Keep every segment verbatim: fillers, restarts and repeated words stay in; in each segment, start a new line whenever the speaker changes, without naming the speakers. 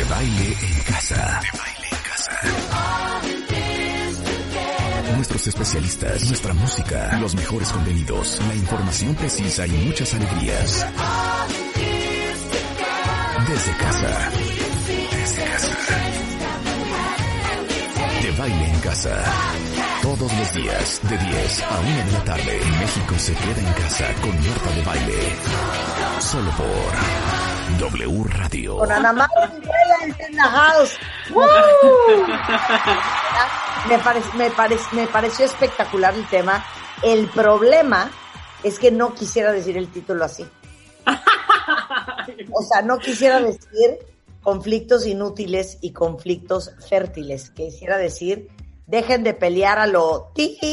Baile en Casa. De Baile en Casa. Nuestros especialistas, nuestra música, los mejores contenidos, la información precisa y muchas alegrías. Desde casa. Desde casa. De Baile en Casa. Todos los días, de diez a una de la tarde, México se queda en casa con Marta de Baile. Solo por W Radio.
Con Ana María en la house. ¡Woo! Me, pare, me, pare, me pareció espectacular el tema. El problema es que no quisiera decir el título así. O sea, no quisiera decir conflictos inútiles y conflictos fértiles. Quisiera decir, dejen de pelear a lo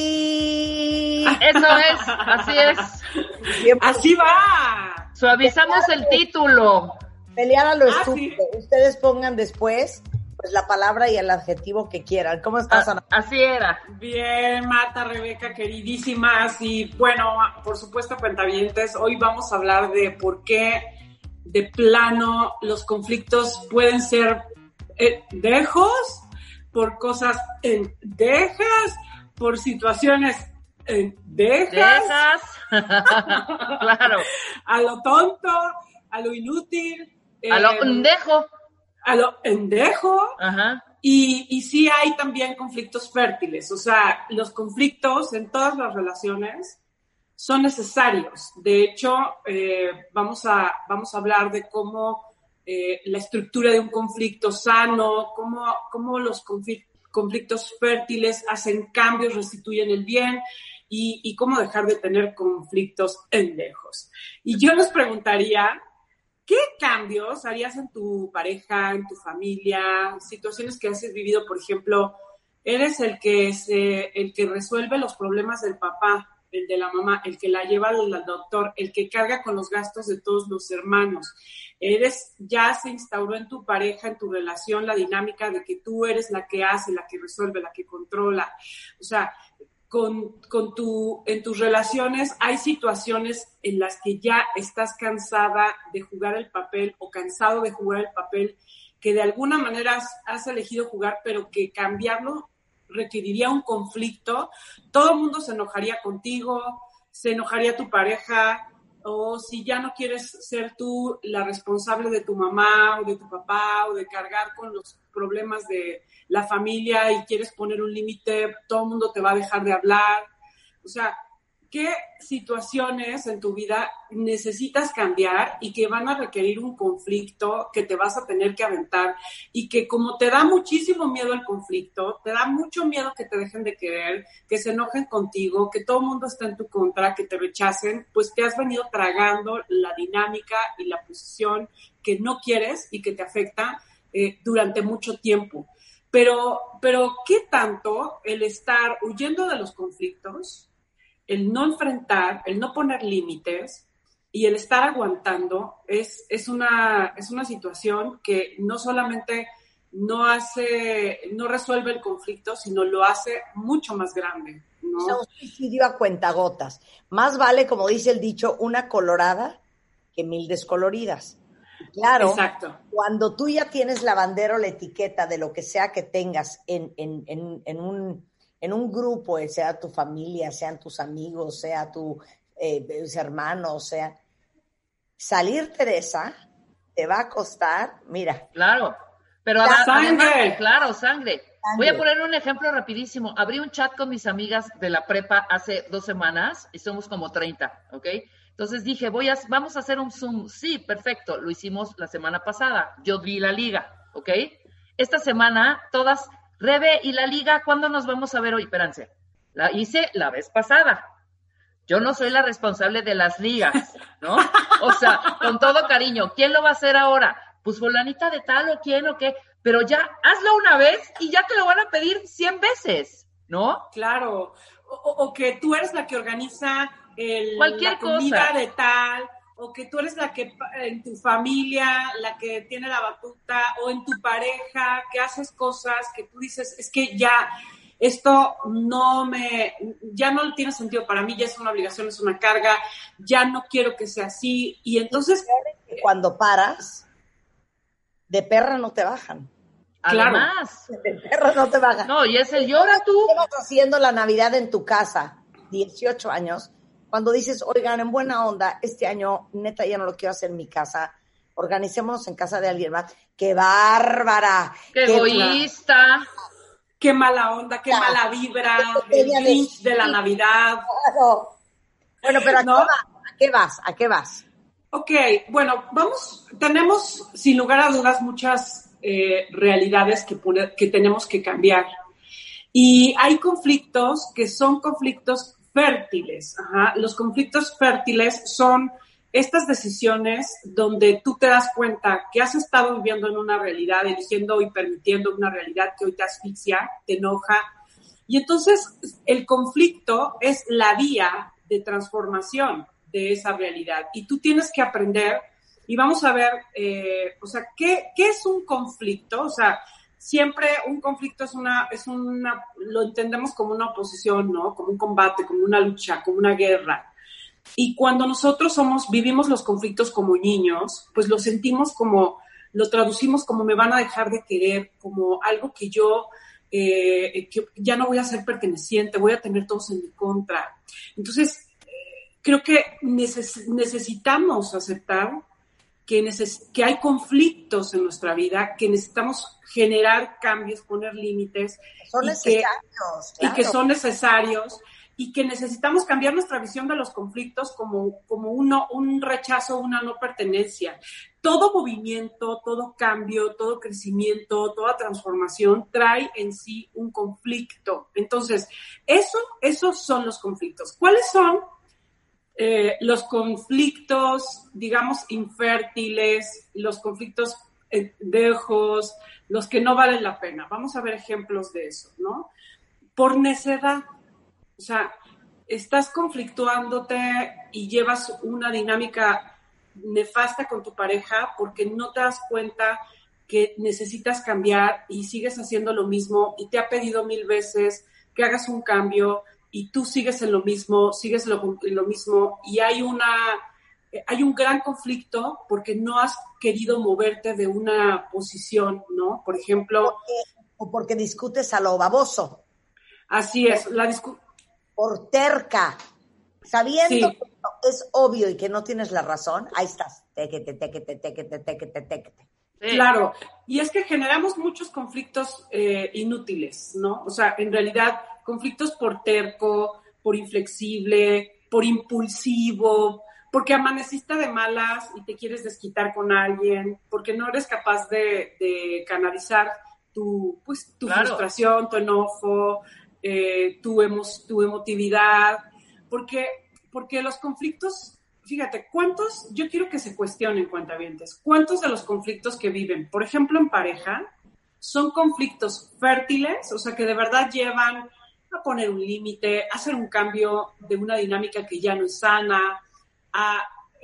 ti.
Eso es, así es.
Siempre
así va.
Suavizamos el título.
Pelear a lo
Ah,
estúpido.
sí.
Ustedes pongan después pues la palabra y el adjetivo que quieran. ¿Cómo estás, Ana?
Ah, así era.
Bien, Marta, Rebeca, queridísimas. Y bueno, por supuesto, cuentavientes, hoy vamos a hablar de por qué de plano los conflictos pueden ser eh, dejos, por cosas en dejas, por situaciones en dejas,
Dejas. Claro.
a lo tonto, a lo inútil,
A lo
eh,
pendejo.
a lo endejo.
Ajá.
Y, y sí hay también conflictos fértiles, o sea, los conflictos en todas las relaciones son necesarios. De hecho, eh, vamos, a, vamos a hablar de cómo eh, la estructura de un conflicto sano, cómo, cómo los conflictos fértiles hacen cambios, restituyen el bien y, y cómo dejar de tener conflictos endejos. Y yo les preguntaría, ¿qué cambios harías en tu pareja, en tu familia, situaciones que has vivido? Por ejemplo, eres el que, se, el que resuelve los problemas del papá, el de la mamá, el que la lleva al doctor, el que carga con los gastos de todos los hermanos. Eres, ya se instauró en tu pareja, en tu relación, la dinámica de que tú eres la que hace, la que resuelve, la que controla. O sea, con, con tu, en tus relaciones hay situaciones en las que ya estás cansada de jugar el papel o cansado de jugar el papel que de alguna manera has, has elegido jugar, pero que cambiarlo requeriría un conflicto. Todo el mundo se enojaría contigo, se enojaría tu pareja, o si ya no quieres ser tú la responsable de tu mamá o de tu papá o de cargar con los problemas de la familia y quieres poner un límite, todo el mundo te va a dejar de hablar. O sea, ¿qué situaciones en tu vida necesitas cambiar y que van a requerir un conflicto que te vas a tener que aventar? Y que como te da muchísimo miedo el conflicto, te da mucho miedo que te dejen de querer, que se enojen contigo, que todo el mundo está en tu contra, que te rechacen, pues te has venido tragando la dinámica y la posición que no quieres y que te afecta eh, durante mucho tiempo. Pero, pero, ¿qué tanto el estar huyendo de los conflictos, el no enfrentar, el no poner límites y el estar aguantando es, es, una, es una situación que no solamente no hace, no resuelve el conflicto, sino lo hace mucho más grande, ¿no?
Es un suicidio a cuentagotas. Más vale, como dice el dicho, una colorada que mil descoloridas. Claro,
exacto.
Cuando tú ya tienes la bandera o la etiqueta de lo que sea que tengas en, en, en, en un... en un grupo, sea tu familia, sean tus amigos, sea tu eh, hermanos, sea, salirte de esa te va a costar, mira.
Claro, pero
La
además,
sangre.
claro, sangre.
Sangre.
Voy a poner un ejemplo rapidísimo. Abrí un chat con mis amigas de la prepa hace dos semanas y somos como treinta, ¿ok? Entonces dije, voy a, vamos a hacer un Zoom. Sí, perfecto, lo hicimos la semana pasada. Yo vi la liga, ¿ok? Esta semana todas... Rebe, ¿y la liga cuándo nos vamos a ver hoy? Espérense, la hice la vez pasada. Yo no soy la responsable de las ligas, ¿no? O sea, con todo cariño, ¿quién lo va a hacer ahora? Pues fulanita de tal o quién o qué, pero ya hazlo una vez y ya te lo van a pedir cien veces, ¿no?
Claro, o, o que tú eres la que organiza el,
Cualquier
la comida
cosa.
de tal, o que tú eres la que en tu familia, la que tiene la batuta, o en tu pareja, que haces cosas que tú dices, es que ya esto no me, ya no tiene sentido para mí, ya es una obligación, es una carga, ya no quiero que sea así, y entonces...
Cuando paras, de perra no te bajan.
Además.
Claro. De perra no te bajan.
No, y es el llora tú.
Llevas haciendo la Navidad en tu casa, dieciocho años, cuando dices, oigan, en buena onda, este año, neta, ya no lo quiero hacer en mi casa, organicémonos en casa de alguien más. ¡Qué bárbara!
¡Qué, qué egoísta!
¡Qué mala onda! ¡Qué claro. mala vibra! El Grinch de, de la Navidad.
Claro. Bueno, pero ¿a, ¿no? qué vas? ¿a qué vas? ¿A qué vas?
Ok, bueno, vamos, tenemos sin lugar a dudas muchas eh, realidades que, que tenemos que cambiar. Y hay conflictos que son conflictos fértiles. Ajá. Los conflictos fértiles son estas decisiones donde tú te das cuenta que has estado viviendo en una realidad, eligiendo y permitiendo una realidad que hoy te asfixia, te enoja. Y entonces el conflicto es la vía de transformación de esa realidad. Y tú tienes que aprender, y vamos a ver, eh, o sea, ¿qué, ¿qué es un conflicto? O sea, siempre un conflicto es una, es una, lo entendemos como una oposición, ¿no? Como un combate, como una lucha, como una guerra. Y cuando nosotros somos, vivimos los conflictos como niños, pues lo sentimos como, lo traducimos como me van a dejar de querer, como algo que yo, eh, que ya no voy a ser perteneciente, voy a tener todos en mi contra. Entonces, creo que neces- necesitamos aceptar que, neces- que hay conflictos en nuestra vida, que necesitamos generar cambios, poner límites.
Son
y
necesarios,
que,
claro.
Y que son necesarios, y que necesitamos cambiar nuestra visión de los conflictos como, como uno, un rechazo, una no pertenencia. Todo movimiento, todo cambio, todo crecimiento, toda transformación trae en sí un conflicto. Entonces, eso, esos son los conflictos. ¿Cuáles son? Eh, los conflictos, digamos, infértiles, los conflictos eh, dejos, los que no valen la pena. Vamos a ver ejemplos de eso, ¿no? Por necedad. O sea, estás conflictuándote y llevas una dinámica nefasta con tu pareja porque no te das cuenta que necesitas cambiar y sigues haciendo lo mismo y te ha pedido mil veces que hagas un cambio y tú sigues en lo mismo, sigues lo, en lo mismo y hay una, hay un gran conflicto porque no has querido moverte de una posición, ¿no? Por ejemplo...
Porque, o porque discutes a lo baboso.
Así es, la discusión.
Por terca, sabiendo
sí.
que es obvio y que no tienes la razón, ahí estás, tequete, tequete, tequete, tequete, tequete.
Sí. Claro, y es que generamos muchos conflictos eh, inútiles, ¿no? O sea, en realidad, conflictos por terco, por inflexible, por impulsivo, porque amaneciste de malas y te quieres desquitar con alguien, porque no eres capaz de, de canalizar tu, pues, tu claro. frustración, tu enojo, Eh, tu, emo, tu emotividad, porque, porque los conflictos, fíjate, ¿cuántos, yo quiero que se cuestionen, cuentavientes, cuántos de los conflictos que viven, por ejemplo, en pareja, son conflictos fértiles, o sea, que de verdad llevan a poner un límite, a hacer un cambio de una dinámica que ya no es sana, a,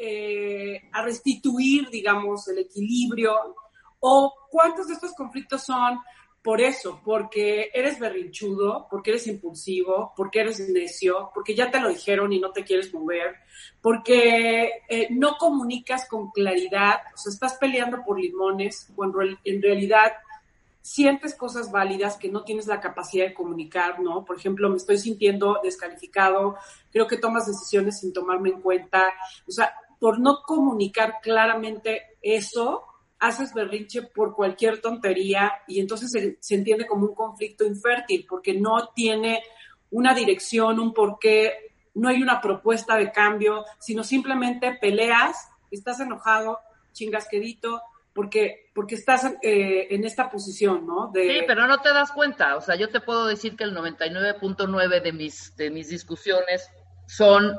eh, a restituir, digamos, el equilibrio, o cuántos de estos conflictos son por eso, porque eres berrinchudo, porque eres impulsivo, porque eres necio, porque ya te lo dijeron y no te quieres mover, porque eh, no comunicas con claridad, o sea, estás peleando por limones, cuando en realidad sientes cosas válidas que no tienes la capacidad de comunicar, ¿no? Por ejemplo, me estoy sintiendo descalificado, creo que tomas decisiones sin tomarme en cuenta, o sea, por no comunicar claramente eso, haces berrinche por cualquier tontería y entonces se, se entiende como un conflicto infértil porque no tiene una dirección, un porqué, no hay una propuesta de cambio, sino simplemente peleas, estás enojado, chingasquedito, porque, porque estás eh, en esta posición, ¿no? De...
Sí, pero no te das cuenta, o sea, yo te puedo decir que el noventa y nueve punto nueve de mis, de mis discusiones son,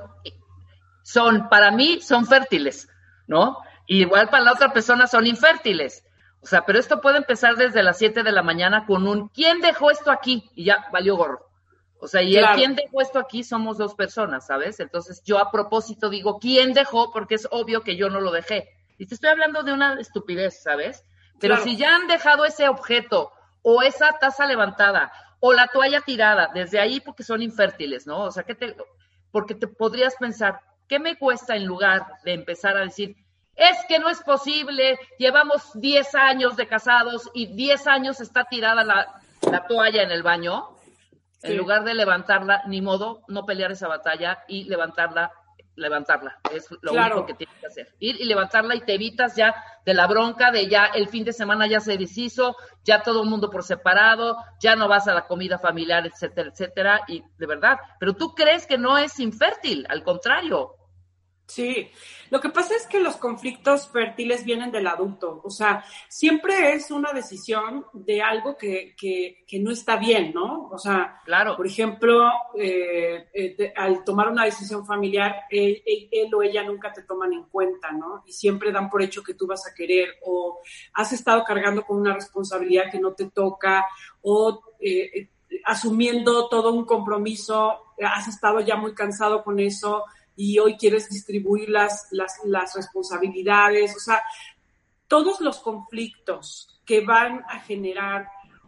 son, para mí, son fértiles, ¿no? Y igual para la otra persona son infértiles. O sea, pero esto puede empezar desde las siete de la mañana con un ¿quién dejó esto aquí? Y ya valió gorro. O sea, y claro. El ¿quién dejó esto aquí? Somos dos personas, ¿sabes? Entonces yo a propósito digo ¿quién dejó? Porque es obvio que yo no lo dejé. Y te estoy hablando de una estupidez, ¿sabes? Pero claro. Si ya han dejado ese objeto o esa taza levantada o la toalla tirada, desde ahí porque son infértiles, ¿no? O sea, que te, porque te podrías pensar, ¿qué me cuesta en lugar de empezar a decir es que no es posible, llevamos diez años de casados y diez años está tirada la, la toalla en el baño, sí. En lugar de levantarla, ni modo, no pelear esa batalla y levantarla, levantarla, es lo claro. único que tienes que hacer, ir y levantarla y te evitas ya de la bronca de ya el fin de semana ya se deshizo, ya todo el mundo por separado, ya no vas a la comida familiar, etcétera, etcétera, y de verdad, pero tú crees que no es infértil, al contrario.
Sí, lo que pasa es que los conflictos fértiles vienen del adulto, o sea, siempre es una decisión de algo que, que, que no está bien, ¿no? O sea,
claro.
Por ejemplo, eh, eh, de, al tomar una decisión familiar, él, él, él o ella nunca te toman en cuenta, ¿no? Y siempre dan por hecho que tú vas a querer, o has estado cargando con una responsabilidad que no te toca, o eh, asumiendo todo un compromiso, has estado ya muy cansado con eso, y hoy quieres distribuir las, las, las responsabilidades, o sea, todos los conflictos que van a generar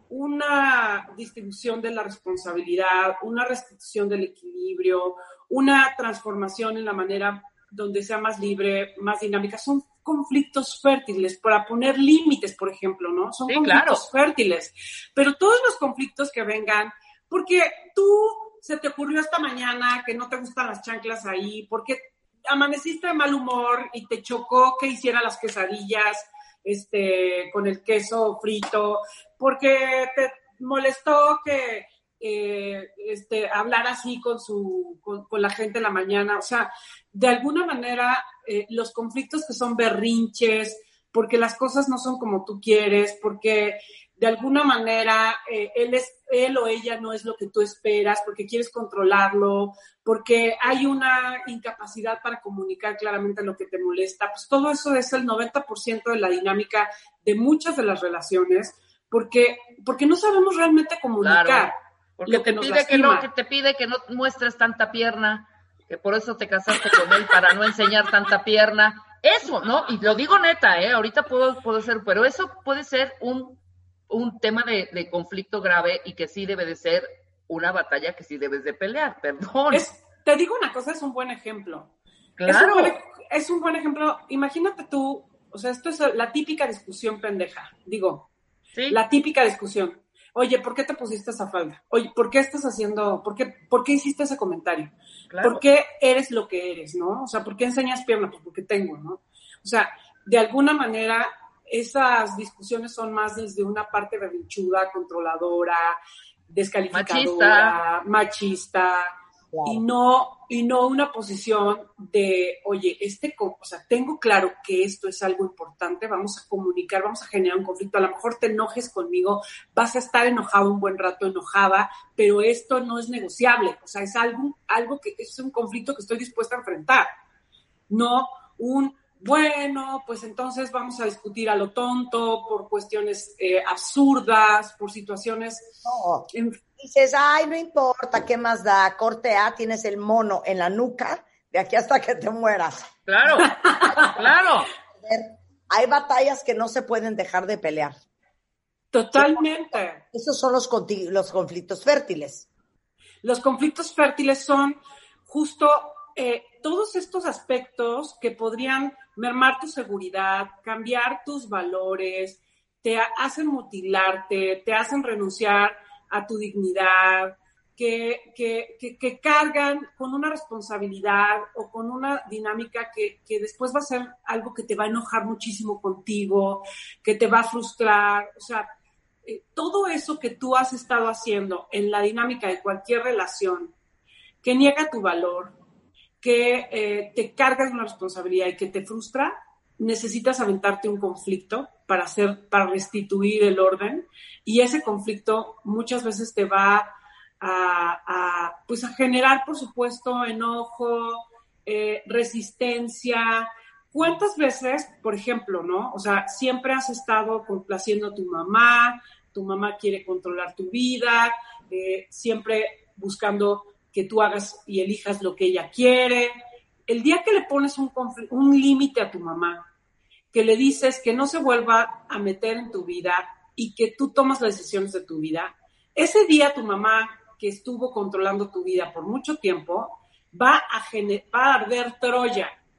una distribución de la responsabilidad, una restitución del equilibrio, una transformación en la manera donde sea más libre, más dinámica, son conflictos fértiles, para poner límites, por ejemplo, ¿no? Son
sí,
conflictos
claro.
fértiles, pero todos los conflictos que vengan, porque tú se te ocurrió esta mañana que no te gustan las chanclas ahí, porque amaneciste de mal humor y te chocó que hiciera las quesadillas este, con el queso frito, porque te molestó que eh, este, hablar así con, su, con, con la gente en la mañana. O sea, de alguna manera, eh, los conflictos que son berrinches, porque las cosas no son como tú quieres, porque de alguna manera eh, él, es, él o ella no es lo que tú esperas, porque quieres controlarlo, porque hay una incapacidad para comunicar claramente lo que te molesta, pues todo eso es el noventa por ciento de la dinámica de muchas de las relaciones, porque, porque no sabemos realmente comunicar.
Claro, porque
lo que
te
nos
pide que, no,
lastima.
que te pide que no muestres tanta pierna, que por eso te casaste con él, para no enseñar tanta pierna. Eso, ¿no? Y lo digo neta, ¿eh? Ahorita puedo, puedo ser, pero eso puede ser un, un tema de, de conflicto grave y que sí debe de ser una batalla que sí debes de pelear, perdón.
Es, te digo una cosa, es un buen ejemplo.
Claro.
Es un buen, es un buen ejemplo. Imagínate tú, o sea, esto es la típica discusión pendeja, digo,
¿sí?
La típica discusión. Oye, ¿por qué te pusiste esa falda? Oye, ¿por qué estás haciendo, por qué, por qué hiciste ese comentario?
Claro.
¿Por qué eres lo que eres, no? O sea, ¿por qué enseñas pierna? Pues porque tengo, ¿no? O sea, de alguna manera, esas discusiones son más desde una parte berrinchuda, controladora, descalificadora, machista, machista claro. y no y no una posición de, oye, este, o sea, tengo claro que esto es algo importante, vamos a comunicar, vamos a generar un conflicto, a lo mejor te enojes conmigo, vas a estar enojado un buen rato, enojada, pero esto no es negociable, o sea, es algo, algo que es un conflicto que estoy dispuesta a enfrentar, no un, bueno, pues entonces vamos a discutir a lo tonto, por cuestiones eh, absurdas, por situaciones...
No. En, dices, ay, no importa, ¿qué más da? Corte A, tienes el mono en la nuca, de aquí hasta que te mueras.
Claro, claro.
Hay batallas que no se pueden dejar de pelear.
Totalmente.
Esos son los, los conflictos fértiles.
Los conflictos fértiles son justo eh, todos estos aspectos que podrían mermar tu seguridad, cambiar tus valores, te hacen mutilarte, te hacen renunciar a tu dignidad, que, que, que, que cargan con una responsabilidad o con una dinámica que, que después va a ser algo que te va a enojar muchísimo contigo, que te va a frustrar. O sea, eh, todo eso que tú has estado haciendo en la dinámica de cualquier relación, que niega tu valor, que eh, te cargas una responsabilidad y que te frustra, necesitas aventarte un conflicto para hacer, para restituir el orden, y ese conflicto muchas veces te va a, a pues a generar, por supuesto, enojo, eh, resistencia. ¿Cuántas veces, por ejemplo, no? O sea, siempre has estado complaciendo a tu mamá, tu mamá quiere controlar tu vida, eh, siempre buscando que tú hagas y elijas lo que ella quiere. El día que le pones un, un límite a tu mamá, que le dices que no se vuelva a meter en tu vida y que tú tomas las decisiones de tu vida, ese día tu mamá, que estuvo controlando tu vida por mucho tiempo, va a, gener- va a arder Troya.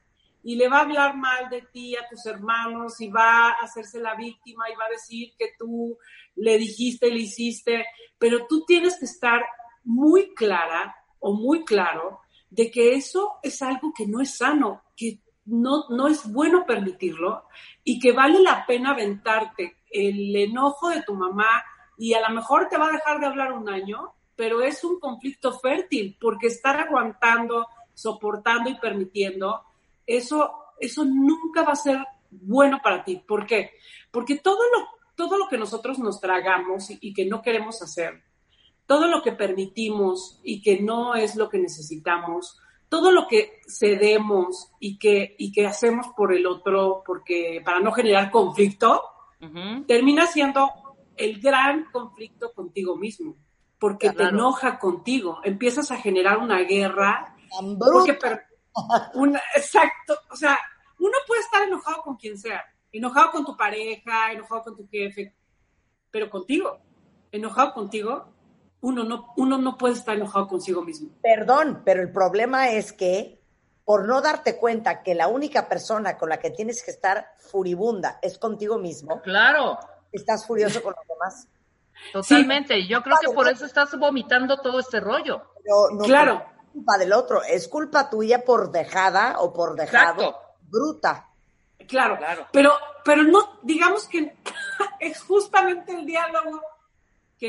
y le va a hablar mal de ti a tus hermanos y va a hacerse la víctima y va a decir que tú le dijiste, le hiciste, pero tú tienes que estar muy clara o muy claro de que eso es algo que no es sano, que no, no es bueno permitirlo y que vale la pena aventarte el enojo de tu mamá y a lo mejor te va a dejar de hablar un año, pero es un conflicto fértil porque estar aguantando, soportando y permitiendo, eso, eso nunca va a ser bueno para ti. ¿Por qué? Porque todo lo, todo lo que nosotros nos tragamos y, y que no queremos hacer, todo lo que permitimos y que no es lo que necesitamos, todo lo que cedemos y que, y que hacemos por el otro porque para no generar conflicto, uh-huh. termina siendo el gran conflicto contigo mismo, porque claro. te enoja contigo, empiezas a generar una guerra. Porque per, una, exacto, o sea, uno puede estar enojado con quien sea, enojado con tu pareja, enojado con tu jefe, pero contigo, enojado contigo, uno no, uno no puede estar enojado consigo mismo.
Perdón, pero el problema es que por no darte cuenta que la única persona con la que tienes que estar furibunda es contigo mismo.
Claro.
Estás furioso con los demás.
Totalmente. Sí. Yo creo que por eso estás vomitando todo este rollo.
Pero no
claro.
Es culpa del otro, es culpa tuya por dejada o por dejado.
Exacto.
Bruta.
Claro, claro. Pero, pero no, digamos que es justamente el diálogo que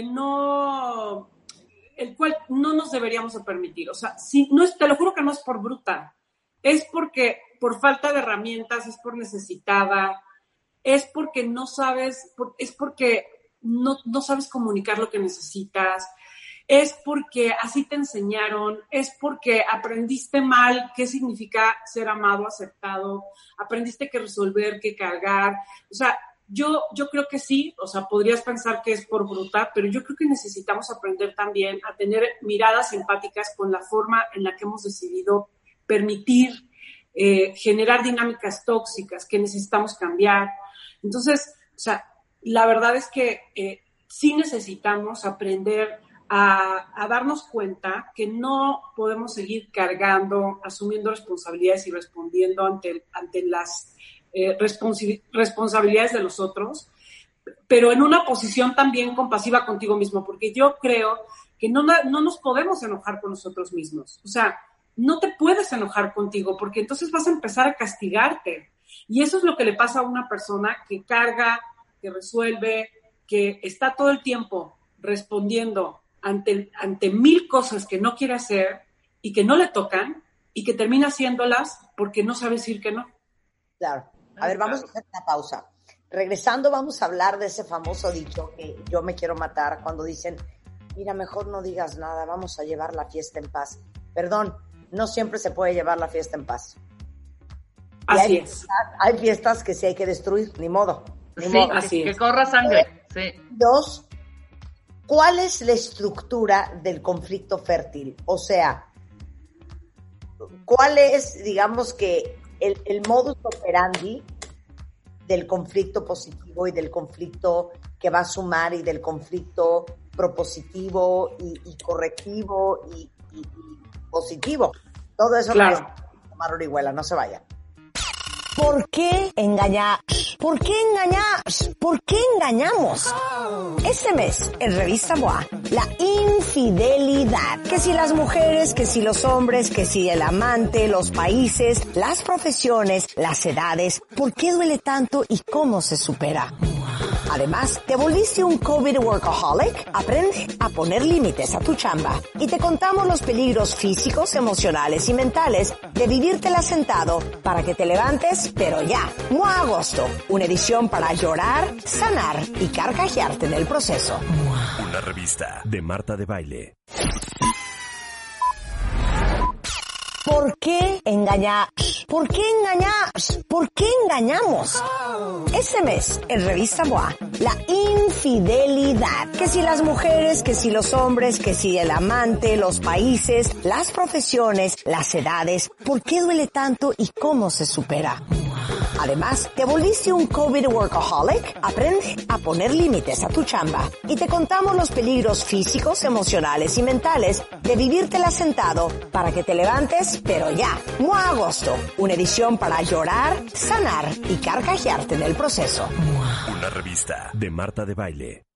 no, el cual no nos deberíamos permitir. O sea, si, no es, te lo juro que no es por bruta, es porque por falta de herramientas, es por necesitada, es porque no sabes, por, es porque no, no sabes comunicar lo que necesitas, es porque así te enseñaron, es porque aprendiste mal qué significa ser amado, aceptado, aprendiste que resolver, que cargar. O sea, yo, yo creo que sí, o sea, podrías pensar que es por bruta, pero yo creo que necesitamos aprender también a tener miradas empáticas con la forma en la que hemos decidido permitir eh, generar dinámicas tóxicas que necesitamos cambiar. Entonces, o sea, la verdad es que eh, sí necesitamos aprender a, a darnos cuenta que no podemos seguir cargando, asumiendo responsabilidades y respondiendo ante, ante las eh, responsi- responsabilidades de los otros, pero en una posición también compasiva contigo mismo, porque yo creo que no, no nos podemos enojar con nosotros mismos. O sea, no te puedes enojar contigo porque entonces vas a empezar a castigarte. Y eso es lo que le pasa a una persona que carga, que resuelve, que está todo el tiempo respondiendo ante, ante mil cosas que no quiere hacer y que no le tocan y que termina haciéndolas porque no sabe decir que no.
Claro. A ver, vamos a hacer una pausa. Regresando vamos a hablar de ese famoso dicho que yo me quiero matar cuando dicen, mira, mejor no digas nada, vamos a llevar la fiesta en paz. Perdón, no siempre se puede llevar la fiesta en paz.
Así
hay
es.
Fiestas, hay fiestas que sí hay que destruir, ni modo. Ni
sí,
modo.
Así que, es. que corra sangre. Sí.
Dos, ¿cuál es la estructura del conflicto fértil? O sea, ¿cuál es, digamos que, el, el modus operandi del conflicto positivo y del conflicto que va a sumar y del conflicto propositivo y, y correctivo y, y, y positivo? Todo eso
claro.
es tomar Orihuela, no se vaya.
¿Por qué engañar? ¿Por qué engañar? ¿Por qué engañamos? Este mes, en Revista M O A, la infidelidad. Que si las mujeres, que si los hombres, que si el amante, los países, las profesiones, las edades. ¿Por qué duele tanto y cómo se supera? Además, ¿te volviste un COVID workaholic? Aprende a poner límites a tu chamba. Y te contamos los peligros físicos, emocionales y mentales de vivírtela sentado para que te levantes, pero ya. M O A Agosto, una edición para llorar, sanar y carcajearte en el proceso.
Una revista de Marta de Baile.
¿Por qué engañar? ¿Por qué engañar? ¿Por qué engañamos? Este mes, en Revista M O A, la infidelidad. Que si las mujeres, que si los hombres, que si el amante, los países, las profesiones, las edades. ¿Por qué duele tanto y cómo se supera? Además, ¿te volviste un COVID workaholic? Aprende a poner límites a tu chamba y te contamos los peligros físicos, emocionales y mentales de vivírtela sentado para que te levantes, pero ya. Mua Agosto, una edición para llorar, sanar y carcajearte en el proceso. Mua.
Una revista de Marta de Baile.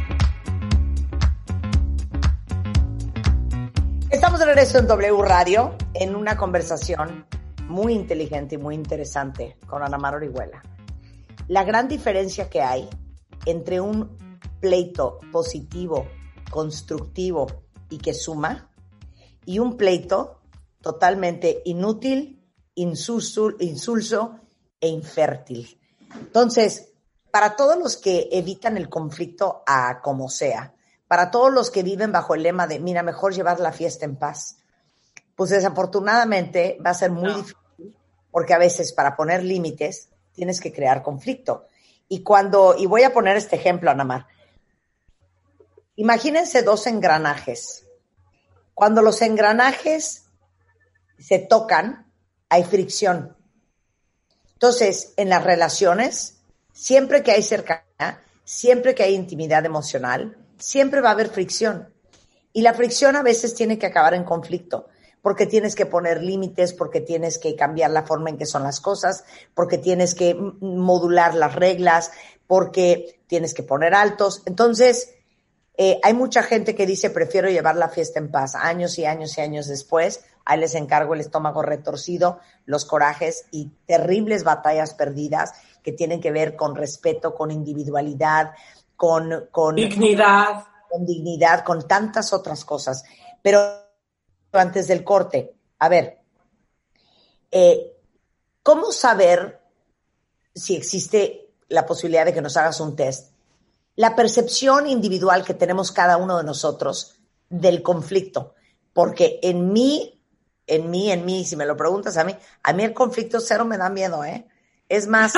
Estamos de regreso en W Radio en una conversación muy inteligente y muy interesante con Ana Mar Orihuela. La gran diferencia que hay entre un pleito positivo, constructivo y que suma, y un pleito totalmente inútil, insulso, insulso e infértil. Entonces, para todos los que evitan el conflicto a como sea, para todos los que viven bajo el lema de, mira, mejor llevar la fiesta en paz, pues desafortunadamente va a ser muy no. difícil, porque a veces para poner límites tienes que crear conflicto. Y cuando, y voy a poner este ejemplo, Ana Mar. Imagínense dos engranajes. Cuando los engranajes se tocan, hay fricción. Entonces, en las relaciones, siempre que hay cercanía, siempre que hay intimidad emocional, siempre va a haber fricción. Y la fricción a veces tiene que acabar en conflicto, porque tienes que poner límites, porque tienes que cambiar la forma en que son las cosas, porque tienes que modular las reglas, porque tienes que poner altos. Entonces, eh, hay mucha gente que dice, prefiero llevar la fiesta en paz. Años y años y años después, ahí les encargo el estómago retorcido, los corajes y terribles batallas perdidas que tienen que ver con respeto, con individualidad, Con, con
dignidad,
con dignidad, con tantas otras cosas. Pero antes del corte, a ver, eh, ¿cómo saber si existe la posibilidad de que nos hagas un test? La percepción individual que tenemos cada uno de nosotros del conflicto, porque en mí, en mí, en mí, si me lo preguntas a mí, a mí el conflicto cero me da miedo, ¿eh? Es más...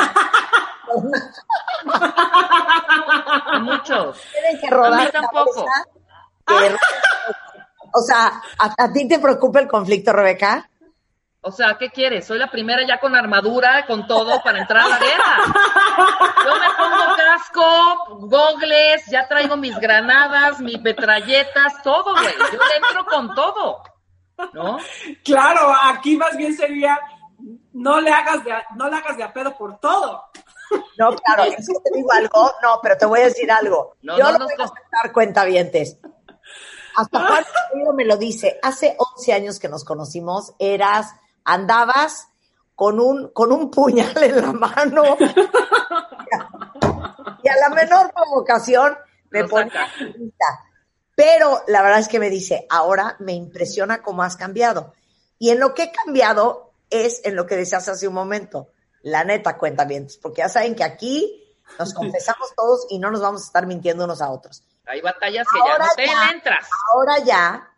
A muchos.
Tienen que rodar.
A mí tampoco.
Que, o sea, ¿a, ¿a ti te preocupa el conflicto, Rebeca?
O sea, ¿qué quieres? Soy la primera ya con armadura, con todo para entrar a la guerra. Yo me pongo casco, gogles, ya traigo mis granadas, mis metralletas, todo, güey. Yo entro con todo, ¿no?
Claro, aquí más bien sería no le hagas de, no le hagas de a pedo por todo.
No, claro, es que te digo algo, no, pero te voy a decir algo. No, Yo no, lo voy no, a aceptar, cuentavientes. Hasta cuando me lo dice, hace once años que nos conocimos, eras, andabas con un, con un puñal en la mano y a la menor provocación me ponía lista. Pero la verdad es que me dice, ahora me impresiona cómo has cambiado. Y en lo que he cambiado es en lo que decías hace un momento. La neta, cuentavientes, porque ya saben que aquí nos confesamos todos y no nos vamos a estar mintiendo unos a otros.
Hay batallas que ahora ya no te ya, entras.
Ahora ya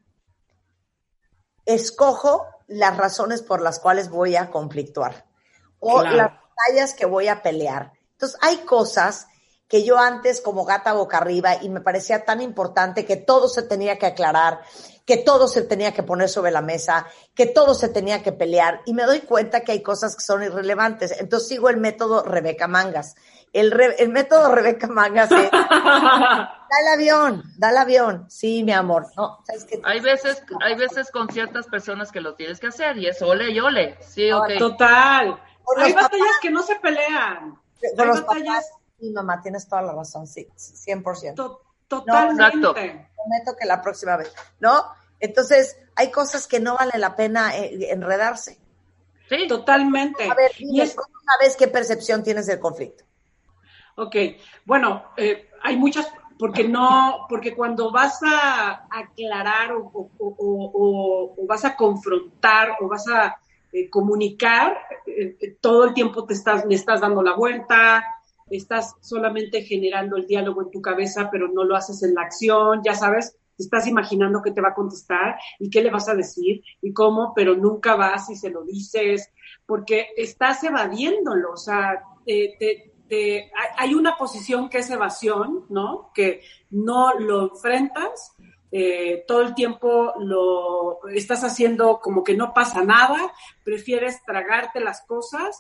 escojo las razones por las cuales voy a conflictuar o claro. las batallas que voy a pelear. Entonces, hay cosas que yo antes como gata boca arriba y me parecía tan importante que todo se tenía que aclarar, que todo se tenía que poner sobre la mesa, que todo se tenía que pelear, y me doy cuenta que hay cosas que son irrelevantes. Entonces sigo el método Rebeca Mangas. El, re, el método Rebeca Mangas es, da el avión, da el avión. Sí, mi amor. No, ¿sabes qué?
Hay veces, hay veces con ciertas personas que lo tienes que hacer, y es ole y ole. Sí, ok.
Total. Hay batallas papás, que no se pelean.
Con los batallas... papás, sí, mamá, tienes toda la razón, sí, cien por ciento.
To- Totalmente.
No, prometo que la próxima vez, ¿no? Entonces, hay cosas que no vale la pena eh, enredarse.
Sí, totalmente.
A ver, dime, es... ¿cómo sabes qué percepción tienes del conflicto?
Ok, bueno, eh, hay muchas, porque no, porque cuando vas a aclarar o, o, o, o, o vas a confrontar o vas a eh, comunicar, eh, todo el tiempo te estás, le estás dando la vuelta, estás solamente generando el diálogo en tu cabeza, pero no lo haces en la acción, ya sabes, te estás imaginando qué te va a contestar y qué le vas a decir y cómo, pero nunca vas y se lo dices, porque estás evadiéndolo, o sea, te, te, te, hay una posición que es evasión, ¿no? Que no lo enfrentas, eh, todo el tiempo lo estás haciendo como que no pasa nada, prefieres tragarte las cosas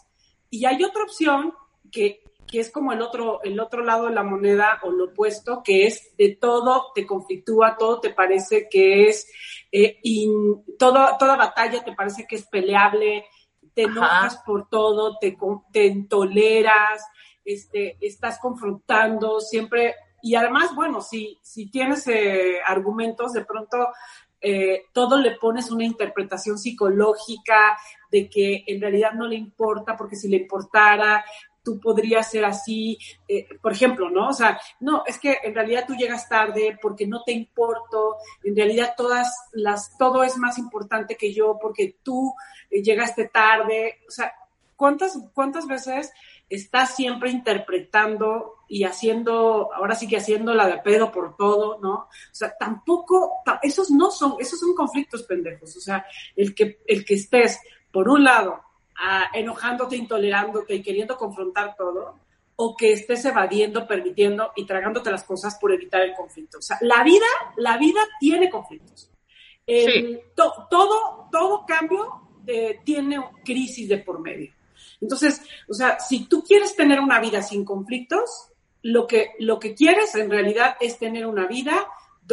Y hay otra opción que, que es como el otro, el otro lado de la moneda o lo opuesto, que es de todo te conflictúa, todo te parece que es, eh, in, todo, toda batalla te parece que es peleable, te enojas Ajá. por todo, te, te intoleras, este, estás confrontando siempre. Y además, bueno, si, si tienes eh, argumentos, de pronto eh, todo le pones una interpretación psicológica de que en realidad no le importa, porque si le importara, tú podrías ser así, eh, por ejemplo, ¿no? O sea, no, es que en realidad tú llegas tarde porque no te importo, en realidad todas las, todo es más importante que yo porque tú eh, llegaste tarde. O sea, ¿cuántas, cuántas veces estás siempre interpretando y haciendo, ahora sí que haciendo la de pedo por todo, ¿no? O sea, tampoco, esos no son, esos son conflictos pendejos. O sea, el que, el que estés, por un lado, a, enojándote, intolerándote y queriendo confrontar todo, o que estés evadiendo, permitiendo y tragándote las cosas por evitar el conflicto. O sea, la vida, la vida tiene conflictos. Eh, sí. to, todo, todo cambio eh, tiene crisis de por medio. Entonces, o sea, si tú quieres tener una vida sin conflictos, lo que, lo que quieres en realidad es tener una vida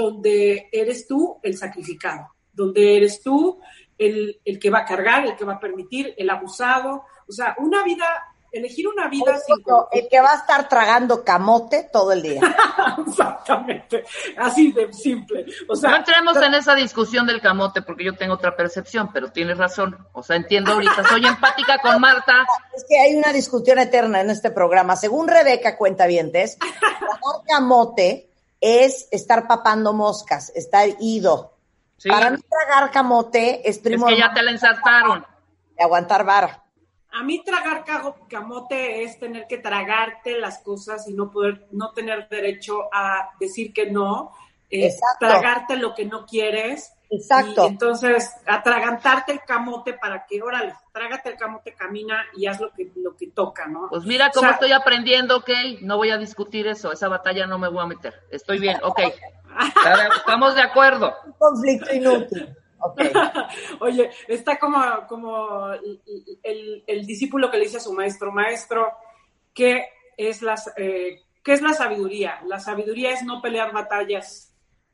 donde eres tú el sacrificado, donde eres tú el, el que va a cargar, el que va a permitir, el abusado. O sea, una vida, elegir una vida
el,
sin conflictos.
El que va a estar tragando camote todo el día.
Exactamente, así de simple. O sea,
no entremos en esa discusión del camote porque yo tengo otra percepción, pero tienes razón. O sea, entiendo ahorita, soy empática con Marta.
Es que hay una discusión eterna en este programa. Según Rebeca Cuentavientes, tragar camote es estar papando moscas, estar ido. Sí. Para no tragar camote es primo.
Es que ya te la ensartaron.
De aguantar vara.
A mí tragar camote es tener que tragarte las cosas y no poder, no tener derecho a decir que no, eh, tragarte lo que no quieres.
Exacto.
Y entonces, atragantarte el camote para que, órale, trágate el camote, camina y haz lo que, lo que toca, ¿no?
Pues mira cómo o sea, estoy aprendiendo, ok, no voy a discutir eso, esa batalla no me voy a meter. Estoy bien, ok. Estamos de acuerdo.
Un conflicto inútil. Okay.
Oye, está como, como el, el, el discípulo que le dice a su maestro, maestro, ¿qué es, las, eh, ¿qué es la sabiduría? La sabiduría es no pelear batallas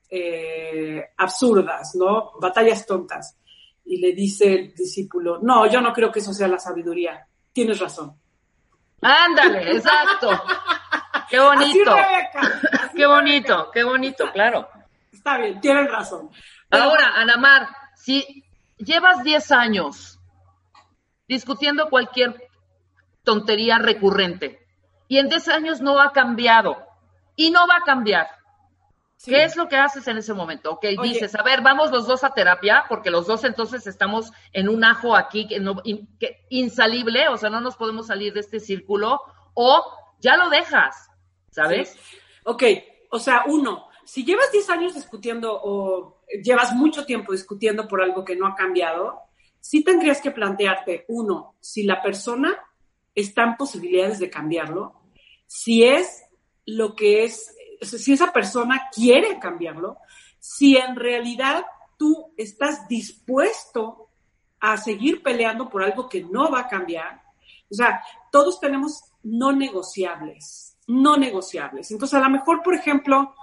eh, absurdas, ¿no? Batallas tontas. Y le dice el discípulo, no, yo no creo que eso sea la sabiduría. Tienes razón.
Ándale, exacto. Qué bonito.
Así, Rebeca, así,
qué bonito,
Rebeca.
Qué bonito, claro.
Está bien, tienen razón.
Pero ahora, Ana Mar, si llevas diez años discutiendo cualquier tontería recurrente y en diez años no ha cambiado y no va a cambiar, sí. ¿Qué es lo que haces en ese momento? Ok, Oye, dices, a ver, vamos los dos a terapia, porque los dos entonces estamos en un ajo aquí que no, que insalible, o sea, no nos podemos salir de este círculo, o ya lo dejas, ¿sabes?
Sí. Ok, o sea, uno, si llevas diez años discutiendo o llevas mucho tiempo discutiendo por algo que no ha cambiado, sí tendrías que plantearte, uno, si la persona está en posibilidades de cambiarlo, si es lo que es, si esa persona quiere cambiarlo, si en realidad tú estás dispuesto a seguir peleando por algo que no va a cambiar. O sea, todos tenemos no negociables, no negociables. Entonces, a lo mejor, por ejemplo,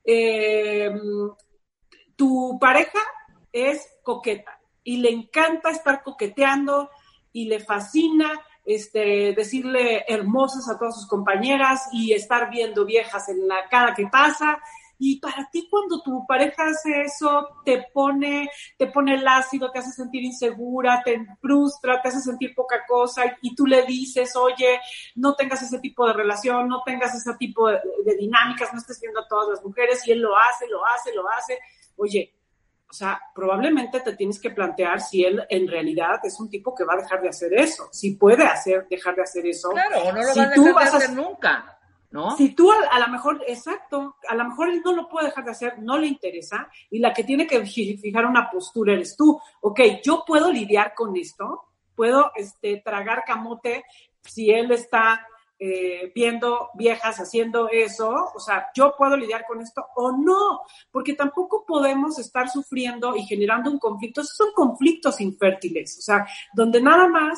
eh, tu pareja es coqueta y le encanta estar coqueteando y le fascina este, decirle hermosas a todas sus compañeras y estar viendo viejas en la cara que pasa. Y para ti, cuando tu pareja hace eso, te pone, te pone el ácido, te hace sentir insegura, te frustra, te hace sentir poca cosa, y, y tú le dices, oye, no tengas ese tipo de relación, no tengas ese tipo de, de dinámicas, no estés viendo a todas las mujeres, y él lo hace, lo hace, lo hace. Oye, o sea, probablemente te tienes que plantear si él en realidad es un tipo que va a dejar de hacer eso, si puede hacer, dejar de hacer eso.
Claro, o no lo
si
va a dejar de hacer a... nunca. ¿No?
Si tú a, a lo mejor, exacto, a lo mejor él no lo puede dejar de hacer, no le interesa, y la que tiene que fijar una postura eres tú. Ok, yo puedo lidiar con esto, puedo este, tragar camote si él está eh, viendo viejas haciendo eso, o sea, yo puedo lidiar con esto o no, porque tampoco podemos estar sufriendo y generando un conflicto. Esos son conflictos infértiles, o sea, donde nada más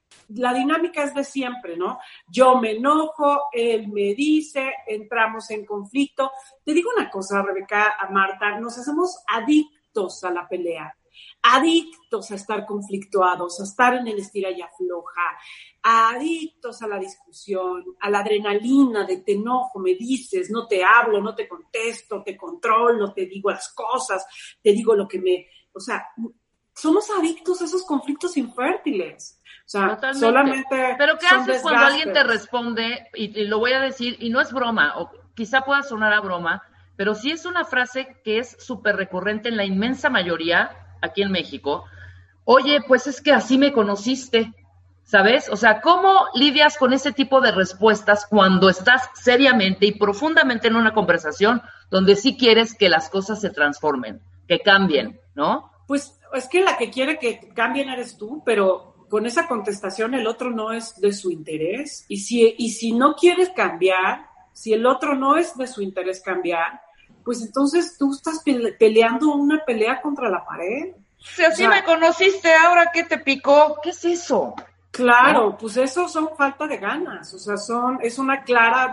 la dinámica es de siempre, ¿no? Yo me enojo, él me dice, entramos en conflicto. Te digo una cosa, Rebeca, a Marta, nos hacemos adictos a la pelea, adictos a estar conflictuados, a estar en el estira y afloja, adictos a la discusión, a la adrenalina de te enojo, me dices, no te hablo, no te contesto, te controlo, te digo las cosas, te digo lo que me... O sea, somos adictos a esos conflictos infértiles. O sea,
totalmente.
Solamente
Pero ¿qué haces
desgastes.
cuando alguien te responde, y, y lo voy a decir, y no es broma, o quizá pueda sonar a broma, pero sí es una frase que es súper recurrente en la inmensa mayoría aquí en México? Oye, pues es que así me conociste, ¿sabes? O sea, ¿cómo lidias con ese tipo de respuestas cuando estás seriamente y profundamente en una conversación donde sí quieres que las cosas se transformen, que cambien, ¿no?
Pues es que la que quiere que cambien eres tú, pero con esa contestación el otro no es de su interés. Y si, y si no quieres cambiar, si el otro no es de su interés cambiar, pues entonces tú estás pele- peleando una pelea contra la pared.
Si así o sea, me conociste, ¿ahora qué te picó? ¿Qué es eso?
Claro, ¿no? Pues eso son falta de ganas. O sea, son es una clara,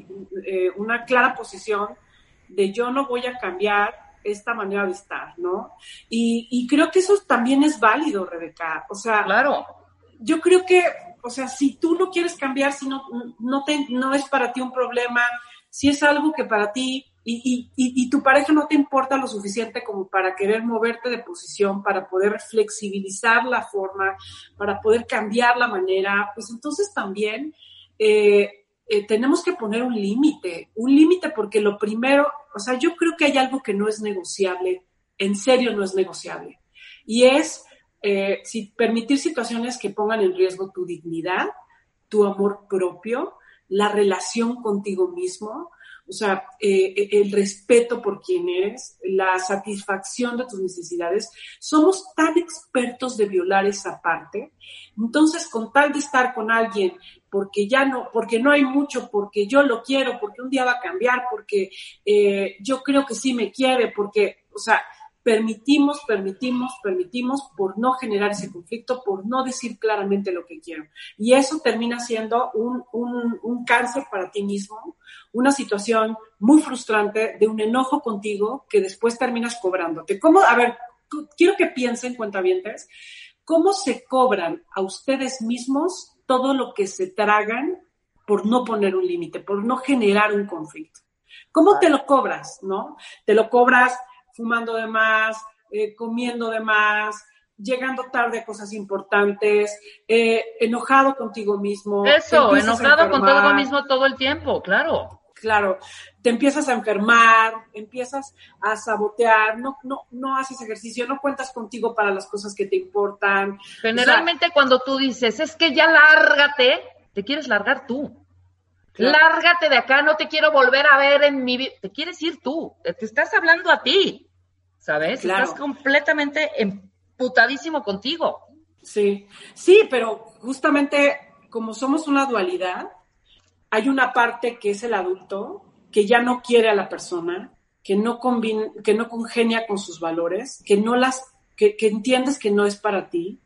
eh, una clara posición de yo no voy a cambiar esta manera de estar, ¿no? Y, y creo que eso también es válido, Rebeca. O sea,
claro.
Yo creo que, o sea, si tú no quieres cambiar, si no, no, te, no es para ti un problema, si es algo que para ti, y, y, y, y tu pareja no te importa lo suficiente como para querer moverte de posición, para poder flexibilizar la forma, para poder cambiar la manera, pues entonces también eh, eh, tenemos que poner un límite, un límite porque lo primero, o sea, yo creo que hay algo que no es negociable, en serio no es negociable, y es eh, si, permitir situaciones que pongan en riesgo tu dignidad, tu amor propio, la relación contigo mismo, o sea, eh, el respeto por quien eres, la satisfacción de tus necesidades. Somos tan expertos de violar esa parte. Entonces, con tal de estar con alguien, porque ya no, porque no hay mucho, porque yo lo quiero, porque un día va a cambiar, porque eh, yo creo que sí me quiere, porque, o sea, permitimos, permitimos, permitimos por no generar ese conflicto, por no decir claramente lo que quiero. Y eso termina siendo un, un, un cáncer para ti mismo, una situación muy frustrante de un enojo contigo que después terminas cobrándote. ¿Cómo? A ver, quiero que piensen, cuentavientes, ¿cómo se cobran a ustedes mismos todo lo que se tragan por no poner un límite, por no generar un conflicto? ¿Cómo te lo cobras, no? Te lo cobras fumando de más, eh, comiendo de más, llegando tarde a cosas importantes, eh, enojado contigo mismo.
Eso, enojado contigo mismo todo el tiempo, claro.
Claro, te empiezas a enfermar, empiezas a sabotear, no, no, no haces ejercicio, no cuentas contigo para las cosas que te importan.
Generalmente, o sea, cuando tú dices, es que ya lárgate, te quieres largar tú. Claro. Lárgate de acá, no te quiero volver a ver en mi vida. Te quieres ir tú, te estás hablando a ti, ¿sabes? Claro. Estás completamente emputadísimo contigo.
Sí, sí, pero justamente como somos una dualidad, hay una parte que es el adulto, que ya no quiere a la persona, que no, combina, que no congenia con sus valores, que, no las, que, que entiendes que no es para ti,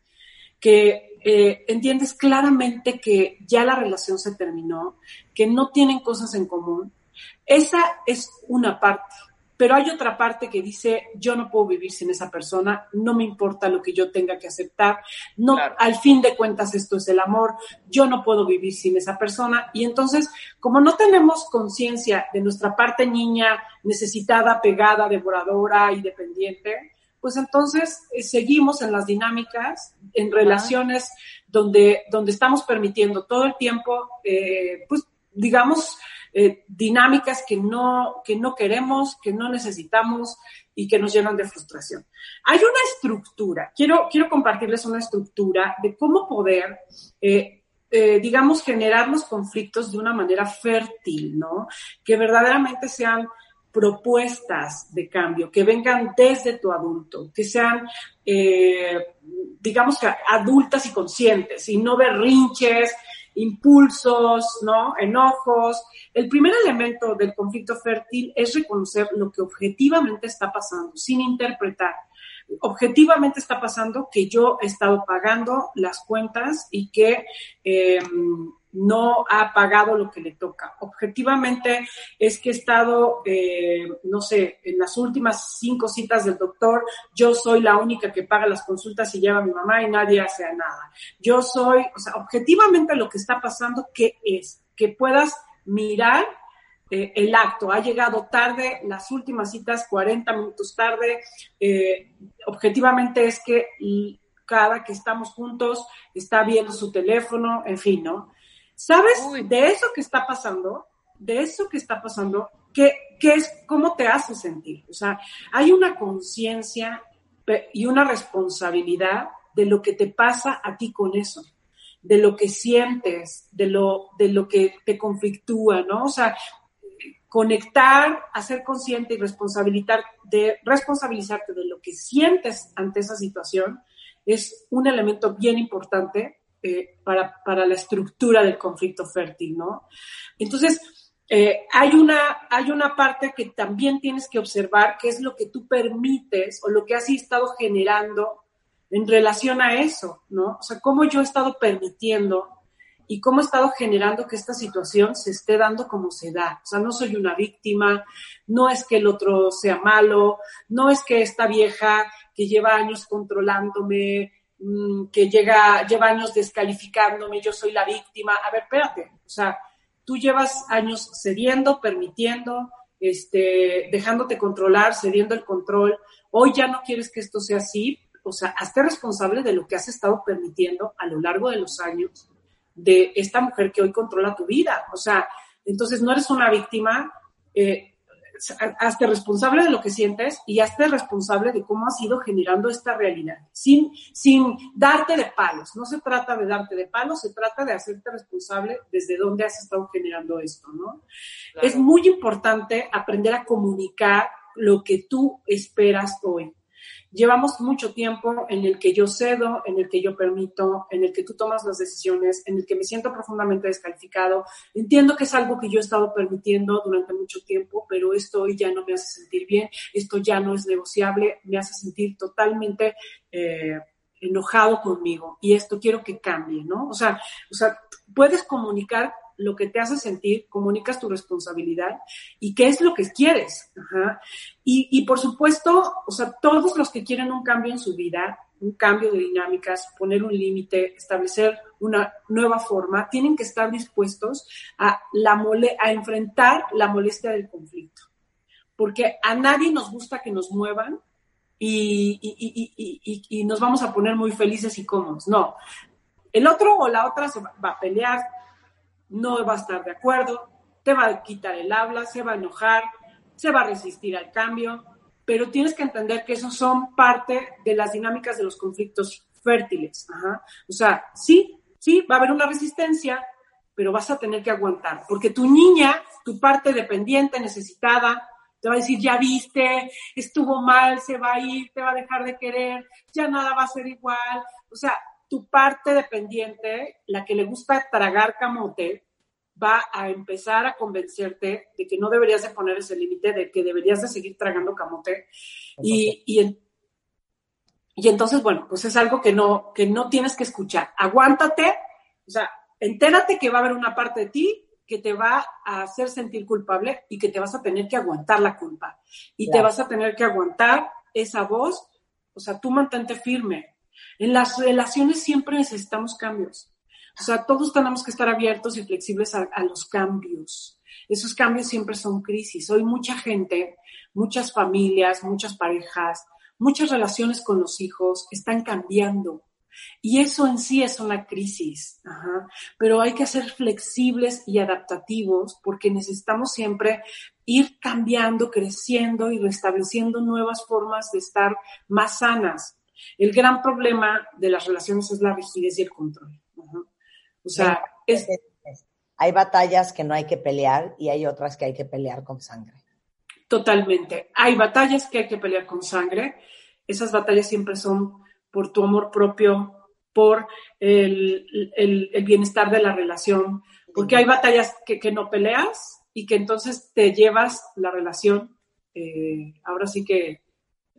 que Eh, entiendes claramente que ya la relación se terminó, que no tienen cosas en común. Esa es una parte, pero hay otra parte que dice, yo no puedo vivir sin esa persona, no me importa lo que yo tenga que aceptar, no, claro. Al fin de cuentas esto es el amor, yo no puedo vivir sin esa persona. Y entonces, como no tenemos conciencia de nuestra parte niña necesitada, pegada, devoradora y dependiente, pues entonces eh, seguimos en las dinámicas, en relaciones donde, donde estamos permitiendo todo el tiempo, eh, pues digamos, eh, dinámicas que no, que no queremos, que no necesitamos y que nos llenan de frustración. Hay una estructura, quiero, quiero compartirles una estructura de cómo poder, eh, eh, digamos, generar los conflictos de una manera fértil, ¿no? Que verdaderamente sean propuestas de cambio, que vengan desde tu adulto, que sean, eh, digamos que adultas y conscientes, y no berrinches, impulsos, ¿no? Enojos. El primer elemento del conflicto fértil es reconocer lo que objetivamente está pasando, sin interpretar. objetivamente está pasando que yo he estado pagando las cuentas y que eh, no ha pagado lo que le toca. Objetivamente es que he estado, eh, no sé, en las últimas cinco citas del doctor, yo soy la única que paga las consultas y lleva a mi mamá y nadie hace nada. Yo soy, o sea, objetivamente lo que está pasando, ¿qué es? Que puedas mirar eh, el acto. Ha llegado tarde, las últimas citas, cuarenta minutos tarde. Eh, objetivamente es que cada que estamos juntos está viendo su teléfono, en fin, ¿no? ¿Sabes Uy. de eso que está pasando? De eso que está pasando, ¿qué, qué es, cómo te hace sentir? O sea, hay una conciencia y una responsabilidad de lo que te pasa a ti con eso, de lo que sientes, de lo, de lo que te conflictúa, ¿no? O sea, conectar, hacer consciente y responsabilizar, de, responsabilizarte de lo que sientes ante esa situación es un elemento bien importante Eh, para, para la estructura del conflicto fértil, ¿no? Entonces, eh, hay, una, hay una parte que también tienes que observar, que es lo que tú permites o lo que has estado generando en relación a eso, ¿no? O sea, cómo yo he estado permitiendo y cómo he estado generando que esta situación se esté dando como se da. O sea, no soy una víctima, no es que el otro sea malo, no es que esta vieja que lleva años controlándome, que llega, lleva años descalificándome, yo soy la víctima. A ver, espérate, o sea, tú llevas años cediendo, permitiendo, este, dejándote controlar, cediendo el control. Hoy ya no quieres que esto sea así, o sea, hazte responsable de lo que has estado permitiendo a lo largo de los años de esta mujer que hoy controla tu vida. O sea, entonces no eres una víctima, eh, hazte responsable de lo que sientes y hazte responsable de cómo has ido generando esta realidad, sin, sin darte de palos. No se trata de darte de palos, se trata de hacerte responsable desde dónde has estado generando esto, ¿no? Claro. Es muy importante aprender a comunicar lo que tú esperas hoy. Llevamos mucho tiempo en el que yo cedo, en el que yo permito, en el que tú tomas las decisiones, en el que me siento profundamente descalificado. Entiendo que es algo que yo he estado permitiendo durante mucho tiempo, pero esto hoy ya no me hace sentir bien, esto ya no es negociable, me hace sentir totalmente eh, enojado conmigo y esto quiero que cambie, ¿no? O sea, o sea, puedes comunicar lo que te hace sentir, comunicas tu responsabilidad y qué es lo que quieres. Ajá. Y, y por supuesto, o sea, todos los que quieren un cambio en su vida, un cambio de dinámicas, poner un límite, establecer una nueva forma, tienen que estar dispuestos a, la mole- a enfrentar la molestia del conflicto. Porque a nadie nos gusta que nos muevan y, y, y, y, y, y nos vamos a poner muy felices y cómodos. No. El otro o la otra se va, va a pelear, no va a estar de acuerdo, te va a quitar el habla, se va a enojar, se va a resistir al cambio, pero tienes que entender que esos son parte de las dinámicas de los conflictos fértiles. Ajá. O sea, sí, sí, va a haber una resistencia, pero vas a tener que aguantar, porque tu niña, tu parte dependiente, necesitada, te va a decir, ya viste, estuvo mal, se va a ir, te va a dejar de querer, ya nada va a ser igual. O sea, tu parte dependiente, la que le gusta tragar camote, va a empezar a convencerte de que no deberías de poner ese límite, de que deberías de seguir tragando camote. Y, y, en, y entonces, bueno, pues es algo que no, que no tienes que escuchar. Aguántate, o sea, entérate que va a haber una parte de ti que te va a hacer sentir culpable y que te vas a tener que aguantar la culpa. Y claro, te vas a tener que aguantar esa voz, o sea, tú mantente firme. En las relaciones siempre necesitamos cambios. O sea, todos tenemos que estar abiertos y flexibles a, a los cambios. Esos cambios siempre son crisis. Hoy mucha gente, muchas familias, muchas parejas, muchas relaciones con los hijos están cambiando. Y eso en sí es una crisis. Ajá. Pero hay que ser flexibles y adaptativos porque necesitamos siempre ir cambiando, creciendo y restableciendo nuevas formas de estar más sanas. El gran problema de las relaciones es la rigidez y el control. Uh-huh. O sea, es...
hay batallas que no hay que pelear y hay otras que hay que pelear con sangre.
Totalmente. Hay batallas que hay que pelear con sangre. Esas batallas siempre son por tu amor propio, por el, el, el bienestar de la relación. Porque hay batallas que, que no peleas y que entonces te llevas la relación, eh, ahora sí que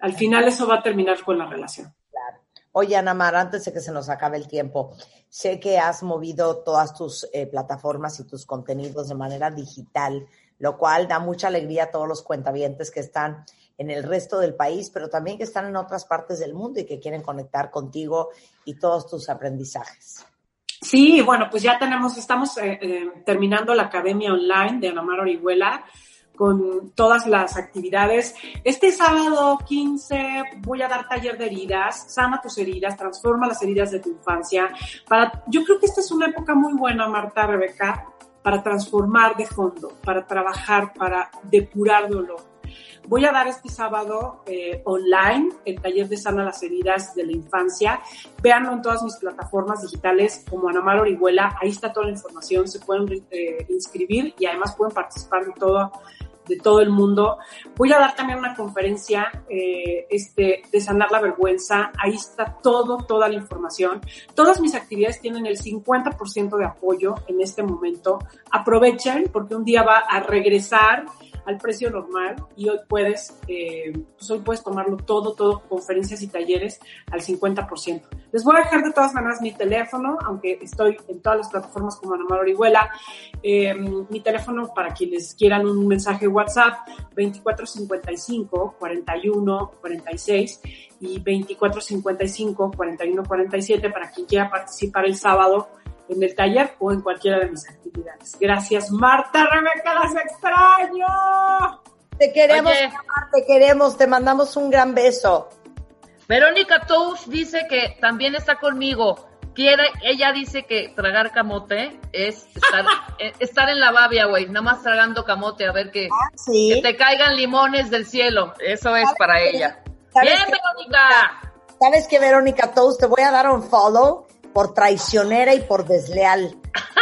al final eso va a terminar con la relación.
Claro. Oye, Ana Mar, antes de que se nos acabe el tiempo, sé que has movido todas tus eh, plataformas y tus contenidos de manera digital, lo cual da mucha alegría a todos los cuentavientes que están en el resto del país, pero también que están en otras partes del mundo y que quieren conectar contigo y todos tus aprendizajes.
Sí, bueno, pues ya tenemos, estamos eh, eh, terminando la academia online de Ana Mar Orihuela con todas las actividades. Este sábado quince voy a dar taller de heridas, sana tus heridas, transforma las heridas de tu infancia. Para, yo creo que esta es una época muy buena, Marta, Rebeca, para transformar de fondo, para trabajar, para depurar dolor. Voy a dar este sábado eh, online el taller de Sana las Heridas de la Infancia. Véanlo en todas mis plataformas digitales como Ana Mar Orihuela. Ahí está toda la información. Se pueden eh, inscribir y además pueden participar de todo, de todo el mundo. Voy a dar también una conferencia eh, este, de Sanar la Vergüenza. Ahí está todo, toda la información. Todas mis actividades tienen el cincuenta por ciento de apoyo en este momento. Aprovechen porque un día va a regresar al precio normal y hoy puedes, eh, pues hoy puedes tomarlo todo, todo, conferencias y talleres al cincuenta por ciento. Les voy a dejar de todas maneras mi teléfono, aunque estoy en todas las plataformas como Ana Mar Orihuela, eh, mi teléfono para quienes quieran un mensaje WhatsApp, veinticuatro cincuenta y cinco, cuarenta y uno, cuarenta y seis y veinticuatro cincuenta y cinco, cuarenta y uno, cuarenta y siete para quien quiera participar el sábado en el taller o en cualquiera de mis actividades. Gracias, Marta, Rebeca, las extraño.
Te queremos,
Oye,
Mar, te queremos, te mandamos un gran beso.
Verónica Tous dice que también está conmigo. Quiere, ella dice que tragar camote es estar, eh, estar en la babia, güey, nada más tragando camote, a ver que,
Ah, sí.
que te caigan limones del cielo. Eso es
¿Sabes
para
qué?
ella.
¿Sabes
Bien,
qué,
Verónica.
¿Sabes qué, Verónica Tous? Te voy a dar un follow por traicionera y por desleal.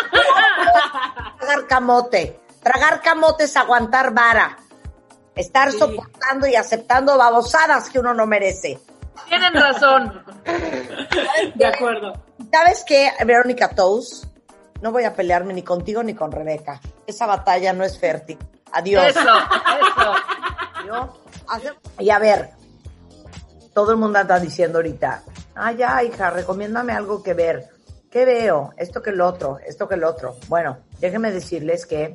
Tragar camote. Tragar camote es aguantar vara. Estar
Sí.
soportando y aceptando babosadas que uno no merece.
Tienen razón.
De acuerdo.
¿Sabes qué, Verónica Tous? No voy a pelearme ni contigo ni con Rebeca. Esa batalla no es fértil. Adiós.
Eso, eso.
Adiós. Hace- Y a ver, todo el mundo anda diciendo ahorita, ay, ya, hija, recomiéndame algo que ver. ¿Qué veo? Esto que el otro, esto que el otro. Bueno, déjenme decirles que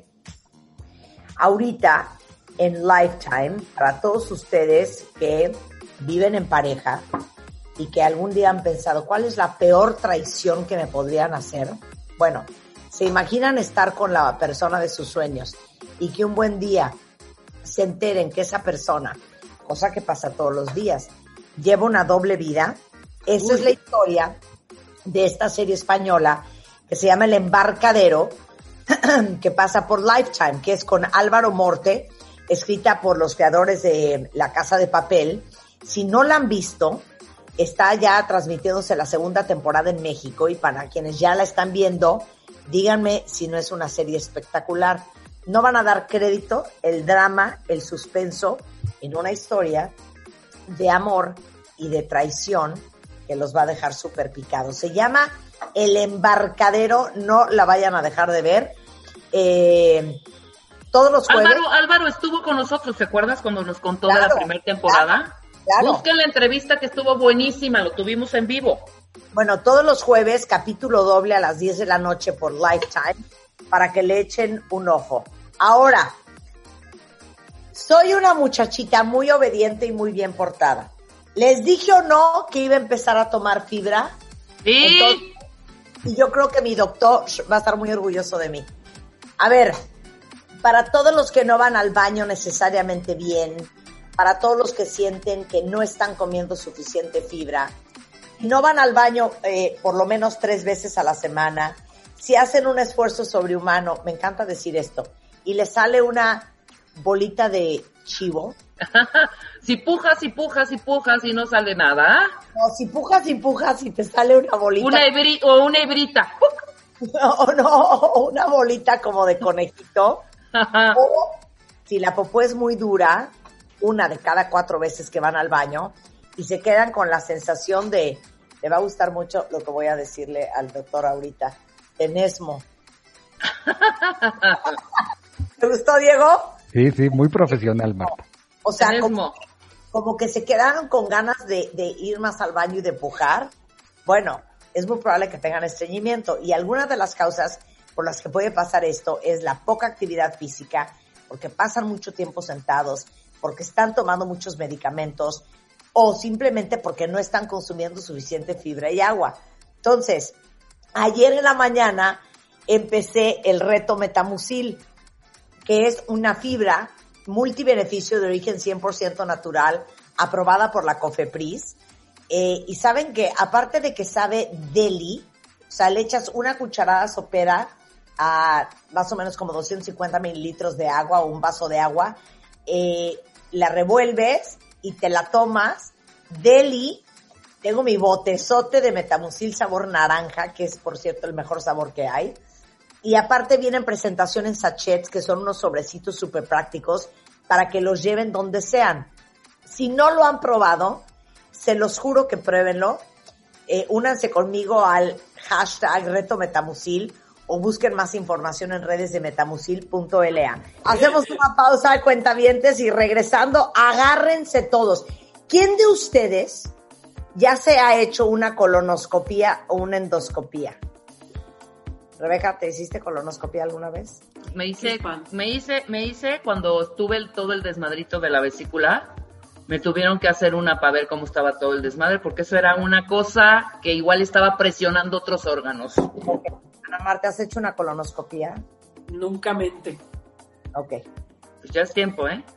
ahorita en Lifetime, para todos ustedes que viven en pareja y que algún día han pensado, ¿cuál es la peor traición que me podrían hacer? Bueno, se imaginan estar con la persona de sus sueños y que un buen día se enteren que esa persona, cosa que pasa todos los días, lleva una doble vida. Esa
Uy.
es la historia de esta serie española que se llama El Embarcadero, que pasa por Lifetime, que es con Álvaro Morte, escrita por los creadores de La Casa de Papel. Si no la han visto, está ya transmitiéndose la segunda temporada en México y para quienes ya la están viendo, díganme si no es una serie espectacular. No van a dar crédito el drama, el suspenso en una historia de amor y de traición que los va a dejar súper picados. Se llama El Embarcadero, no la vayan a dejar de ver. Eh, todos los jueves.
Álvaro, Álvaro estuvo con nosotros, ¿te acuerdas cuando nos contó
Claro,
de la primera temporada?
claro.
Busquen la entrevista que estuvo buenísima, lo tuvimos en vivo.
Bueno, todos los jueves, capítulo doble a las diez de la noche por Lifetime, para que le echen un ojo. Ahora, soy una muchachita muy obediente y muy bien portada. ¿Les dije o no que iba a empezar a tomar fibra?
Sí.
Entonces, y yo creo que mi doctor va a estar muy orgulloso de mí. A ver, para todos los que no van al baño necesariamente bien, para todos los que sienten que no están comiendo suficiente fibra, no van al baño eh, por lo menos tres veces a la semana, si hacen un esfuerzo sobrehumano, me encanta decir esto, y les sale una bolita de chivo.
Si pujas y pujas y pujas y no sale nada.
No, si pujas y pujas y te sale una bolita.
Una hebri o una hebrita.
O no, una bolita como de conejito. O si la popó es muy dura, una de cada cuatro veces que van al baño y se quedan con la sensación de, le va a gustar mucho lo que voy a decirle al doctor ahorita, tenesmo. ¿Te gustó, Diego?
Sí, sí, muy profesional, Marta.
O sea,
Tenesmo.
como, como que se quedaron con ganas de, de ir más al baño y de pujar, bueno, es muy probable que tengan estreñimiento. Y algunas de las causas por las que puede pasar esto es la poca actividad física, porque pasan mucho tiempo sentados, porque están tomando muchos medicamentos o simplemente porque no están consumiendo suficiente fibra y agua. Entonces, ayer en la mañana empecé el reto Metamucil, que es una fibra multibeneficio de origen cien por ciento natural, aprobada por la COFEPRIS. Eh, y saben que aparte de que sabe deli, o sea, le echas una cucharada sopera a más o menos como doscientos cincuenta mililitros de agua o un vaso de agua, eh, la revuelves y te la tomas. Deli, tengo mi botezote de Metamucil sabor naranja, que es por cierto el mejor sabor que hay. Y aparte vienen presentación en sachets, que son unos sobrecitos súper prácticos para que los lleven donde sean. Si no lo han probado, se los juro que pruébenlo. Eh, únanse conmigo al hashtag Reto Metamucil o busquen más información en redes de metamucil punto l a. Hacemos una pausa de cuentavientes y regresando, agárrense todos. ¿Quién de ustedes ya se ha hecho una colonoscopía o una endoscopía? Rebeca, ¿te hiciste colonoscopía alguna vez?
Me hice, me hice, me hice cuando tuve el, todo el desmadrito de la vesícula. Me tuvieron que hacer una para ver cómo estaba todo el desmadre, porque eso era una cosa que igual estaba presionando otros órganos.
Okay. Ana Marta, ¿has hecho una colonoscopía?
Nunca mente.
Ok.
Pues ya es tiempo, ¿eh?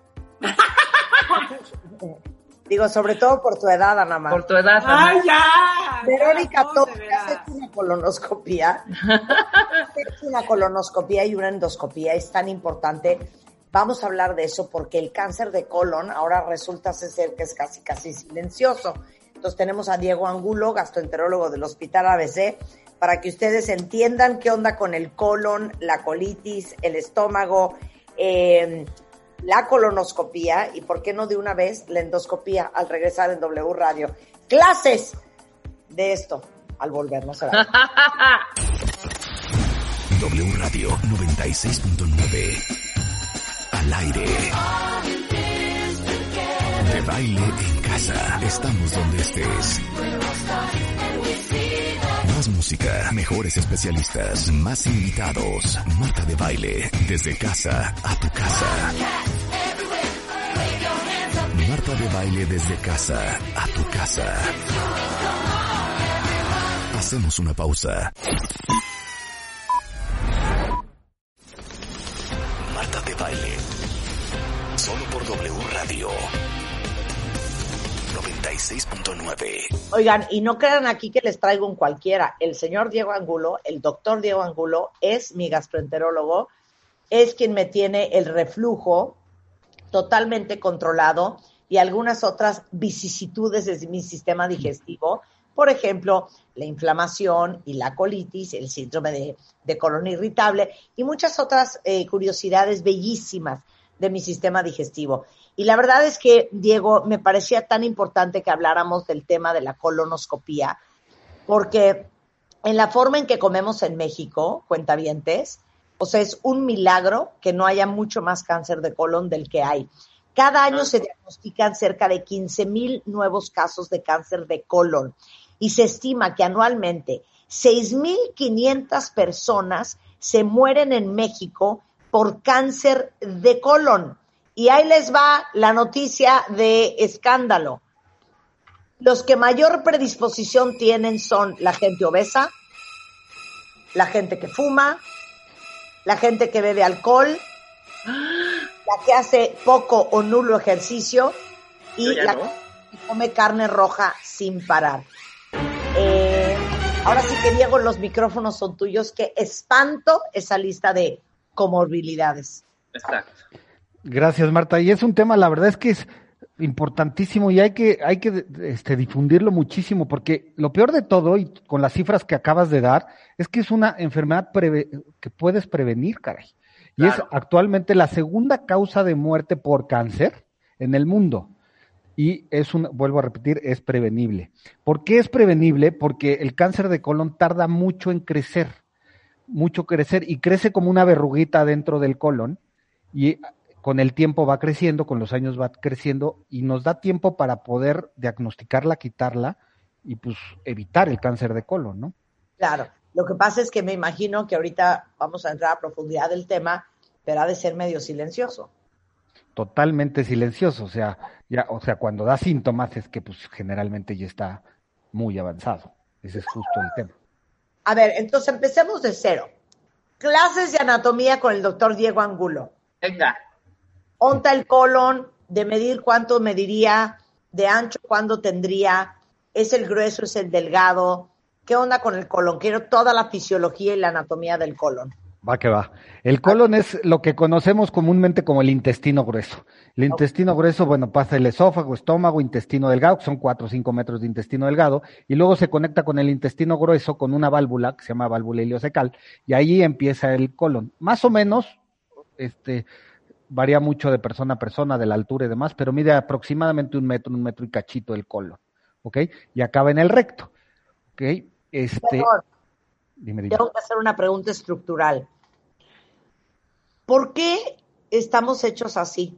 Digo, sobre todo por tu edad, Ana Marta.
Por tu edad, Ana.
¡Ay, ya!
Verónica,
ya,
¿tú
no,
has hecho una colonoscopía? ¿Has hecho una colonoscopía y una endoscopía? Es tan importante. Vamos a hablar de eso porque el cáncer de colon ahora resulta ser que es casi, casi silencioso. Entonces tenemos a Diego Angulo, gastroenterólogo del Hospital A B C, para que ustedes entiendan qué onda con el colon, la colitis, el estómago, eh, la colonoscopía y por qué no de una vez la endoscopía al regresar en W Radio. Clases de esto al volver, no se va.
W Radio noventa y seis punto nueve. Al aire. De baile en casa. Estamos donde estés. Más música, mejores especialistas, más invitados. Marta de Baile, desde casa a tu casa. Marta de Baile desde casa a tu casa. Hacemos una pausa. Marta de Baile. Solo por W Radio noventa y seis punto nueve.
Oigan, y no crean aquí que les traigo un cualquiera. El señor Diego Angulo, el doctor Diego Angulo, es mi gastroenterólogo, es quien me tiene el reflujo totalmente controlado y algunas otras vicisitudes de mi sistema digestivo. Por ejemplo, la inflamación y la colitis, el síndrome de, de colon irritable y muchas otras eh, curiosidades bellísimas de mi sistema digestivo. Y la verdad es que, Diego, me parecía tan importante que habláramos del tema de la colonoscopía, porque en la forma en que comemos en México, cuentavientes, o sea, es un milagro que no haya mucho más cáncer de colon del que hay. Cada año se diagnostican cerca de quince mil nuevos casos de cáncer de colon y se estima que anualmente seis mil quinientas personas se mueren en México por cáncer de colon. Y ahí les va la noticia de escándalo. Los que mayor predisposición tienen son la gente obesa, la gente que fuma, la gente que bebe alcohol, la que hace poco o nulo ejercicio y la no. que come carne roja sin parar. Eh, ahora sí que, Diego, los micrófonos son tuyos. Qué espanto esa lista de comorbilidades.
Exacto.
Gracias, Marta. Y es un tema, la verdad es que es importantísimo y hay que hay que este, difundirlo muchísimo, porque lo peor de todo, y con las cifras que acabas de dar, es que es una enfermedad preve- que puedes prevenir, caray. Y claro. Es actualmente la segunda causa de muerte por cáncer en el mundo. Y es un, vuelvo a repetir, es prevenible. ¿Por qué es prevenible? Porque el cáncer de colon tarda mucho en crecer, mucho crecer, y crece como una verruguita dentro del colon, y con el tiempo va creciendo, con los años va creciendo y nos da tiempo para poder diagnosticarla, quitarla y pues evitar el cáncer de colon, ¿no?
Claro, lo que pasa es que me imagino que ahorita vamos a entrar a profundidad del tema, pero ha de ser medio silencioso.
Totalmente silencioso, o sea, ya, o sea, cuando da síntomas es que pues generalmente ya está muy avanzado. Ese es justo el tema.
A ver, entonces empecemos de cero. Clases de anatomía con el doctor Diego Angulo.
Venga.
Onta el colon, de medir cuánto mediría, de ancho cuándo tendría, es el grueso, es el delgado. ¿Qué onda con el colon? Quiero toda la fisiología y la anatomía del colon.
Va que va. El colon es lo que conocemos comúnmente como el intestino grueso. El intestino grueso, bueno, pasa el esófago, estómago, intestino delgado, que son cuatro o cinco metros de intestino delgado, y luego se conecta con el intestino grueso con una válvula que se llama válvula ileocecal, y ahí empieza el colon. Más o menos, este, varía mucho de persona a persona, de la altura y demás, pero mide aproximadamente un metro, un metro y cachito el colon, ¿ok? Y acaba en el recto, ¿ok? Este...
Mejor.
Dime, dime.
Tengo que hacer una pregunta estructural. ¿Por qué estamos hechos así?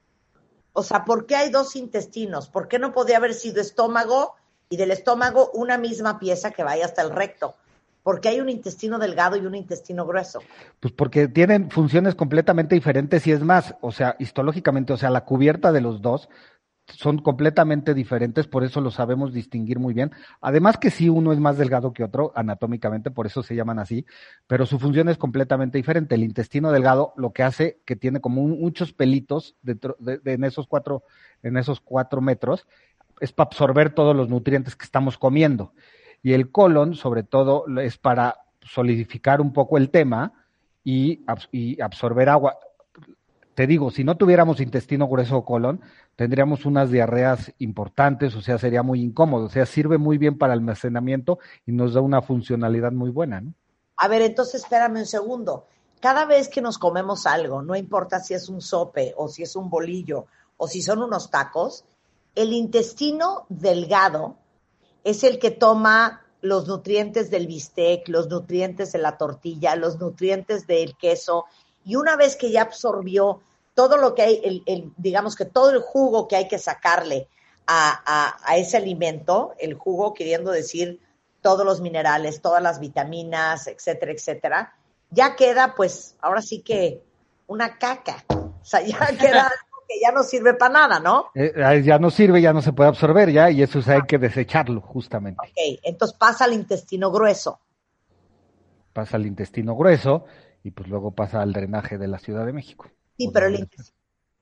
O sea, ¿por qué hay dos intestinos? ¿Por qué no podía haber sido estómago y del estómago una misma pieza que vaya hasta el recto? ¿Por qué hay un intestino delgado y un intestino grueso?
Pues porque tienen funciones completamente diferentes y es más, o sea, histológicamente, o sea, la cubierta de los dos son completamente diferentes, por eso lo sabemos distinguir muy bien. Además que sí, uno es más delgado que otro anatómicamente, por eso se llaman así, pero su función es completamente diferente. El intestino delgado lo que hace que tiene como un, muchos pelitos dentro de, de, en esos cuatro, en esos cuatro metros, es para absorber todos los nutrientes que estamos comiendo. Y el colon, sobre todo, es para solidificar un poco el tema y, y absorber agua. Te digo, si no tuviéramos intestino grueso o colon, tendríamos unas diarreas importantes, o sea, sería muy incómodo, o sea, sirve muy bien para almacenamiento y nos da una funcionalidad muy buena, ¿no?
A ver, entonces espérame un segundo. Cada vez que nos comemos algo, no importa si es un sope o si es un bolillo o si son unos tacos, el intestino delgado es el que toma los nutrientes del bistec, los nutrientes de la tortilla, los nutrientes del queso, y una vez que ya absorbió todo lo que hay, el, el, digamos que todo el jugo que hay que sacarle a, a, a ese alimento, el jugo queriendo decir todos los minerales, todas las vitaminas, etcétera, etcétera, ya queda pues ahora sí que una caca, o sea, ya queda algo que ya no sirve para nada, ¿no?
Eh, ya no sirve, ya no se puede absorber ya, y eso o sea, hay que desecharlo justamente.
Ok, entonces pasa al intestino grueso.
Pasa al intestino grueso y pues luego pasa al drenaje de la Ciudad de México.
Sí, pero el intestino,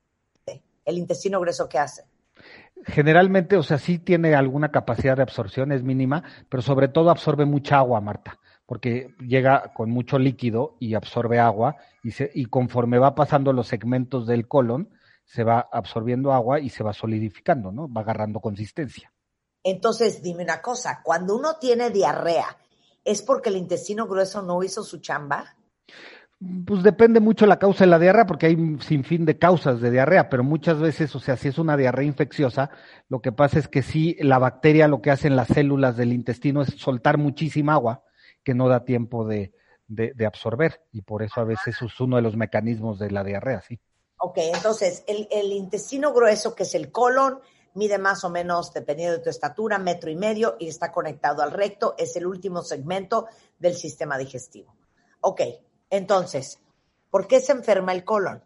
el intestino grueso, ¿qué hace?
Generalmente, o sea, sí tiene alguna capacidad de absorción, es mínima, pero sobre todo absorbe mucha agua, Marta, porque llega con mucho líquido y absorbe agua, y, se, y conforme va pasando los segmentos del colon, se va absorbiendo agua y se va solidificando, ¿no? Va agarrando consistencia.
Entonces, dime una cosa, cuando uno tiene diarrea, ¿es porque el intestino grueso no hizo su chamba?
Pues depende mucho la causa de la diarrea, porque hay un sinfín de causas de diarrea, pero muchas veces, o sea, si es una diarrea infecciosa, lo que pasa es que sí, la bacteria lo que hace en las células del intestino es soltar muchísima agua que no da tiempo de, de, de absorber, y por eso a veces es uno de los mecanismos de la diarrea, sí.
Ok, entonces, el, el intestino grueso, que es el colon, mide más o menos, dependiendo de tu estatura, metro y medio, y está conectado al recto, es el último segmento del sistema digestivo. Ok. Entonces, ¿por qué se enferma el colon?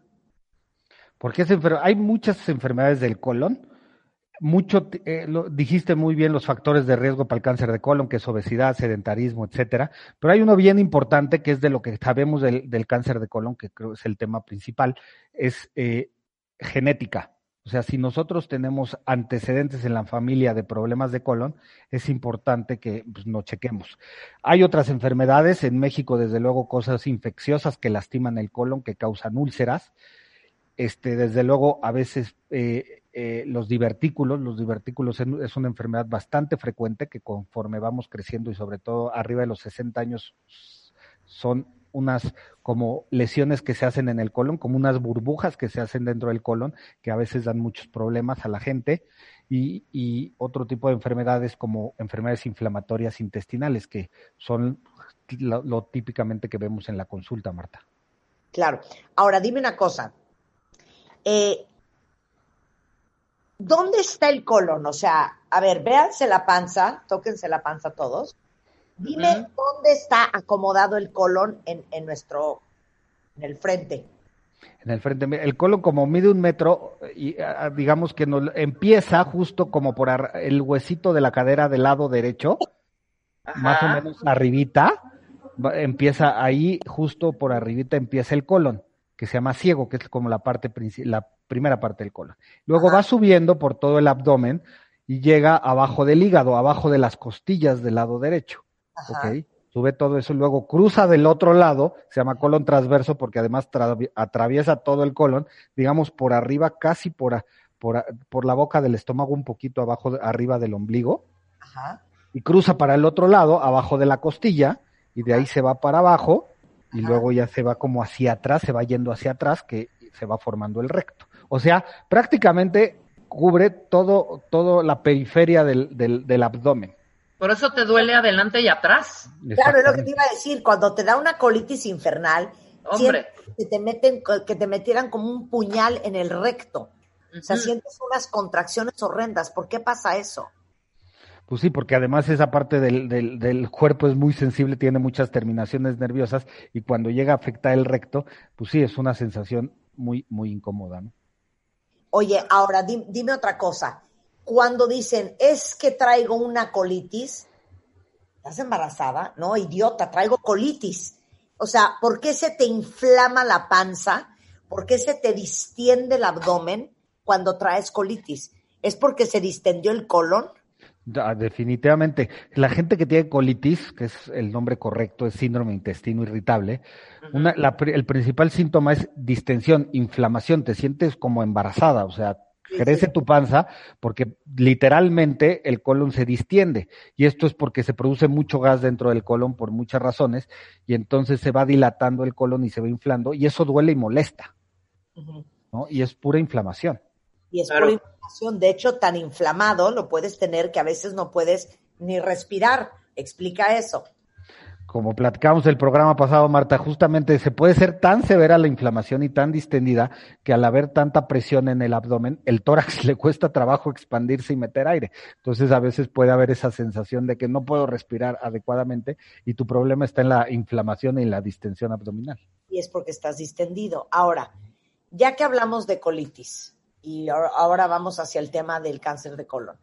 ¿Por qué se enferma? Hay muchas enfermedades del colon. Mucho, eh, lo, dijiste muy bien los factores de riesgo para el cáncer de colon, que es obesidad, sedentarismo, etcétera. Pero hay uno bien importante que es de lo que sabemos del, del cáncer de colon, que creo es el tema principal, es eh, genética. O sea, si nosotros tenemos antecedentes en la familia de problemas de colon, es importante que pues, nos chequemos. Hay otras enfermedades, en México desde luego cosas infecciosas que lastiman el colon, que causan úlceras. Este, desde luego a veces eh, eh, los divertículos, los divertículos es una enfermedad bastante frecuente que conforme vamos creciendo y sobre todo arriba de los sesenta años son unas como lesiones que se hacen en el colon, como unas burbujas que se hacen dentro del colon, que a veces dan muchos problemas a la gente, y, y otro tipo de enfermedades como enfermedades inflamatorias intestinales, que son lo, lo típicamente que vemos en la consulta, Marta.
Claro. Ahora, dime una cosa. Eh, ¿Dónde está el colon? O sea, a ver, véanse la panza, tóquense la panza todos. Dime uh-huh. dónde está acomodado el colon en, en nuestro, en el frente.
En el frente, el colon como mide un metro, y digamos que nos empieza justo como por ar, el huesito de la cadera del lado derecho, Ajá. más o menos arribita, empieza ahí, justo por arribita empieza el colon, que se llama ciego, que es como la parte la primera parte del colon. Luego Ajá. va subiendo por todo el abdomen y llega abajo del hígado, abajo de las costillas del lado derecho. Ajá. ¿Ok? Sube todo eso, luego cruza del otro lado, se llama colon transverso porque además tra- atraviesa todo el colon, digamos por arriba, casi por, a, por, a, por la boca del estómago, un poquito abajo, de, arriba del ombligo, Ajá. y cruza para el otro lado, abajo de la costilla, y de ahí se va para abajo, y Ajá. luego ya se va como hacia atrás, se va yendo hacia atrás, que se va formando el recto. O sea, prácticamente cubre todo, todo la periferia del, del, del abdomen.
Por eso te duele adelante y atrás.
Claro, es lo que te iba a decir. Cuando te da una colitis infernal,
Hombre.
que te meten, que te metieran como un puñal en el recto. Uh-huh. O sea, sientes unas contracciones horrendas. ¿Por qué pasa eso?
Pues sí, porque además esa parte del, del, del cuerpo es muy sensible, tiene muchas terminaciones nerviosas, y cuando llega a afectar el recto, pues sí, es una sensación muy, muy incómoda, ¿no?
Oye, ahora dime, dime otra cosa. Cuando dicen, es que traigo una colitis, ¿estás embarazada? No, idiota, traigo colitis. O sea, ¿por qué se te inflama la panza? ¿Por qué se te distiende el abdomen cuando traes colitis? ¿Es porque se distendió el colon?
Definitivamente. La gente que tiene colitis, que es el nombre correcto, es síndrome de intestino irritable, uh-huh. una, la, el principal síntoma es distensión, inflamación, te sientes como embarazada, o sea, crece tu panza porque literalmente el colon se distiende, y esto es porque se produce mucho gas dentro del colon por muchas razones, y entonces se va dilatando el colon y se va inflando, y eso duele y molesta, uh-huh. ¿no? Y es pura inflamación.
Y es claro. pura inflamación, de hecho tan inflamado lo puedes tener que a veces no puedes ni respirar. Explica eso.
Como platicamos el programa pasado, Marta, justamente se puede ser tan severa la inflamación y tan distendida que al haber tanta presión en el abdomen, el tórax le cuesta trabajo expandirse y meter aire. Entonces a veces puede haber esa sensación de que no puedo respirar adecuadamente, y tu problema está en la inflamación y la distensión abdominal.
Y es porque estás distendido. Ahora, ya que hablamos de colitis, y ahora vamos hacia el tema del cáncer de colon.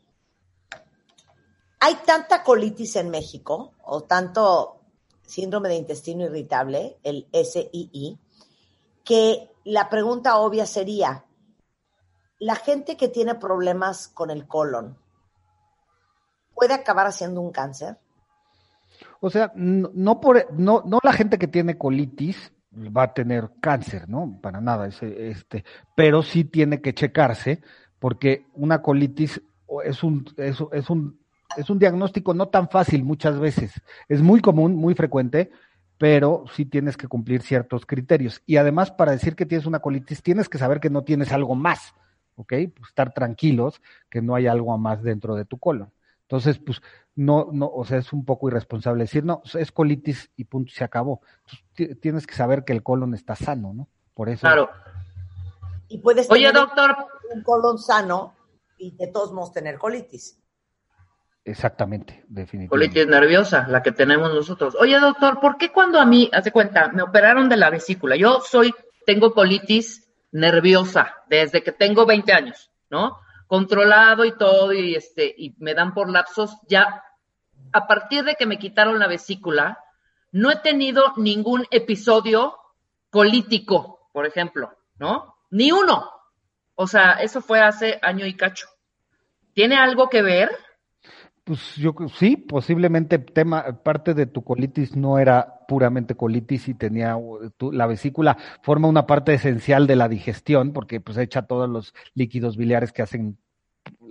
Hay tanta colitis en México, o tanto síndrome de intestino irritable, el S I I, que la pregunta obvia sería, ¿la gente que tiene problemas con el colon puede acabar haciendo un cáncer?
O sea, no, no, por, no, no la gente que tiene colitis va a tener cáncer, ¿no? Para nada, ese, este, pero sí tiene que checarse, porque una colitis es un, es, es un, es un diagnóstico no tan fácil muchas veces. Es muy común, muy frecuente, pero sí tienes que cumplir ciertos criterios. Y además, para decir que tienes una colitis, tienes que saber que no tienes algo más, ¿ok? Pues estar tranquilos que no hay algo más dentro de tu colon. Entonces, pues, no, no, o sea, es un poco irresponsable decir, no, es colitis y punto, se acabó. Entonces, t- tienes que saber que el colon está sano, ¿no? Por eso.
Claro.
Y puedes
Oye,
tener
doctor.
un colon sano y de todos modos tener colitis.
Exactamente, definitivamente.
Colitis nerviosa, la que tenemos nosotros. Oye, doctor, ¿por qué cuando a mí, haz de cuenta, me operaron de la vesícula? Yo soy, tengo colitis nerviosa desde que tengo veinte años, ¿no? Controlado y todo, y este, y me dan por lapsos. Ya, a partir de que me quitaron la vesícula, no he tenido ningún episodio colítico, por ejemplo, ¿no? Ni uno. O sea, eso fue hace año y cacho. ¿Tiene algo que ver?
Pues yo sí, posiblemente tema, parte de tu colitis no era puramente colitis y tenía tu, la vesícula forma una parte esencial de la digestión porque pues echa todos los líquidos biliares que hacen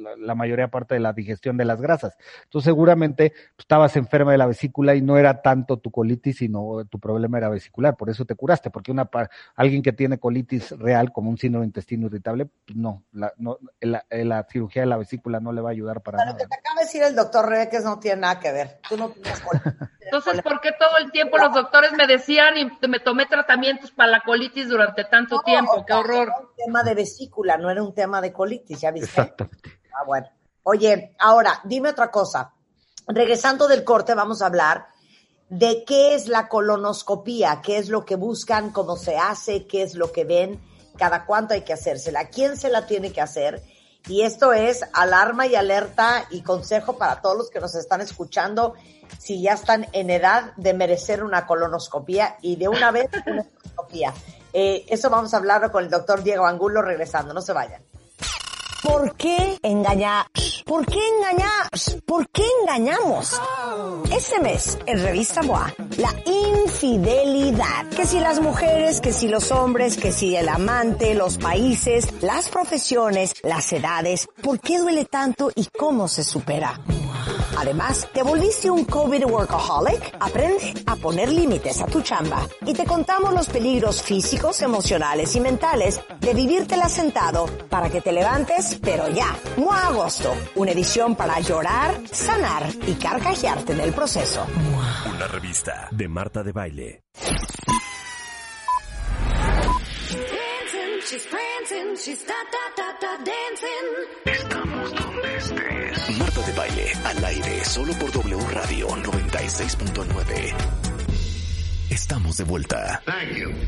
la, la mayoría parte de la digestión de las grasas. Entonces seguramente pues, estabas enferma de la vesícula y no era tanto tu colitis, sino tu problema era vesicular, por eso te curaste, porque una alguien que tiene colitis real, como un síndrome de intestino irritable, pues no, la, no la, la cirugía de la vesícula no le va a ayudar para
Pero
nada.
Lo que te acaba de decir el doctor Rebeques no tiene nada que ver. Tú no tienes colitis.
Entonces, ¿por qué todo el tiempo los doctores me decían y me tomé tratamientos para la colitis durante tanto
No,
tiempo?
o sea,
¡Qué horror!
Era un tema de vesícula, no era un tema de colitis, ¿ya viste?
Exactamente.
Ah, bueno. Oye, ahora, dime otra cosa. Regresando del corte, vamos a hablar de qué es la colonoscopía, qué es lo que buscan, cómo se hace, qué es lo que ven, cada cuánto hay que hacérsela, quién se la tiene que hacer. Y esto es alarma y alerta y consejo para todos los que nos están escuchando si ya están en edad de merecer una colonoscopía y de una vez una colonoscopía. Eh, eso vamos a hablar con el doctor Diego Angulo regresando, no se vayan.
¿Por qué engañar? ¿Por qué engañar? ¿Por qué engañamos? Este mes, en Revista M O A, la infidelidad. Que si las mujeres, que si los hombres, que si el amante, los países, las profesiones, las edades. ¿Por qué duele tanto y cómo se supera? Además, ¿te volviste un COVID workaholic? Aprende a poner límites a tu chamba. Y te contamos los peligros físicos, emocionales y mentales de vivírtela sentado para que te levantes, pero ya. M O A Agosto, una edición para llorar, sanar y carcajearte en el proceso.
Una revista de Marta de Baile.
She's prancing, she's da da da da dancing.
Estamos donde estés. Marta de Baile, al aire, solo por W Radio noventa y seis punto nueve. Estamos de vuelta.
Thank you.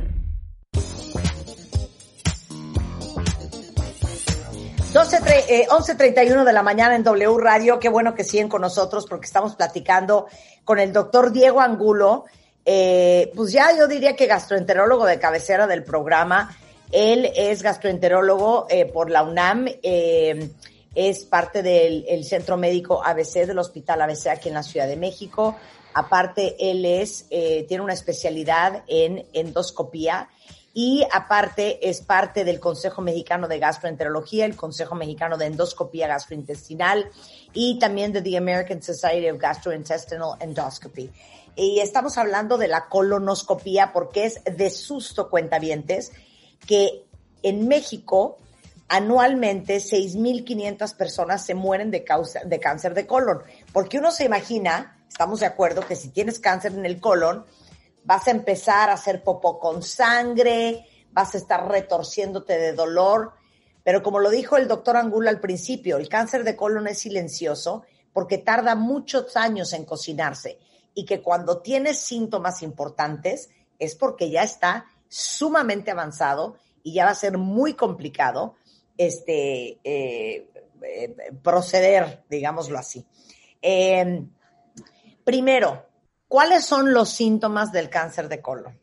doce, eh, once treinta y uno de la mañana en W Radio. Qué bueno que siguen con nosotros porque estamos platicando con el doctor Diego Angulo. Eh, pues ya yo diría que gastroenterólogo de cabecera del programa. Él es gastroenterólogo eh, por la UNAM, eh, es parte del el Centro Médico A B C del Hospital A B C aquí en la Ciudad de México. Aparte, él es eh, tiene una especialidad en endoscopía y aparte es parte del Consejo Mexicano de Gastroenterología, el Consejo Mexicano de Endoscopía Gastrointestinal y también de the American Society of Gastrointestinal Endoscopy. Y estamos hablando de la colonoscopía porque es de susto, cuentavientes, que en México anualmente seis mil quinientas personas se mueren de, causa, de cáncer de colon. Porque uno se imagina, estamos de acuerdo, que si tienes cáncer en el colon, vas a empezar a hacer popó con sangre, vas a estar retorciéndote de dolor. Pero como lo dijo el doctor Angulo al principio, el cáncer de colon es silencioso porque tarda muchos años en cocinarse. Y que cuando tienes síntomas importantes es porque ya está sumamente avanzado y ya va a ser muy complicado este eh, eh, proceder, digámoslo así. Eh, primero, ¿cuáles son los síntomas del cáncer de colon?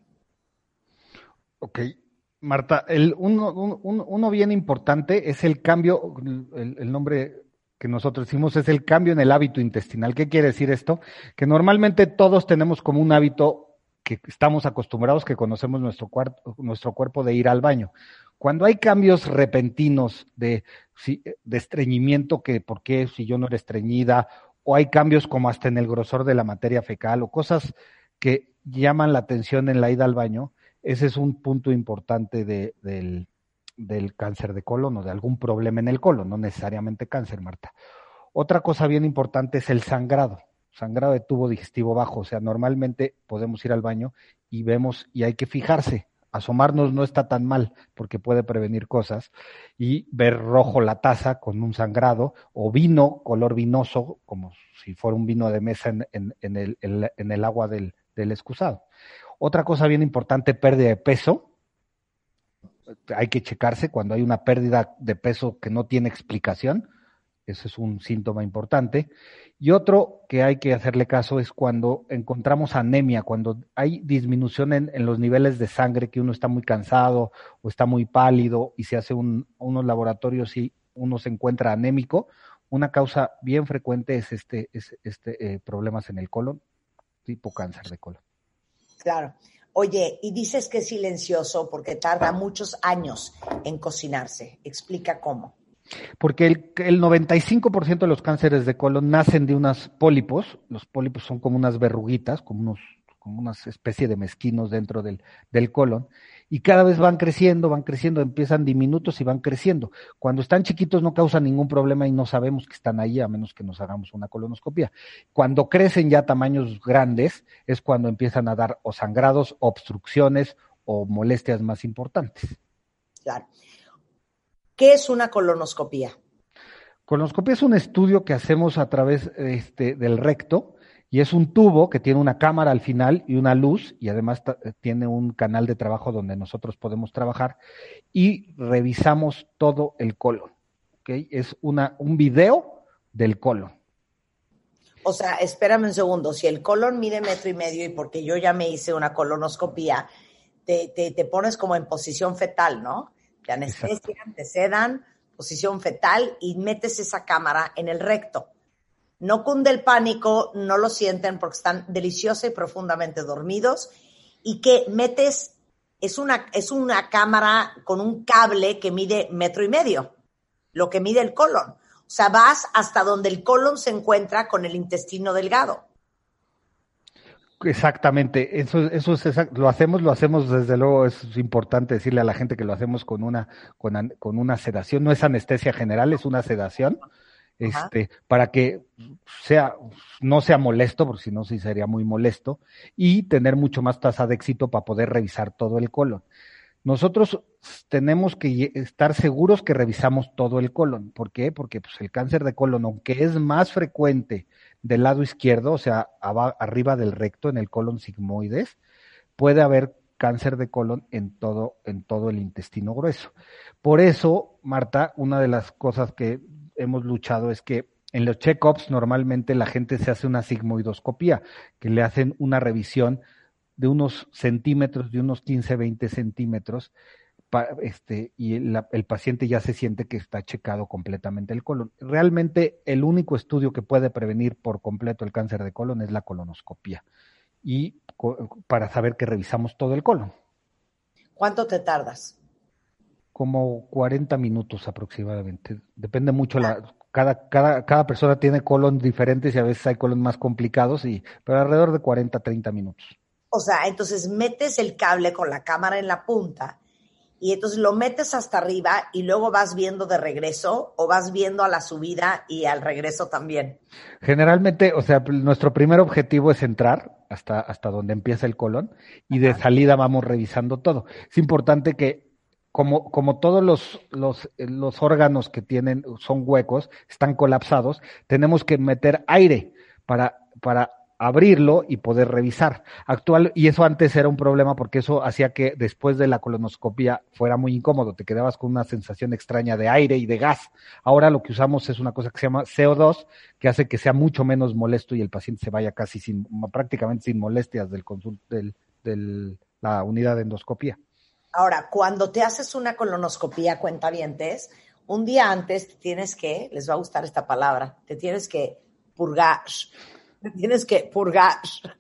Ok, Marta, el uno, uno, uno bien importante es el cambio, el, el nombre que nosotros decimos es el cambio en el hábito intestinal. ¿Qué quiere decir esto? Que normalmente todos tenemos como un hábito que estamos acostumbrados, que conocemos nuestro, cuarto, nuestro cuerpo de ir al baño. Cuando hay cambios repentinos de, de estreñimiento, que por qué si yo no era estreñida, o hay cambios como hasta en el grosor de la materia fecal, o cosas que llaman la atención en la ida al baño, ese es un punto importante de, del, del cáncer de colon o de algún problema en el colon, no necesariamente cáncer, Marta. Otra cosa bien importante es el sangrado. Sangrado de tubo digestivo bajo, o sea, normalmente podemos ir al baño y vemos, y hay que fijarse, asomarnos no está tan mal, porque puede prevenir cosas, y ver rojo la taza con un sangrado, o vino, color vinoso, como si fuera un vino de mesa en, en, en, el, en, en el agua del, del excusado. Otra cosa bien importante, pérdida de peso. Hay que checarse cuando hay una pérdida de peso que no tiene explicación. Ese es un síntoma importante. Y otro que hay que hacerle caso es cuando encontramos anemia, cuando hay disminución en, en los niveles de sangre, que uno está muy cansado o está muy pálido y se hace un, unos laboratorios y uno se encuentra anémico. Una causa bien frecuente es este, es este eh, problemas en el colon, tipo cáncer de colon.
Claro. Oye, y dices que es silencioso porque tarda muchos años en cocinarse. Explica cómo.
Porque el, el noventa y cinco por ciento de los cánceres de colon nacen de unos pólipos. Los pólipos son como unas verruguitas, como unos, como una especie de mezquinos dentro del, del colon. Y cada vez van creciendo, van creciendo, empiezan diminutos y van creciendo. Cuando están chiquitos no causan ningún problema y no sabemos que están ahí a menos que nos hagamos una colonoscopia. Cuando crecen ya a tamaños grandes es cuando empiezan a dar o sangrados, obstrucciones o molestias más importantes.
Claro. ¿Qué es una colonoscopia?
Colonoscopia es un estudio que hacemos a través este, del recto y es un tubo que tiene una cámara al final y una luz y además t- tiene un canal de trabajo donde nosotros podemos trabajar y revisamos todo el colon. ¿Okay? Es una, un video del colon.
O sea, espérame un segundo, si el colon mide metro y medio y porque yo ya me hice una colonoscopia, te, te, te pones como en posición fetal, ¿no? Te anestesian, te sedan, posición fetal y metes esa cámara en el recto. No cunde el pánico, no lo sienten porque están deliciosa y profundamente dormidos. Y que metes, es una, es una cámara con un cable que mide metro y medio, lo que mide el colon. O sea, vas hasta donde el colon se encuentra con el intestino delgado.
Exactamente, eso, eso es exact, lo hacemos, lo hacemos desde luego, es importante decirle a la gente que lo hacemos con una, con, an, con una sedación, no es anestesia general, es una sedación, este, para que sea, no sea molesto, porque si no sí sería muy molesto, y tener mucho más tasa de éxito para poder revisar todo el colon. Nosotros tenemos que estar seguros que revisamos todo el colon. ¿Por qué? Porque pues, el cáncer de colon, aunque es más frecuente del lado izquierdo, o sea, aba, arriba del recto, en el colon sigmoides, puede haber cáncer de colon en todo, en todo el intestino grueso. Por eso, Marta, una de las cosas que hemos luchado es que en los check-ups normalmente la gente se hace una sigmoidoscopía, que le hacen una revisión de unos centímetros, de unos quince, veinte centímetros, pa, este, y el, el paciente ya se siente que está checado completamente el colon. Realmente el único estudio que puede prevenir por completo el cáncer de colon es la colonoscopia, y co, para saber que revisamos todo el colon.
¿Cuánto te tardas?
Como cuarenta minutos aproximadamente. Depende mucho, la, cada, cada, cada persona tiene colon diferentes y a veces hay colon más complicados, y, pero alrededor de cuarenta, treinta minutos.
O sea, entonces metes el cable con la cámara en la punta y entonces lo metes hasta arriba y luego vas viendo de regreso o vas viendo a la subida y al regreso también.
Generalmente, o sea, nuestro primer objetivo es entrar hasta, hasta donde empieza el colon y de salida vamos revisando todo. Es importante que como, como todos los, los, los órganos que tienen, son huecos, están colapsados, tenemos que meter aire para, para abrirlo y poder revisar. Actual, y eso antes era un problema porque eso hacía que después de la colonoscopia fuera muy incómodo, te quedabas con una sensación extraña de aire y de gas. Ahora lo que usamos es una cosa que se llama C O dos, que hace que sea mucho menos molesto y el paciente se vaya casi sin, prácticamente sin molestias del consult, del, del, la unidad de endoscopia.
Ahora, cuando te haces una colonoscopia, cuentavientes, un día antes te tienes que, les va a gustar esta palabra, te tienes que purgar. Tienes que purgar.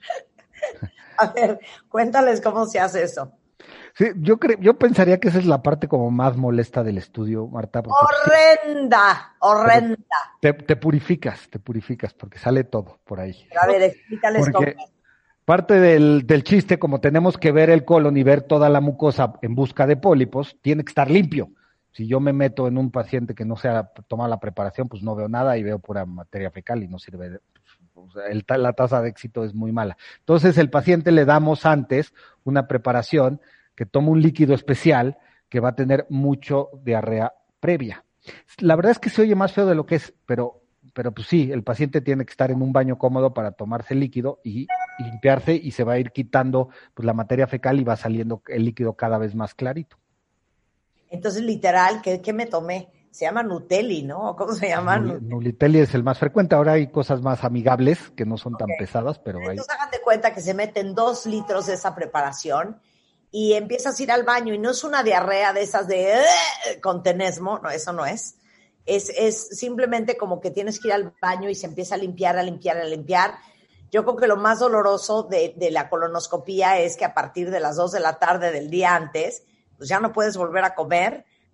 A ver, cuéntales cómo se hace eso.
Sí, yo creo, yo pensaría que esa es la parte como más molesta del estudio, Marta. Porque,
horrenda, sí, horrenda.
Te, te purificas, te purificas, porque sale todo por ahí.
Pero a ver, explícales
porque
cómo.
Parte del, del chiste, como tenemos que ver el colon y ver toda la mucosa en busca de pólipos, tiene que estar limpio. Si yo me meto en un paciente que no se ha tomado la preparación, pues no veo nada y veo pura materia fecal y no sirve de... O sea, el, la tasa de éxito es muy mala. Entonces, el paciente le damos antes una preparación que toma un líquido especial que va a tener mucho diarrea previa. La verdad es que se oye más feo de lo que es, pero, pero pues sí, el paciente tiene que estar en un baño cómodo para tomarse el líquido y limpiarse y se va a ir quitando pues la materia fecal y va saliendo el líquido cada vez más clarito.
Entonces, literal, ¿qué, qué me tomé? Se llama Nutelli, ¿no? ¿Cómo se llama?
Nulitelli es el más frecuente. Ahora hay cosas más amigables que no son okay. tan pesadas, pero hay...
Entonces hagan de cuenta que se meten dos litros de esa preparación y empiezas a ir al baño y no es una diarrea de esas de ¡eh! Con tenesmo, no, eso no es. Es, es simplemente como que tienes que ir al baño y se empieza a limpiar, a limpiar, a limpiar. Yo creo que lo más doloroso de, de la colonoscopía es que a partir de las dos de la tarde del día antes, pues ya no puedes volver a comer,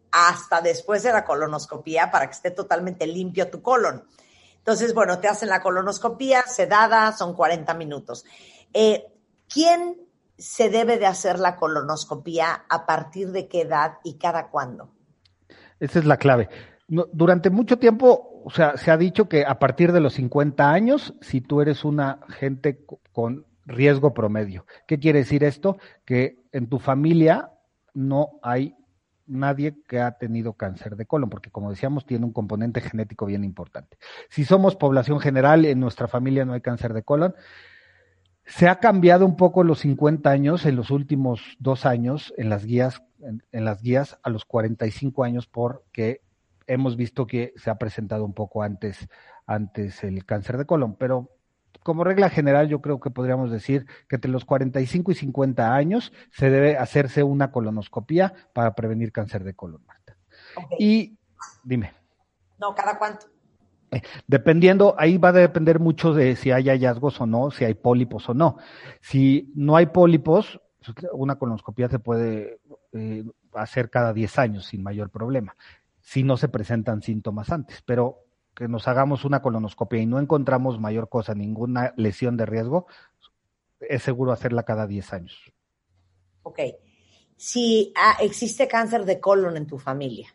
hasta después de la colonoscopía para que esté totalmente limpio tu colon. Entonces, bueno, te hacen la colonoscopía sedada, son cuarenta minutos. Eh, ¿Quién se debe de hacer la colonoscopía, a partir de qué edad y cada cuándo?
Esa es la clave. No, durante mucho tiempo, o sea, se ha dicho que a partir de los cincuenta años, si tú eres una gente con riesgo promedio. ¿Qué quiere decir esto? Que en tu familia no hay nadie que ha tenido cáncer de colon, porque como decíamos, tiene un componente genético bien importante. Si somos población general, en nuestra familia no hay cáncer de colon. Se ha cambiado un poco los cincuenta años en los últimos dos años en las guías, en, en las guías a los cuarenta y cinco años, porque hemos visto que se ha presentado un poco antes, antes el cáncer de colon, pero como regla general yo creo que podríamos decir que entre los cuarenta y cinco y cincuenta años se debe hacerse una colonoscopía para prevenir cáncer de colon, Marta.
Okay.
Y dime.
No, ¿cada cuánto?
Eh, dependiendo, ahí va a depender mucho de si hay hallazgos o no, si hay pólipos o no. Si no hay pólipos, una colonoscopía se puede eh, hacer cada diez años sin mayor problema, si no se presentan síntomas antes, pero que nos hagamos una colonoscopia y no encontramos mayor cosa, ninguna lesión de riesgo, es seguro hacerla cada diez años.
Ok. Si ah, existe cáncer de colon en tu familia.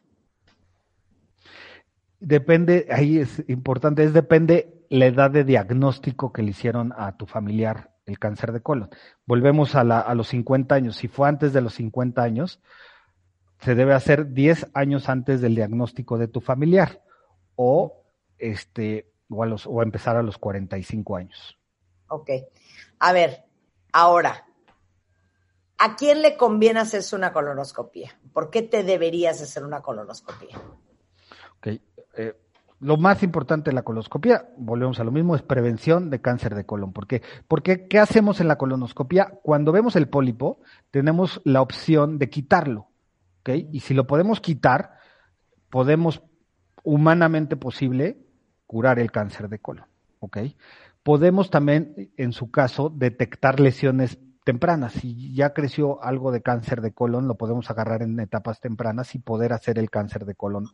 Depende, ahí es importante, es depende la edad de diagnóstico que le hicieron a tu familiar el cáncer de colon. Volvemos a, la, a los cincuenta años. Si fue antes de los cincuenta años, se debe hacer diez años antes del diagnóstico de tu familiar, o este o, a los, o empezar a los cuarenta y cinco años. Ok.
A ver, ahora, ¿a quién le conviene hacerse una colonoscopia? ¿Por qué te deberías hacer una colonoscopia?
Ok. Eh, lo más importante de la colonoscopia, volvemos a lo mismo, es prevención de cáncer de colon. ¿Por qué? Porque, ¿qué hacemos en la colonoscopia? Cuando vemos el pólipo, tenemos la opción de quitarlo. ¿Ok? Y si lo podemos quitar, podemos, humanamente posible, curar el cáncer de colon. ¿Ok? Podemos también, en su caso, detectar lesiones tempranas. Si ya creció algo de cáncer de colon, lo podemos agarrar en etapas tempranas y poder hacer el cáncer de colon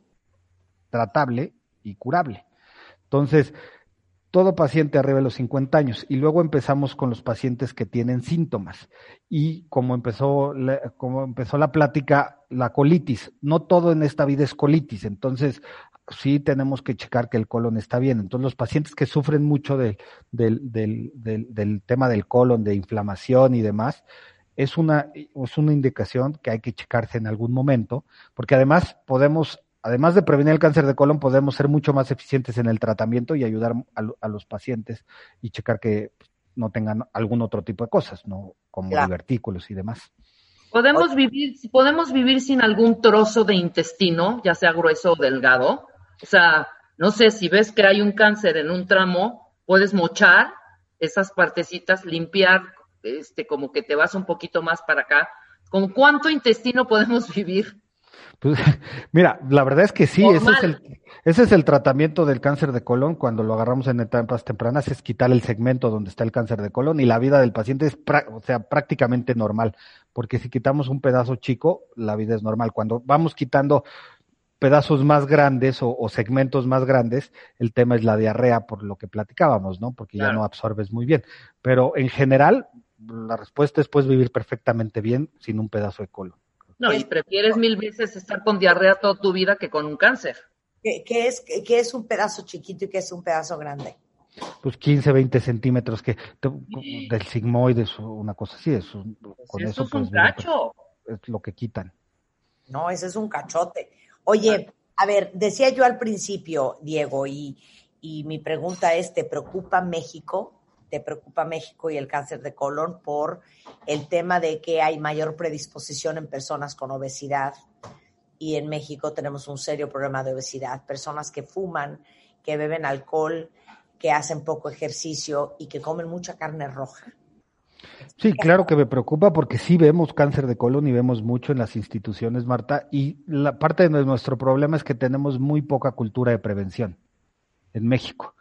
tratable y curable. Entonces, todo paciente arriba de los cincuenta años, y luego empezamos con los pacientes que tienen síntomas. Y como empezó la, como empezó la plática, la colitis, no todo en esta vida es colitis, entonces sí tenemos que checar que el colon está bien. Entonces, los pacientes que sufren mucho de, del, del, del, del tema del colon, de inflamación y demás, es una, es una indicación que hay que checarse en algún momento, porque además podemos, además de prevenir el cáncer de colon, podemos ser mucho más eficientes en el tratamiento y ayudar a, a los pacientes y checar que no tengan algún otro tipo de cosas, no como claro. divertículos y demás.
Podemos vivir, podemos vivir sin algún trozo de intestino, ya sea grueso o delgado. O sea, no sé, si ves que hay un cáncer en un tramo, puedes mochar esas partecitas, limpiar, este, como que te vas un poquito más para acá. ¿Con cuánto intestino podemos vivir?
Pues, mira, la verdad es que sí, ese es, el, ese es el tratamiento del cáncer de colon cuando lo agarramos en etapas tempranas, es quitar el segmento donde está el cáncer de colon y la vida del paciente es o sea, prácticamente normal, porque si quitamos un pedazo chico, la vida es normal. Cuando vamos quitando pedazos más grandes o, o segmentos más grandes, el tema es la diarrea, por lo que platicábamos, ¿no? Porque claro. ya no absorbes muy bien. Pero en general, la respuesta es puedes vivir perfectamente bien sin un pedazo de colon.
No, y prefieres mil veces estar con diarrea toda tu vida que con un cáncer.
¿Qué, qué es, qué es un pedazo chiquito y qué es un pedazo grande?
Pues quince, veinte centímetros que te, del sigmoides o una cosa así. Eso,
pues
con
eso,
eso
es un cacho.
Es lo que quitan.
No, ese es un cachote. Oye, a ver, decía yo al principio, Diego, y, y mi pregunta es, ¿te preocupa México? ¿Te preocupa México y el cáncer de colon por el tema de que hay mayor predisposición en personas con obesidad? Y en México tenemos un serio problema de obesidad. Personas que fuman, que beben alcohol, que hacen poco ejercicio y que comen mucha carne roja.
Sí, claro que me preocupa porque sí vemos cáncer de colon y vemos mucho en las instituciones, Marta, y la parte de nuestro problema es que tenemos muy poca cultura de prevención en México.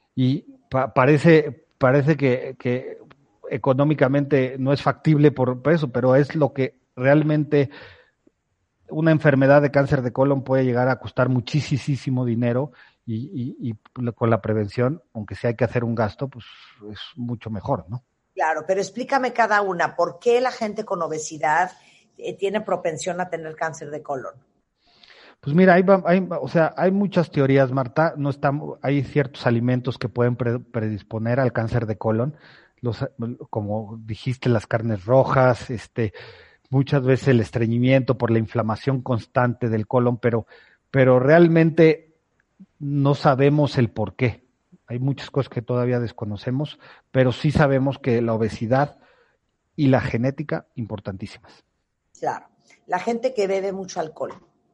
Y pa- parece... Parece que, que económicamente no es factible por eso, pero es lo que realmente una enfermedad de cáncer de colon puede llegar a costar muchísimo dinero y, y, y con la prevención, aunque sí hay que hacer un gasto, pues es mucho mejor, ¿no?
Claro, pero explícame cada una, ¿por qué la gente con obesidad eh, tiene propensión a tener cáncer de colon?
Pues mira, hay, hay, o sea, hay muchas teorías, Marta. No estamos, hay ciertos alimentos que pueden pre, predisponer al cáncer de colon, los, como dijiste, las carnes rojas, este, muchas veces el estreñimiento por la inflamación constante del colon, pero, pero realmente no sabemos el por qué. Hay muchas cosas que todavía desconocemos, pero sí sabemos que la obesidad y la genética, importantísimas.
Claro, la gente que bebe mucho alcohol.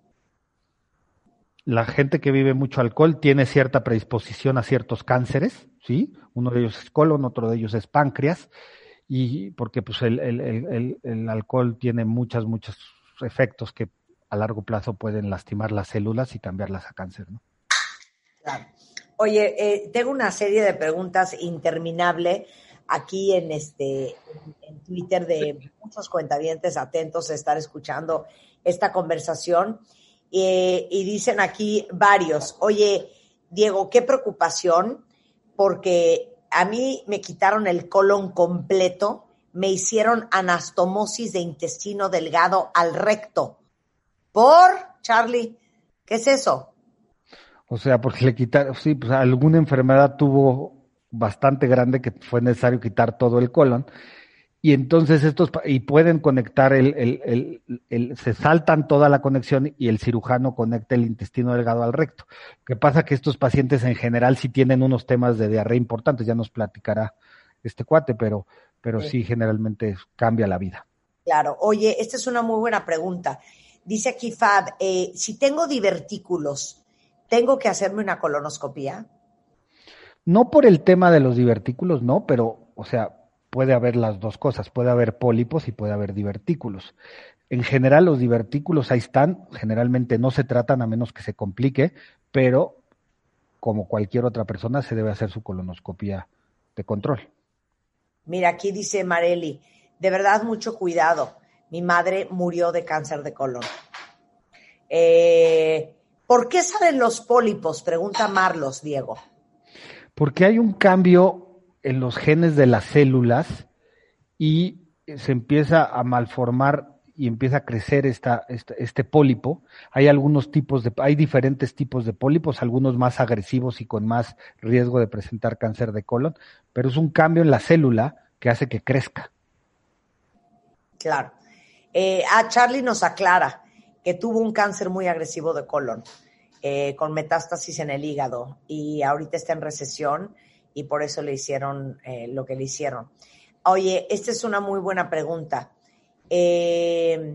La gente que vive mucho alcohol tiene cierta predisposición a ciertos cánceres, ¿sí? Uno de ellos es colon, otro de ellos es páncreas, y porque pues el, el, el, el alcohol tiene muchos, muchos efectos que a largo plazo pueden lastimar las células y cambiarlas a cáncer, ¿no?
Claro. Oye, eh, tengo una serie de preguntas interminable aquí en este en Twitter de muchos cuentavientes atentos a estar escuchando esta conversación. Eh, y dicen aquí varios, oye, Diego, qué preocupación, porque a mí me quitaron el colon completo, me hicieron anastomosis de intestino delgado al recto. ¿Por, Charlie? ¿Qué es eso?
O sea, porque le quitaron, sí, pues alguna enfermedad tuvo bastante grande que fue necesario quitar todo el colon. Y entonces estos, y pueden conectar el, el, el, el, se saltan toda la conexión y el cirujano conecta el intestino delgado al recto. Lo que pasa que estos pacientes en general sí tienen unos temas de diarrea importantes, ya nos platicará este cuate, pero, pero sí, sí generalmente cambia la vida.
Claro. Oye, esta es una muy buena pregunta. Dice aquí Fab, eh, si tengo divertículos, ¿tengo que hacerme una colonoscopía?
No por el tema de los divertículos, no, pero, o sea, puede haber las dos cosas, puede haber pólipos y puede haber divertículos. En general los divertículos ahí están, generalmente no se tratan a menos que se complique, pero como cualquier otra persona se debe hacer su colonoscopia de control.
Mira, aquí dice Marely, de verdad mucho cuidado, mi madre murió de cáncer de colon. Eh, ¿Por qué salen los pólipos? Pregunta Marlos, Diego.
Porque hay un cambio en los genes de las células y se empieza a malformar y empieza a crecer esta, esta, este pólipo. Hay algunos tipos de, hay diferentes tipos de pólipos, algunos más agresivos y con más riesgo de presentar cáncer de colon, pero es un cambio en la célula que hace que crezca.
Claro. Eh, ah, Charlie nos aclara que tuvo un cáncer muy agresivo de colon, eh, con metástasis en el hígado, y ahorita está en recesión, y por eso le hicieron eh, lo que le hicieron. Oye, esta es una muy buena pregunta. Eh,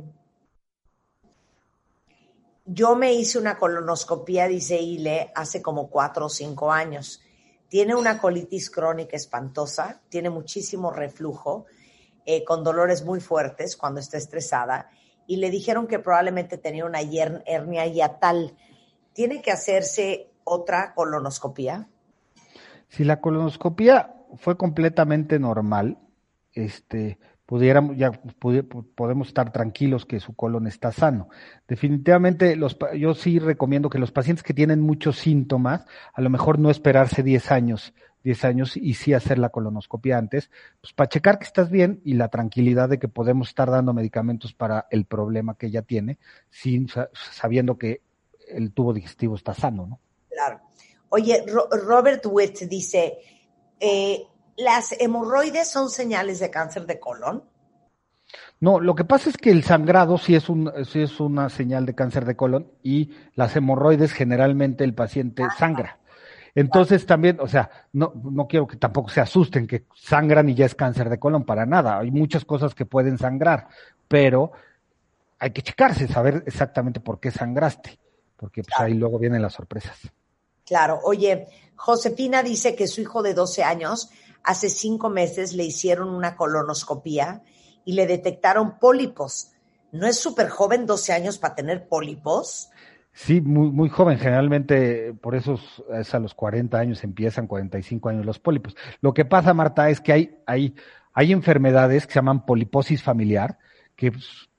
yo me hice una colonoscopía, dice Ile, hace como cuatro o cinco años. Tiene una colitis crónica espantosa, tiene muchísimo reflujo, eh, con dolores muy fuertes cuando está estresada, y le dijeron que probablemente tenía una hernia hiatal. ¿Tiene que hacerse otra colonoscopía?
Si la colonoscopia fue completamente normal, este, pudiéramos, ya pudi, podemos estar tranquilos que su colon está sano. Definitivamente, los, yo sí recomiendo que los pacientes que tienen muchos síntomas, a lo mejor no esperarse diez años, diez años y sí hacer la colonoscopia antes, pues para checar que estás bien y la tranquilidad de que podemos estar dando medicamentos para el problema que ella tiene, sin, sabiendo que el tubo digestivo está sano, ¿no?
Claro. Oye, Ro- Robert Witt dice, eh, ¿las hemorroides son señales de cáncer de colon?
No, lo que pasa es que el sangrado sí es, un, sí es una señal de cáncer de colon y las hemorroides generalmente el paciente ah, sangra. Entonces ah. también, o sea, no, no quiero que tampoco se asusten que sangran y ya es cáncer de colon, para nada. Hay muchas cosas que pueden sangrar, pero hay que checarse, saber exactamente por qué sangraste, porque pues, claro. ahí luego vienen las sorpresas.
Claro. Oye, Josefina dice que su hijo de doce años, hace cinco meses le hicieron una colonoscopía y le detectaron pólipos. ¿No es súper joven, doce años, para tener pólipos?
Sí, muy, muy joven. Generalmente, por eso es a los cuarenta años empiezan, cuarenta y cinco años los pólipos. Lo que pasa, Marta, es que hay, hay, hay enfermedades que se llaman poliposis familiar, que pues,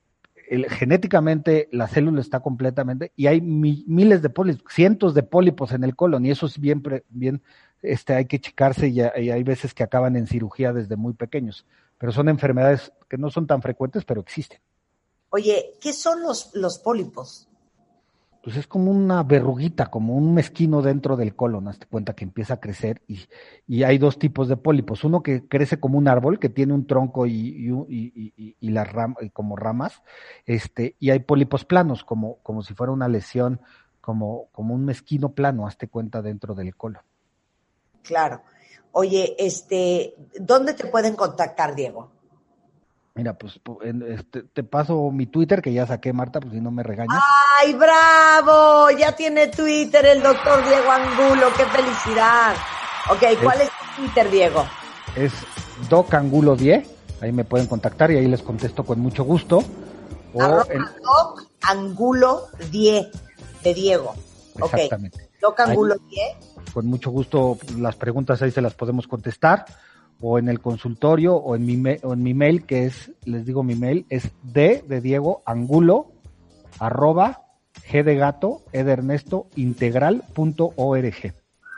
el, genéticamente la célula está completamente, y hay mi, miles de pólipos, cientos de pólipos en el colon, y eso es bien, bien este, hay que checarse, y, y hay veces que acaban en cirugía desde muy pequeños, pero son enfermedades que no son tan frecuentes, pero existen.
Oye, ¿qué son los, los pólipos?
Pues es como una verruguita, como un mezquino dentro del colon, hazte cuenta que empieza a crecer, y, y hay dos tipos de pólipos, uno que crece como un árbol, que tiene un tronco y, y, y, y, y las ram, y como ramas, este, y hay pólipos planos, como, como si fuera una lesión, como, como un mezquino plano, hazte cuenta, dentro del colon.
Claro. Oye, este, ¿dónde te pueden contactar, Diego?
Mira, pues este, te paso mi Twitter, que ya saqué, Marta, pues si no me regañas.
¡Ay, bravo! Ya tiene Twitter el doctor Diego Angulo, ¡qué felicidad! Ok, ¿cuál es, es tu Twitter, Diego?
Es Doc Angulo diez, ahí me pueden contactar y ahí les contesto con mucho gusto. O
Arroba
el...
Doc Angulo diez, de Diego.
Exactamente.
Ok, Doc Angulo diez.
Con mucho gusto las preguntas ahí se las podemos contestar, o en el consultorio, o en mi, o en mi mail, que es, les digo mi mail, es D de Diego, Angulo, arroba, G de gato, E de Ernesto, integral punto org.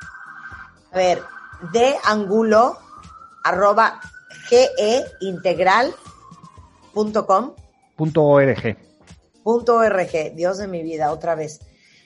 A ver, D Angulo, arroba, ge, integral, punto com.
Punto org.
Punto org, Dios de mi vida, otra vez.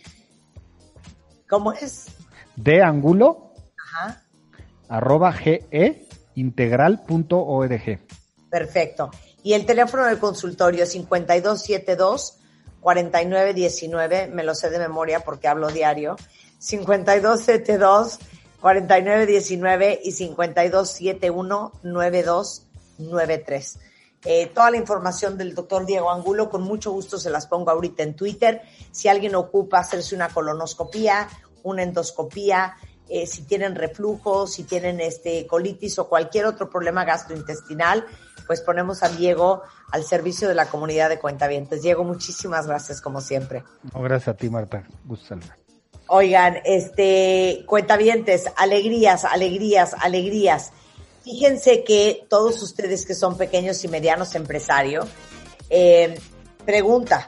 ¿Cómo es?
D Angulo,
Ajá.
arroba, ge, integral punto org.
Perfecto. Y el teléfono del consultorio cincuenta y dos setenta y dos, cuarenta y nueve diecinueve, me lo sé de memoria porque hablo diario, cincuenta y dos setenta y dos, cuarenta y nueve diecinueve y cincuenta y dos setenta y uno, noventa y dos noventa y tres. Eh, toda la información del doctor Diego Angulo, con mucho gusto se las pongo ahorita en Twitter. Si alguien ocupa hacerse una colonoscopía, una endoscopía, Eh, si tienen reflujo, si tienen este colitis o cualquier otro problema gastrointestinal, pues ponemos a Diego al servicio de la comunidad de cuentavientes. Diego, muchísimas gracias como siempre.
No, gracias a ti, Marta. Gusto saludar.
Oigan, este, cuentavientes, alegrías, alegrías, alegrías. Fíjense que todos ustedes que son pequeños y medianos empresarios, eh, pregunta,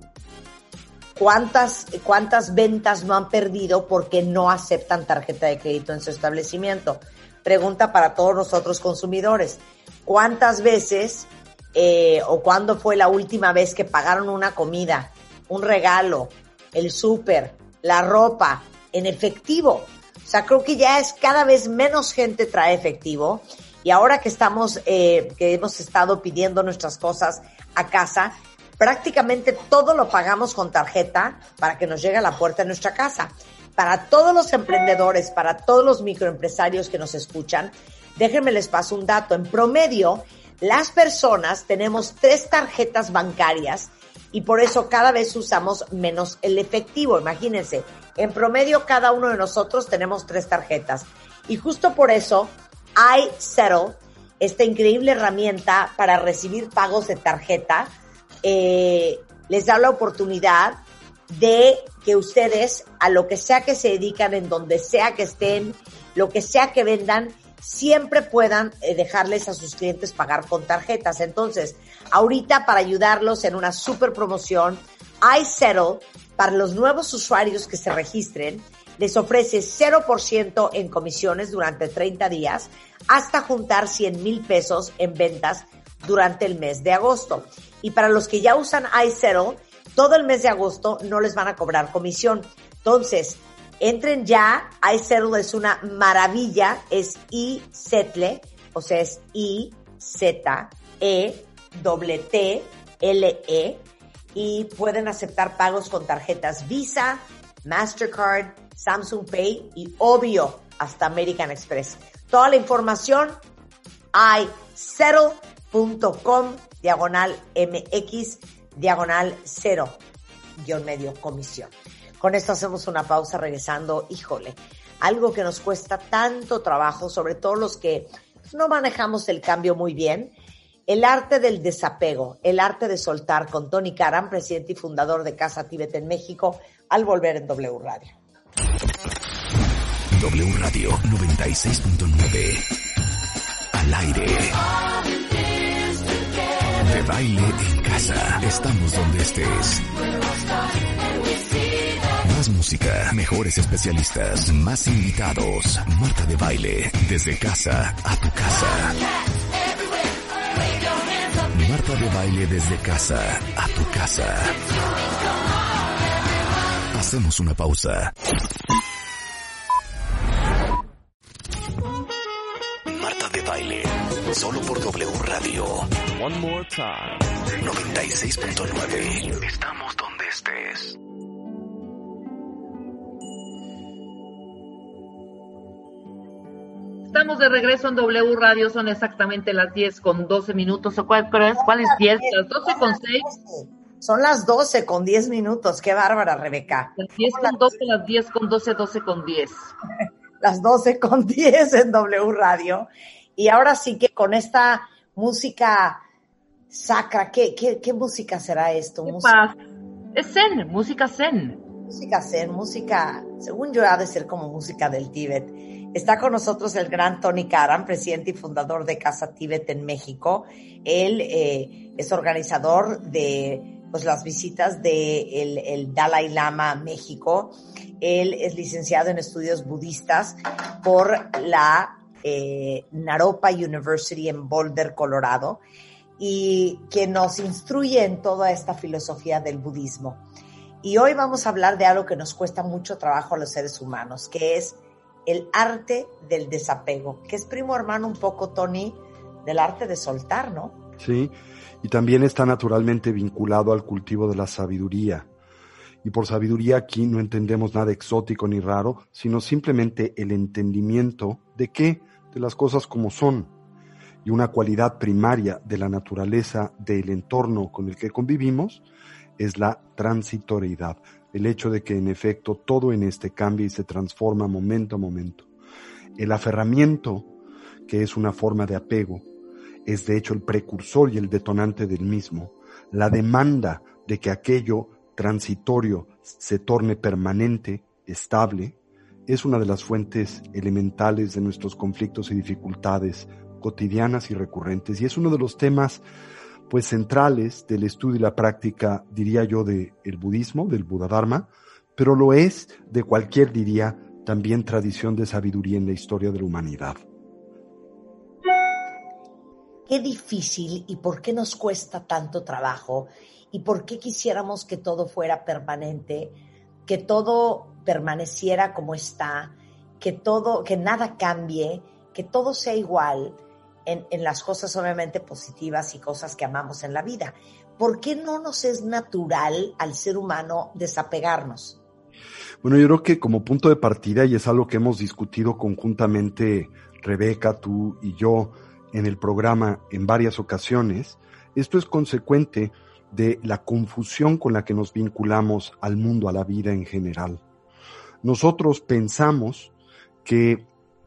¿Cuántas, cuántas ventas no han perdido porque no aceptan tarjeta de crédito en su establecimiento? Pregunta para todos nosotros consumidores. ¿Cuántas veces eh, o cuándo fue la última vez que pagaron una comida, un regalo, el súper, la ropa en efectivo? O sea, creo que ya es cada vez menos gente trae efectivo, y ahora que estamos, eh, que hemos estado pidiendo nuestras cosas a casa, prácticamente todo lo pagamos con tarjeta para que nos llegue a la puerta de nuestra casa. Para todos los emprendedores, para todos los microempresarios que nos escuchan, déjenme les paso un dato. En promedio, las personas tenemos tres tarjetas bancarias y por eso cada vez usamos menos el efectivo. Imagínense, en promedio cada uno de nosotros tenemos tres tarjetas. Y justo por eso, iSettle, esta increíble herramienta para recibir pagos de tarjeta, Eh, les da la oportunidad de que ustedes, a lo que sea que se dedican, en donde sea que estén, lo que sea que vendan, siempre puedan eh, dejarles a sus clientes pagar con tarjetas. Entonces, ahorita para ayudarlos en una super promoción, iSettle, para los nuevos usuarios que se registren, les ofrece cero por ciento en comisiones durante treinta días hasta juntar cien mil pesos en ventas durante el mes de agosto. Y para los que ya usan iSettle, todo el mes de agosto no les van a cobrar comisión. Entonces, entren ya. iSettle es una maravilla. Es iSettle, o sea, es I Z E T T L E. Y pueden aceptar pagos con tarjetas Visa, Mastercard, Samsung Pay y, obvio, hasta American Express. Toda la información, iSettle punto com, diagonal mx, diagonal cero, guión medio comisión. Con esto hacemos una pausa, regresando. Híjole, algo que nos cuesta tanto trabajo, sobre todo los que no manejamos el cambio muy bien, el arte del desapego, el arte de soltar, con Tony Karam, presidente y fundador de Casa Tíbet en México, al volver en W Radio.
W Radio noventa y seis punto nueve. Al aire. de Baile en casa. Estamos donde estés. Más música, mejores especialistas, más invitados. Marta de Baile, desde casa a tu casa. Marta de Baile desde casa a tu casa. Hacemos una pausa. Marta de Baile, solo por W Radio. One more time. noventa y seis punto nueve. Estamos donde estés.
Estamos de regreso en W Radio, son exactamente las diez con doce minutos. ¿O cuál, cuál es? ¿Cuál es diez? ¿Las doce con seis?
Son las doce con diez minutos. Qué bárbara, Rebeca.
Las diez con doce, las diez con doce, doce con diez.
Las doce con diez en W Radio. Y ahora sí que con esta música sacra, ¿qué, qué, qué música será esto?
¿Qué
música,
pasa? Es zen, música zen.
Música zen, música, según yo, ha de ser como música del Tíbet. Está con nosotros el gran Tony Karam, presidente y fundador de Casa Tíbet en México. Él eh, es organizador de pues, las visitas de el, el Dalai Lama a México. Él es licenciado en estudios budistas por la eh, Naropa University en Boulder, Colorado, y que nos instruye en toda esta filosofía del budismo. Y hoy vamos a hablar de algo que nos cuesta mucho trabajo a los seres humanos, que es el arte del desapego, que es primo hermano un poco, Tony, del arte de soltar, ¿no?
Sí, y también está naturalmente vinculado al cultivo de la sabiduría. Y por sabiduría aquí no entendemos nada exótico ni raro, sino simplemente el entendimiento de qué, de las cosas como son. Y una cualidad primaria de la naturaleza del entorno con el que convivimos es la transitoriedad. El hecho de que en efecto todo en este cambia y se transforma momento a momento. El aferramiento, que es una forma de apego, es de hecho el precursor y el detonante del mismo. La demanda de que aquello transitorio se torne permanente, estable, es una de las fuentes elementales de nuestros conflictos y dificultades cotidianas y recurrentes. Y es uno de los temas pues centrales del estudio y la práctica, diría yo, del budismo, del Buda Dharma, pero lo es de cualquier, diría, también tradición de sabiduría en la historia de la humanidad.
Qué difícil y por qué nos cuesta tanto trabajo y por qué quisiéramos que todo fuera permanente, que todo permaneciera como está, que todo, que nada cambie, que todo sea igual. En, en las cosas obviamente positivas y cosas que amamos en la vida. ¿Por qué no nos es natural al ser humano desapegarnos?
Bueno, yo creo que como punto de partida, y es algo que hemos discutido conjuntamente Rebeca, tú y yo en el programa en varias ocasiones, esto es consecuente de la confusión con la que nos vinculamos al mundo, a la vida en general. Nosotros pensamos que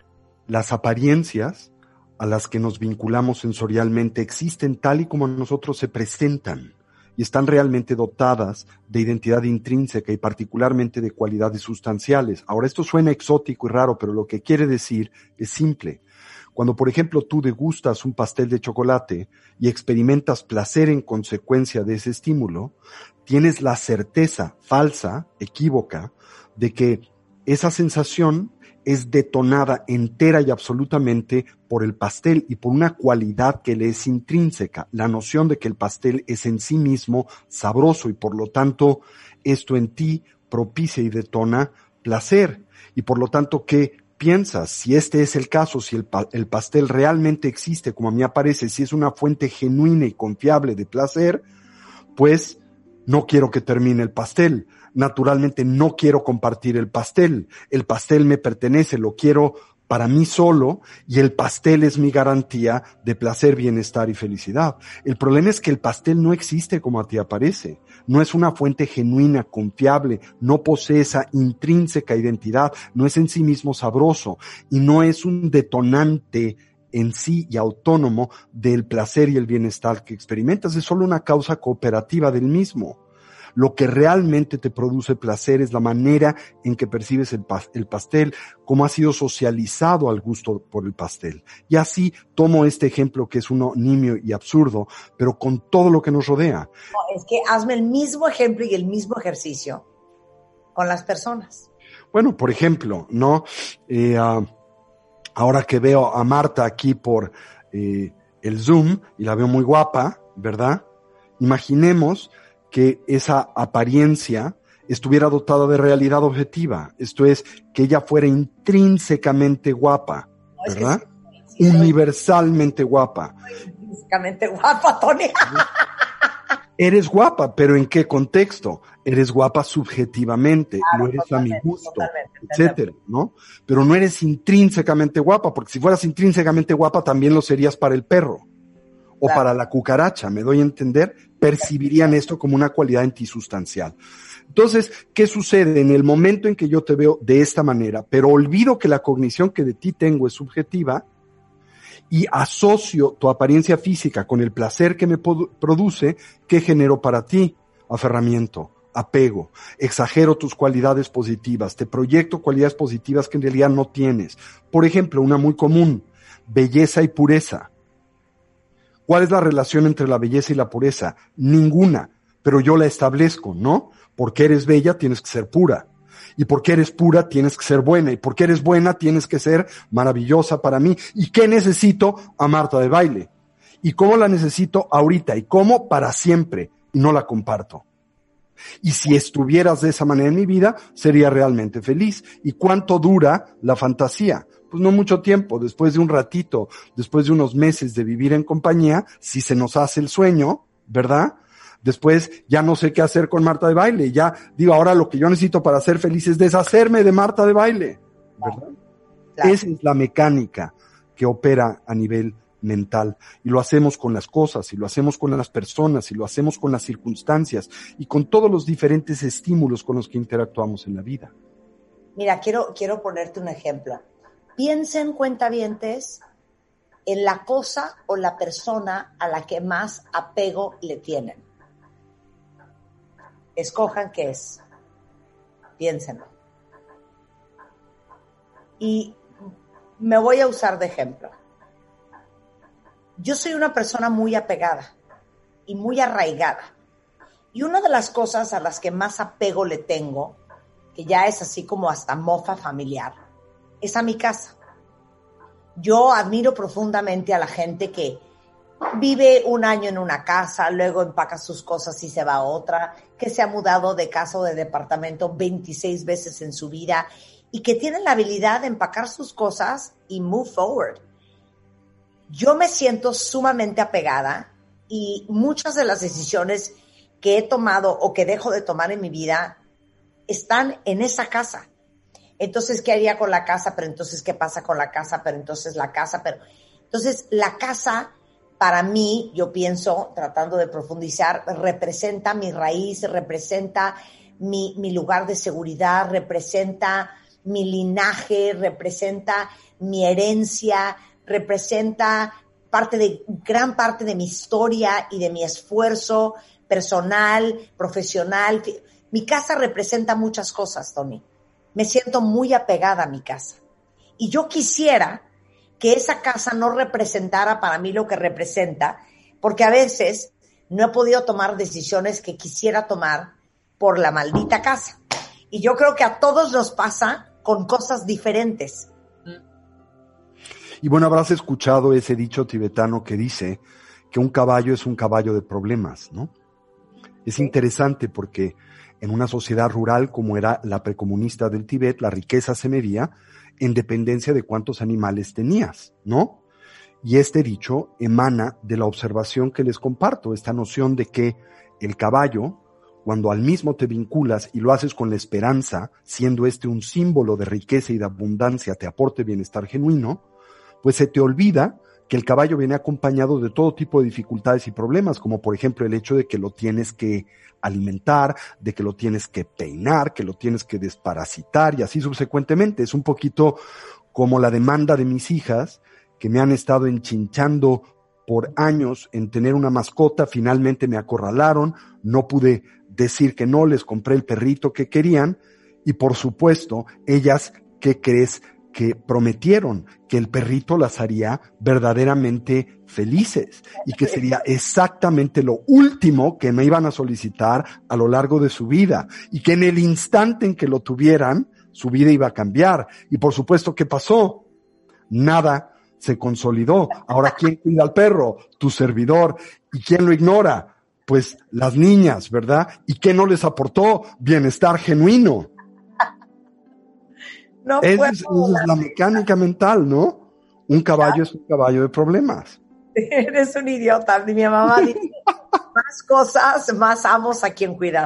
las apariencias a las que nos vinculamos sensorialmente existen tal y como a nosotros se presentan y están realmente dotadas de identidad intrínseca y particularmente de cualidades sustanciales. Ahora, esto suena exótico y raro, pero lo que quiere decir es simple. Cuando, por ejemplo, tú degustas un pastel de chocolate y experimentas placer en consecuencia de ese estímulo, tienes la certeza falsa, equívoca, de que esa sensación es detonada entera y absolutamente por el pastel y por una cualidad que le es intrínseca, la noción de que el pastel es en sí mismo sabroso y por lo tanto esto en ti propicia y detona placer y por lo tanto ¿qué piensas? Si este es el caso, si el, pa- el pastel realmente existe como a mí aparece, si es una fuente genuina y confiable de placer, pues no quiero que termine el pastel. Naturalmente no quiero compartir el pastel. El pastel me pertenece, lo quiero para mí solo y el pastel es mi garantía de placer, bienestar y felicidad. El problema es que el pastel no existe como a ti aparece. No es una fuente genuina, confiable, no posee esa intrínseca identidad, no es en sí mismo sabroso y no es un detonante en sí y autónomo del placer y el bienestar que experimentas. Es solo una causa cooperativa del mismo. Lo que realmente te produce placer es la manera en que percibes el, pa- el pastel, cómo has sido socializado al gusto por el pastel. Y así tomo este ejemplo que es uno nimio y absurdo, pero con todo lo que nos rodea.
No, es que hazme el mismo ejemplo y el mismo ejercicio con las personas.
Bueno, por ejemplo, ¿no? Eh, uh, ahora que veo a Marta aquí por eh, el Zoom y la veo muy guapa, ¿verdad? Imaginemos que esa apariencia estuviera dotada de realidad objetiva. Esto es, que ella fuera intrínsecamente guapa, ¿verdad?
No, es que sí, sí, soy-
Universalmente guapa.
Físicamente guapa, Tony.
Eres guapa, pero ¿en qué contexto? Eres guapa subjetivamente,
Claro,
lo eres a mi
totalmente,
gusto,
totalmente,
etcétera, ¿no? Pero no eres intrínsecamente guapa, porque si fueras intrínsecamente guapa también lo serías para el perro o
Claro.
para la cucaracha, ¿me doy a entender? Percibirían esto como una cualidad antisustancial. Entonces, ¿qué sucede? En el momento en que yo te veo de esta manera, pero olvido que la cognición que de ti tengo es subjetiva, y asocio tu apariencia física con el placer que me pod- produce, ¿qué genero para ti? Aferramiento, apego, exagero tus cualidades positivas, te proyecto cualidades positivas que en realidad no tienes. Por ejemplo, una muy común, belleza y pureza. ¿Cuál es la relación entre la belleza y la pureza? Ninguna, pero yo la establezco, ¿no? Porque eres bella, tienes que ser pura. Y porque eres pura, tienes que ser buena. Y porque eres buena, tienes que ser maravillosa para mí. ¿Y qué necesito? A Marta de Baile. ¿Y cómo la necesito ahorita? ¿Y cómo? Para siempre. Y no la comparto. Y si estuvieras de esa manera en mi vida, sería realmente feliz. ¿Y cuánto dura la fantasía? Pues no mucho tiempo. Después de un ratito, después de unos meses de vivir en compañía, si se nos hace el sueño, ¿verdad? Después ya no sé qué hacer con Marta de Baile. Ya digo, ahora lo que yo necesito para ser feliz es deshacerme de Marta de Baile, ¿verdad?
Claro.
Esa es la mecánica que opera a nivel mental. Y lo hacemos con las cosas, y lo hacemos con las personas, y lo hacemos con las circunstancias, y con todos los diferentes estímulos con los que interactuamos en la vida.
Mira, quiero, quiero ponerte un ejemplo. Piensen, cuentavientes, en la cosa o la persona a la que más apego le tienen. Escojan qué es. Piénsenlo. Y me voy a usar de ejemplo. Yo soy una persona muy apegada y muy arraigada. Y una de las cosas a las que más apego le tengo, que ya es así como hasta mofa familiar, es a mi casa. Yo admiro profundamente a la gente que vive un año en una casa, luego empaca sus cosas y se va a otra, que se ha mudado de casa o de departamento veintiséis veces en su vida y que tiene la habilidad de empacar sus cosas y move forward. Yo me siento sumamente apegada y muchas de las decisiones que he tomado o que dejo de tomar en mi vida están en esa casa. Entonces, ¿qué haría con la casa? Pero entonces, ¿qué pasa con la casa? Pero entonces la casa, pero... Entonces, la casa, para mí, yo pienso, tratando de profundizar, representa mi raíz, representa mi, mi lugar de seguridad, representa mi linaje, representa mi herencia, representa parte de, gran parte de mi historia y de mi esfuerzo personal, profesional. Mi casa representa muchas cosas, Tony. Me siento muy apegada a mi casa. Y yo quisiera que esa casa no representara para mí lo que representa, porque a veces no he podido tomar decisiones que quisiera tomar por la maldita casa. Y yo creo que a todos nos pasa con cosas diferentes.
Y bueno, habrás escuchado ese dicho tibetano que dice que un caballo es un caballo de problemas, ¿no? Es
Sí.
interesante porque en una sociedad rural como era la precomunista del Tíbet, la riqueza se medía en dependencia de cuántos animales tenías, ¿no? Y este dicho emana de la observación que les comparto, esta noción de que el caballo, cuando al mismo te vinculas y lo haces con la esperanza, siendo este un símbolo de riqueza y de abundancia, te aporte bienestar genuino, pues se te olvida que el caballo viene acompañado de todo tipo de dificultades y problemas, como por ejemplo el hecho de que lo tienes que alimentar, de que lo tienes que peinar, que lo tienes que desparasitar y así subsecuentemente. Es un poquito como la demanda de mis hijas que me han estado enchinchando por años en tener una mascota, finalmente me acorralaron, no pude decir que no, les compré el perrito que querían y por supuesto, ellas, ¿qué crees? Que prometieron que el perrito las haría verdaderamente felices y que sería exactamente lo último que me iban a solicitar a lo largo de su vida y que en el instante en que lo tuvieran, su vida iba a cambiar. Y por supuesto, ¿qué pasó? Nada se consolidó. Ahora, ¿quién cuida al perro? Tu servidor. ¿Y quién lo ignora? Pues las niñas, ¿verdad? ¿Y qué no les aportó? Bienestar genuino. No esa, es, esa es la mecánica mental, ¿no? Un caballo es un caballo de problemas.
Eres un idiota. Mi mamá dice, más cosas, más amos a quien cuidar.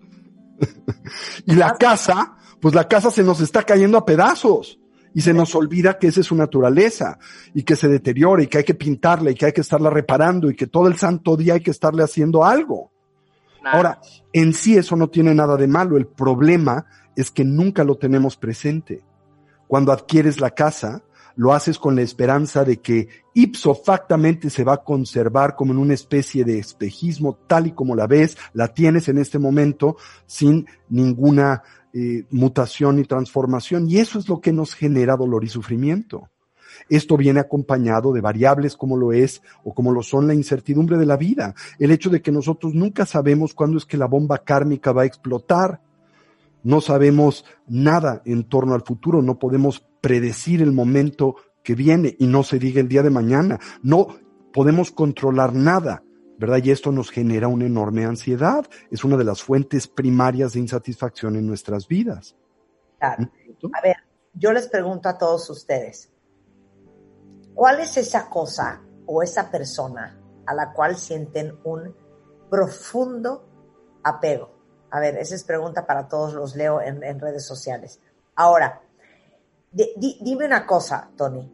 Y la más casa, pues la casa se nos está cayendo a pedazos. Y se nos olvida que esa es su naturaleza. Y que se deteriora y que hay que pintarla y que hay que estarla reparando y que todo el santo día hay que estarle haciendo algo. Nah. Ahora, en sí eso no tiene nada de malo. El problema es que nunca lo tenemos presente. Cuando adquieres la casa, lo haces con la esperanza de que ipso factamente se va a conservar como en una especie de espejismo, tal y como la ves, la tienes en este momento, sin ninguna eh, mutación ni transformación. Y eso es lo que nos genera dolor y sufrimiento. Esto viene acompañado de variables como lo es o como lo son la incertidumbre de la vida. El hecho de que nosotros nunca sabemos cuándo es que la bomba kármica va a explotar. No sabemos nada en torno al futuro, no podemos predecir el momento que viene y no se diga el día de mañana. No podemos controlar nada, ¿verdad? Y esto nos genera una enorme ansiedad. Es una de las fuentes primarias de insatisfacción en nuestras vidas.
Claro. A ver, yo les pregunto a todos ustedes, ¿cuál es esa cosa o esa persona a la cual sienten un profundo apego? A ver, esa es pregunta para todos, los leo en, en redes sociales. Ahora, di, di, dime una cosa, Tony.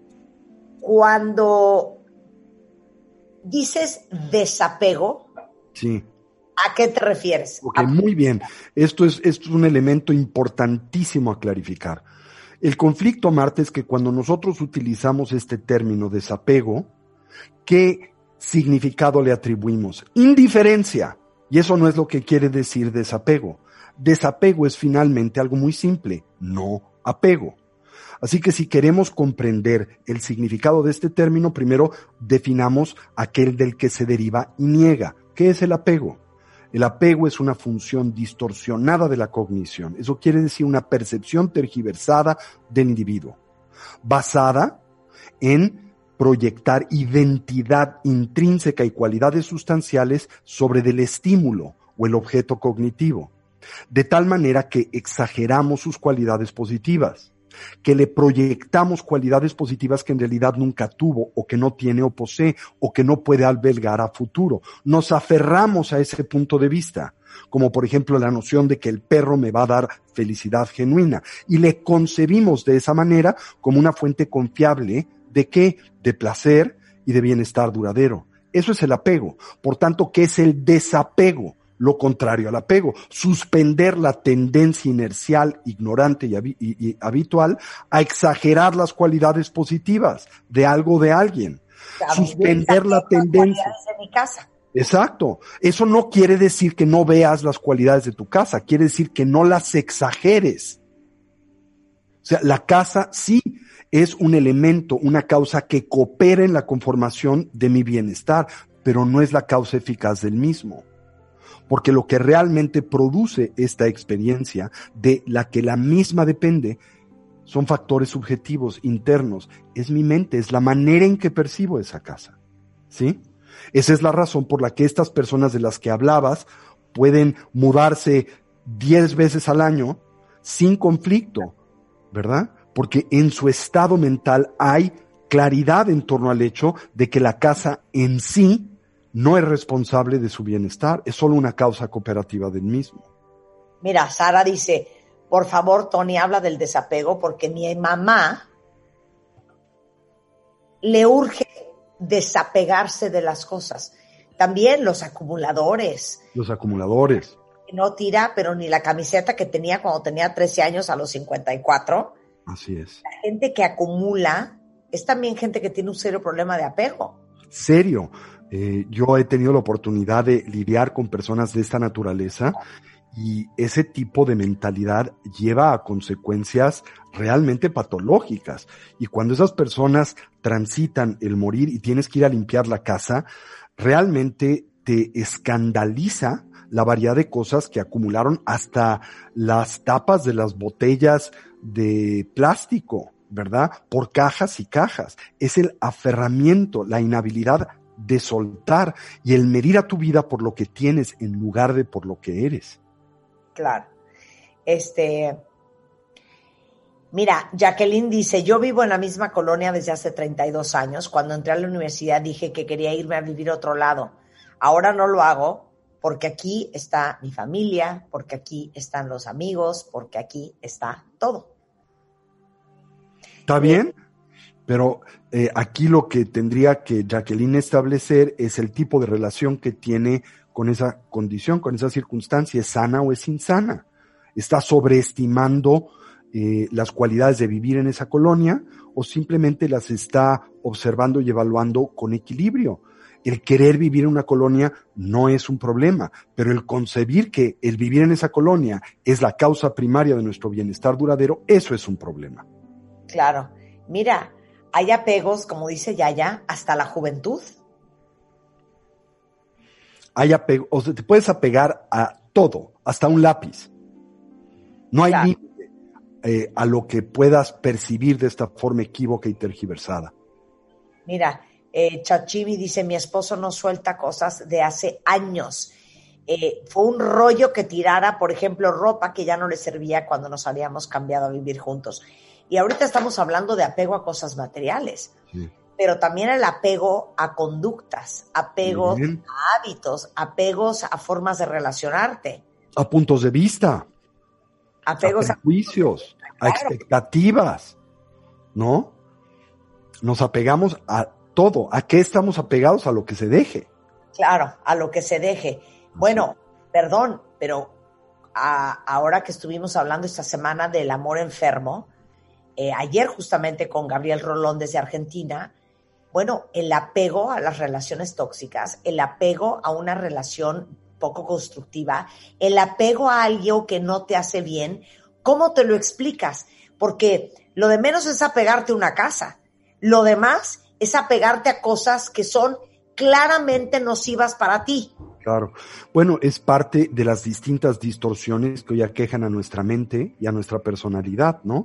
Cuando dices desapego,
sí.
¿A qué te refieres?
Ok, ¿A... muy bien. Esto es, esto es un elemento importantísimo a clarificar. El conflicto, Marta, es que cuando nosotros utilizamos este término desapego, ¿qué significado le atribuimos? Indiferencia. Y eso no es lo que quiere decir desapego. Desapego es finalmente algo muy simple, no apego. Así que si queremos comprender el significado de este término, primero definamos aquel del que se deriva y niega. ¿Qué es el apego? El apego es una función distorsionada de la cognición. Eso quiere decir una percepción tergiversada del individuo, basada en proyectar identidad intrínseca y cualidades sustanciales sobre del estímulo o el objeto cognitivo, de tal manera que exageramos sus cualidades positivas, que le proyectamos cualidades positivas que en realidad nunca tuvo o que no tiene o posee o que no puede albergar a futuro. Nos aferramos a ese punto de vista, como por ejemplo la noción de que el perro me va a dar felicidad genuina, y le concebimos de esa manera como una fuente confiable. ¿De qué? De placer y de bienestar duradero. Eso es el apego. Por tanto, ¿qué es el desapego? Lo contrario al apego. Suspender la tendencia inercial, ignorante y, hab- y, y habitual a exagerar las cualidades positivas de algo o de alguien. Claro, suspender la tendencia.
De mi casa.
Exacto. Eso no quiere decir que no veas las cualidades de tu casa. Quiere decir que no las exageres. O sea, la casa sí es un elemento, una causa que coopera en la conformación de mi bienestar, pero no es la causa eficaz del mismo. Porque lo que realmente produce esta experiencia, de la que la misma depende, son factores subjetivos, internos. Es mi mente, es la manera en que percibo esa casa. ¿Sí? Esa es la razón por la que estas personas de las que hablabas pueden mudarse diez veces al año sin conflicto, ¿verdad? Porque en su estado mental hay claridad en torno al hecho de que la casa en sí no es responsable de su bienestar, es solo una causa cooperativa del mismo.
Mira, Sara dice, por favor, Tony, habla del desapego porque mi mamá le urge desapegarse de las cosas. También los acumuladores.
Los acumuladores.
No tira, pero ni la camiseta que tenía cuando tenía trece años a los cincuenta y cuatro.
Así es.
La gente que acumula es también gente que tiene un serio problema de apego.
serio. Eh, yo he tenido la oportunidad de lidiar con personas de esta naturaleza y ese tipo de mentalidad lleva a consecuencias realmente patológicas. Y cuando esas personas transitan el morir y tienes que ir a limpiar la casa, realmente te escandaliza la variedad de cosas que acumularon, hasta las tapas de las botellas de plástico, ¿verdad? Por cajas y cajas. Es el aferramiento, la inhabilidad de soltar y el medir a tu vida por lo que tienes en lugar de por lo que eres.
Claro. Este, mira, Jacqueline dice, yo vivo en la misma colonia desde hace treinta y dos años. Cuando entré a la universidad dije que quería irme a vivir a otro lado. Ahora no lo hago porque aquí está mi familia, porque aquí están los amigos, porque aquí está todo.
¿Está bien? Pero eh, aquí lo que tendría que Jacqueline establecer es el tipo de relación que tiene con esa condición, con esa circunstancia. ¿Es sana o es insana? ¿Está sobreestimando eh, las cualidades de vivir en esa colonia o simplemente las está observando y evaluando con equilibrio? El querer vivir en una colonia no es un problema, pero el concebir que el vivir en esa colonia es la causa primaria de nuestro bienestar duradero, eso es un problema.
Claro. Mira, hay apegos, como dice Yaya, hasta la juventud.
Hay apego, o sea, te puedes apegar a todo, hasta un lápiz. No hay
Claro.
límite eh, a lo que puedas percibir de esta forma equívoca y tergiversada.
Mira, eh, Chachibi dice, mi esposo no suelta cosas de hace años. Eh, fue un rollo que tirara, por ejemplo, ropa que ya no le servía cuando nos habíamos cambiado a vivir juntos. Y ahorita estamos hablando de apego a cosas materiales,
Sí.
pero también el apego a conductas, apegos
Bien.
a hábitos, apegos a formas de relacionarte,
A puntos de vista,
apegos
a
a...
prejuicios, a
Claro.
expectativas, ¿no? Nos apegamos a todo. ¿A qué estamos apegados? A lo que se deje.
Claro, a lo que se deje. Bueno, perdón, pero a- ahora que estuvimos hablando esta semana del amor enfermo, eh, ayer justamente con Gabriel Rolón desde Argentina, bueno, el apego a las relaciones tóxicas, el apego a una relación poco constructiva, el apego a algo que no te hace bien, ¿cómo te lo explicas? Porque lo de menos es apegarte a una casa, lo demás es apegarte a cosas que son claramente nocivas para ti.
Claro. Bueno, es parte de las distintas distorsiones que hoy aquejan a nuestra mente y a nuestra personalidad, ¿no?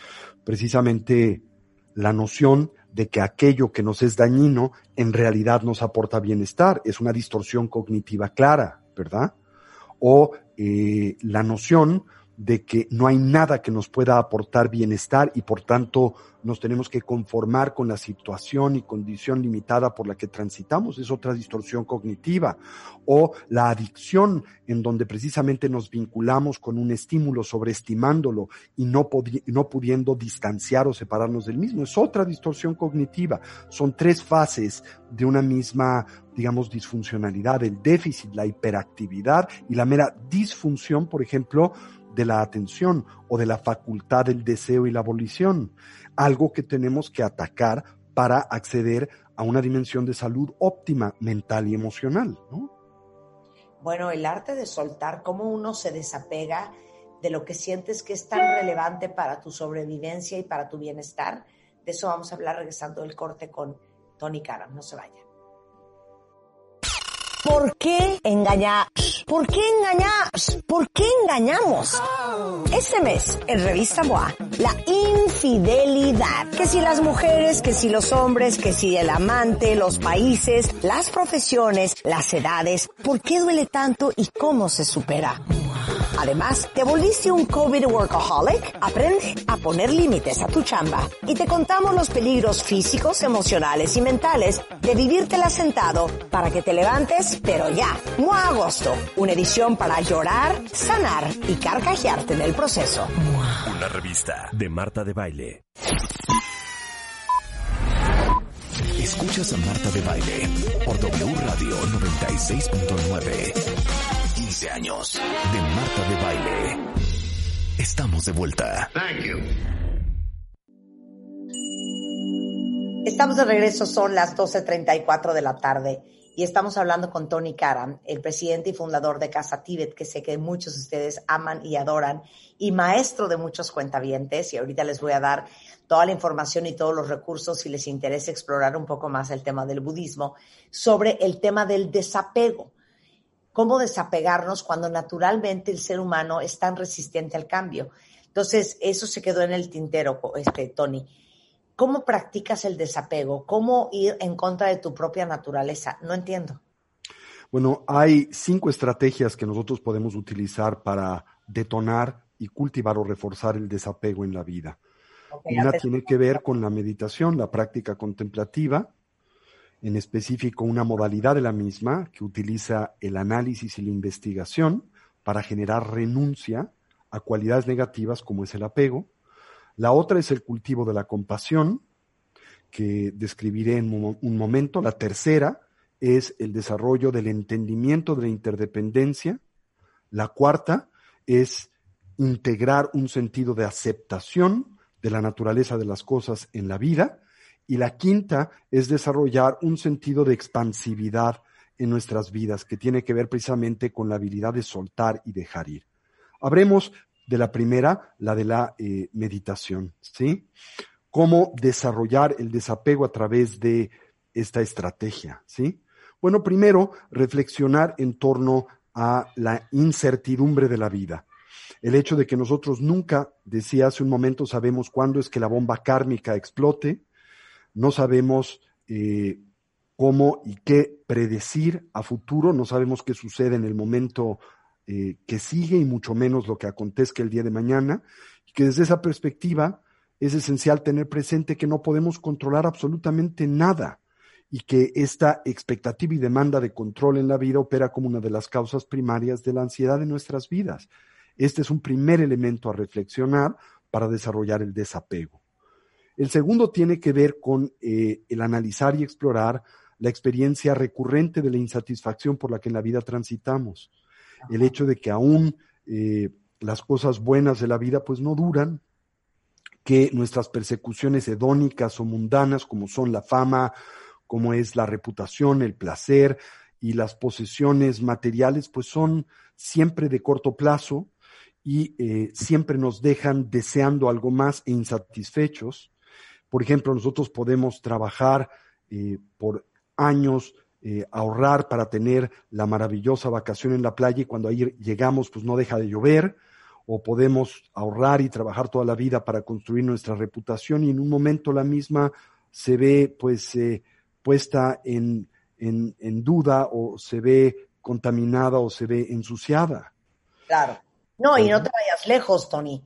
Precisamente la noción de que aquello que nos es dañino en realidad nos aporta bienestar. Es una distorsión cognitiva clara, ¿verdad? O eh, la noción de que no hay nada que nos pueda aportar bienestar y por tanto nos tenemos que conformar con la situación y condición limitada por la que transitamos. Es otra distorsión cognitiva. O la adicción, en donde precisamente nos vinculamos con un estímulo sobreestimándolo y no, podi- no pudiendo distanciar o separarnos del mismo. Es otra distorsión cognitiva. Son tres fases de una misma, digamos, disfuncionalidad: el déficit, la hiperactividad y la mera disfunción, por ejemplo, de la atención o de la facultad del deseo y la volición. Algo que tenemos que atacar para acceder a una dimensión de salud óptima mental y emocional, ¿no?
Bueno, el arte de soltar, cómo uno se desapega de lo que sientes que es tan relevante para tu sobrevivencia y para tu bienestar. De eso vamos a hablar regresando del corte con Tony Karam. No se vaya.
¿Por qué engañar? ¿Por qué engañar? ¿Por qué engañamos? Este mes, en Revista M O A, la infidelidad. Que si las mujeres, que si los hombres, que si el amante, los países, las profesiones, las edades. ¿Por qué duele tanto y cómo se supera? Además, ¿te volviste un COVID workaholic? Aprende a poner límites a tu chamba y te contamos los peligros físicos, emocionales y mentales de vivírtela sentado para que te levantes, pero ya. M O A Agosto, una edición para llorar, sanar y carcajearte en el proceso.
Una revista de Marta de Baile. Escuchas a Marta de Baile por W Radio noventa y seis punto nueve. quince años de Marta de Baile. Estamos de vuelta.
Estamos Estamos de regreso, son las doce treinta y cuatro de la tarde y estamos hablando con Tony Karam, el presidente y fundador de Casa Tíbet, que sé que muchos de ustedes aman y adoran, y maestro de muchos cuentavientes, y ahorita les voy a dar toda la información y todos los recursos si les interesa explorar un poco más el tema del budismo, sobre el tema del desapego. Cómo desapegarnos cuando naturalmente el ser humano es tan resistente al cambio. Entonces, eso se quedó en el tintero, este, Tony. ¿Cómo practicas el desapego? ¿Cómo ir en contra de tu propia naturaleza? No entiendo.
Bueno, hay cinco estrategias que nosotros podemos utilizar para detonar y cultivar o reforzar el desapego en la vida. Okay, una tiene que ver con la meditación, la práctica contemplativa, en específico una modalidad de la misma que utiliza el análisis y la investigación para generar renuncia a cualidades negativas como es el apego. La otra es el cultivo de la compasión, que describiré en un momento. La tercera es el desarrollo del entendimiento de la interdependencia. La cuarta es integrar un sentido de aceptación de la naturaleza de las cosas en la vida. Y la quinta es desarrollar un sentido de expansividad en nuestras vidas, que tiene que ver precisamente con la habilidad de soltar y dejar ir. Habremos de la primera, la de la eh, meditación, ¿sí? ¿Cómo desarrollar el desapego a través de esta estrategia, ¿sí? Bueno, primero, reflexionar en torno a la incertidumbre de la vida. El hecho de que nosotros nunca, decía hace un momento, sabemos cuándo es que la bomba kármica explote, no sabemos eh, cómo y qué predecir a futuro, no sabemos qué sucede en el momento Eh, que sigue y mucho menos lo que acontezca el día de mañana, y que desde esa perspectiva es esencial tener presente que no podemos controlar absolutamente nada y que esta expectativa y demanda de control en la vida opera como una de las causas primarias de la ansiedad de nuestras vidas. Este es un primer elemento a reflexionar para desarrollar el desapego. El segundo tiene que ver con eh, el analizar y explorar la experiencia recurrente de la insatisfacción por la que en la vida transitamos. El hecho de que aún eh, las cosas buenas de la vida pues no duran, que nuestras persecuciones hedónicas o mundanas, como son la fama, como es la reputación, el placer y las posesiones materiales, pues son siempre de corto plazo y eh, siempre nos dejan deseando algo más e insatisfechos. Por ejemplo, nosotros podemos trabajar eh, por años, Eh, ahorrar para tener la maravillosa vacación en la playa y cuando ahí llegamos pues no deja de llover, o podemos ahorrar y trabajar toda la vida para construir nuestra reputación y en un momento la misma se ve pues eh, puesta en, en, en duda o se ve contaminada o se ve ensuciada.
Claro. No, y no te vayas lejos, Tony.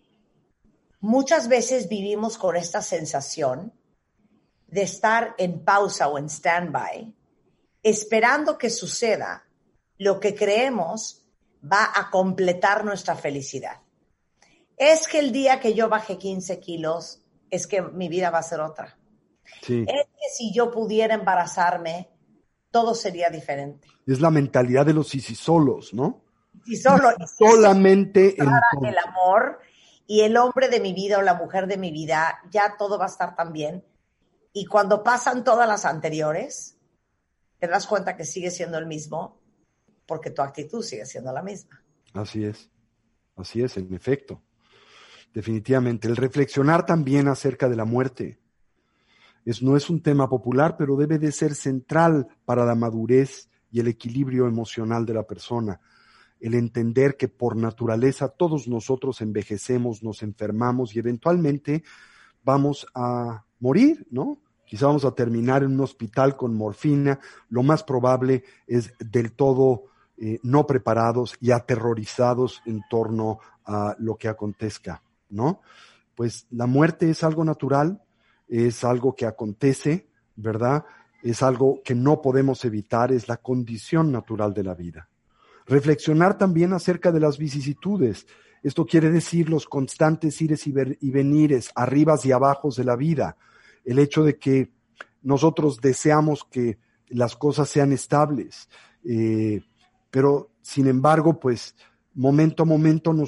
Muchas veces vivimos con esta sensación de estar en pausa o en stand-by, esperando que suceda lo que creemos va a completar nuestra felicidad. Es que el día que yo baje quince kilos, es que mi vida va a ser otra.
Sí.
Es que si yo pudiera embarazarme, todo sería diferente.
Es la mentalidad de los sisisolos, ¿no?
Y solo,
solamente
el amor y el hombre de mi vida o la mujer de mi vida, ya todo va a estar tan bien. Y cuando pasan todas las anteriores, te das cuenta que sigue siendo el mismo porque tu actitud sigue siendo la misma.
Así es, así es, en efecto. Definitivamente. El reflexionar también acerca de la muerte es, no es un tema popular, pero debe de ser central para la madurez y el equilibrio emocional de la persona. El entender que por naturaleza todos nosotros envejecemos, nos enfermamos y eventualmente vamos a morir, ¿no? Quizá vamos a terminar en un hospital con morfina. Lo más probable es del todo eh, no preparados y aterrorizados en torno a lo que acontezca, ¿no? Pues la muerte es algo natural, es algo que acontece, ¿verdad? Es algo que no podemos evitar, es la condición natural de la vida. Reflexionar también acerca de las vicisitudes. Esto quiere decir los constantes ires y, ver, y venires, arribas y abajos de la vida. El hecho de que nosotros deseamos que las cosas sean estables, eh, pero sin embargo, pues momento a momento nos, to-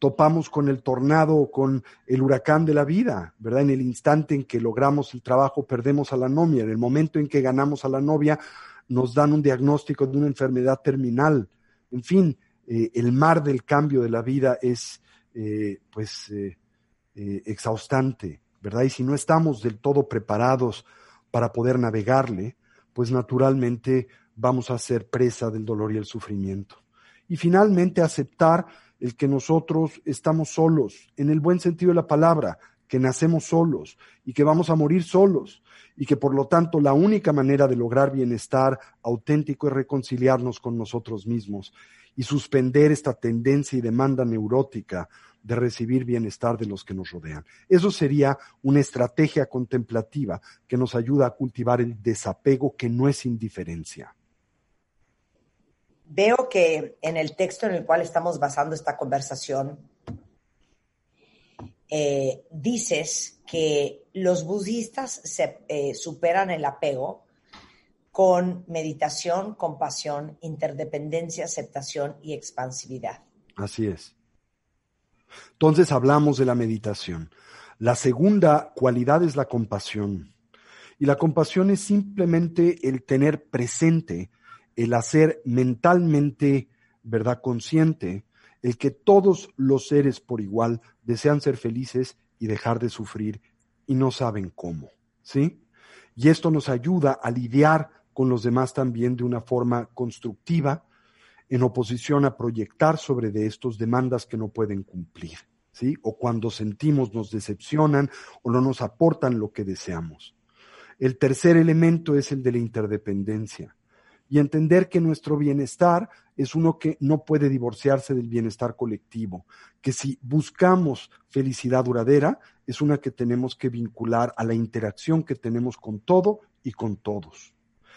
topamos con el tornado o con el huracán de la vida, ¿verdad? En el instante en que logramos el trabajo, perdemos a la novia. En el momento en que ganamos a la novia, nos dan un diagnóstico de una enfermedad terminal. En fin, eh, el mar del cambio de la vida es, eh, pues, eh, eh, exhaustante, ¿verdad? Y si no estamos del todo preparados para poder navegarle, pues naturalmente vamos a ser presa del dolor y el sufrimiento. Y finalmente aceptar el que nosotros estamos solos, en el buen sentido de la palabra, que nacemos solos y que vamos a morir solos y que por lo tanto la única manera de lograr bienestar auténtico es reconciliarnos con nosotros mismos y suspender esta tendencia y demanda neurótica de recibir bienestar de los que nos rodean. Eso sería una estrategia contemplativa que nos ayuda a cultivar el desapego, que no es indiferencia.
Veo que en el texto en el cual estamos basando esta conversación, eh, dices que los budistas se, eh, superan el apego con meditación, compasión, interdependencia, aceptación y expansividad.
Así es. Entonces hablamos de la meditación. La segunda cualidad es la compasión. Y la compasión es simplemente el tener presente, el hacer mentalmente, ¿verdad?, consciente, el que todos los seres por igual desean ser felices y dejar de sufrir y no saben cómo, ¿sí? Y esto nos ayuda a lidiar con los demás también de una forma constructiva, en oposición a proyectar sobre de estos demandas que no pueden cumplir, ¿sí? O cuando sentimos nos decepcionan o no nos aportan lo que deseamos. El tercer elemento es el de la interdependencia. Y entender que nuestro bienestar es uno que no puede divorciarse del bienestar colectivo, que si buscamos felicidad duradera, es una que tenemos que vincular a la interacción que tenemos con todo y con todos.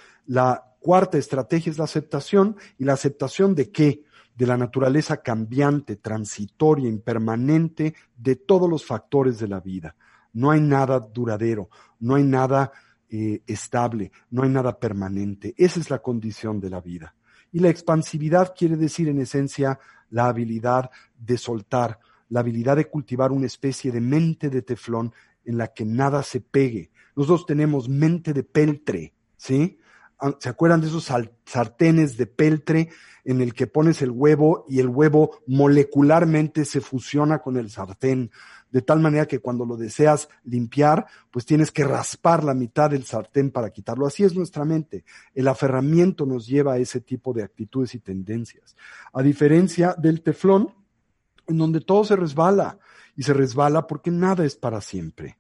La cuarta estrategia es la aceptación, y la aceptación ¿de qué? De la naturaleza cambiante, transitoria, impermanente de todos los factores de la vida. No hay nada duradero, no hay nada Eh, estable, no hay nada permanente. Esa es la condición de la vida. Y la expansividad quiere decir en esencia la habilidad de soltar, la habilidad de cultivar una especie de mente de teflón en la que nada se pegue. Nosotros tenemos mente de peltre, ¿sí? ¿Se acuerdan de esos sartenes de peltre en el que pones el huevo y el huevo molecularmente se fusiona con el sartén? De tal manera que cuando lo deseas limpiar, pues tienes que raspar la mitad del sartén para quitarlo. Así es nuestra mente. El aferramiento nos lleva a ese tipo de actitudes y tendencias. A diferencia del teflón, en donde todo se resbala, y se resbala porque nada es para siempre.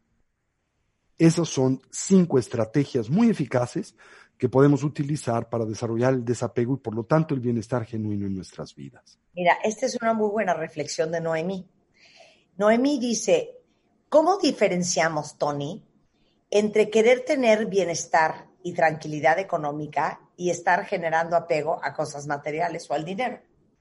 Esas son cinco estrategias muy eficaces que podemos utilizar para desarrollar el desapego y por lo tanto el bienestar genuino en nuestras vidas.
Mira, esta es una muy buena reflexión de Noemí. Noemí dice, ¿cómo diferenciamos, Tony, entre querer tener bienestar y tranquilidad económica y estar generando apego a cosas materiales o al dinero?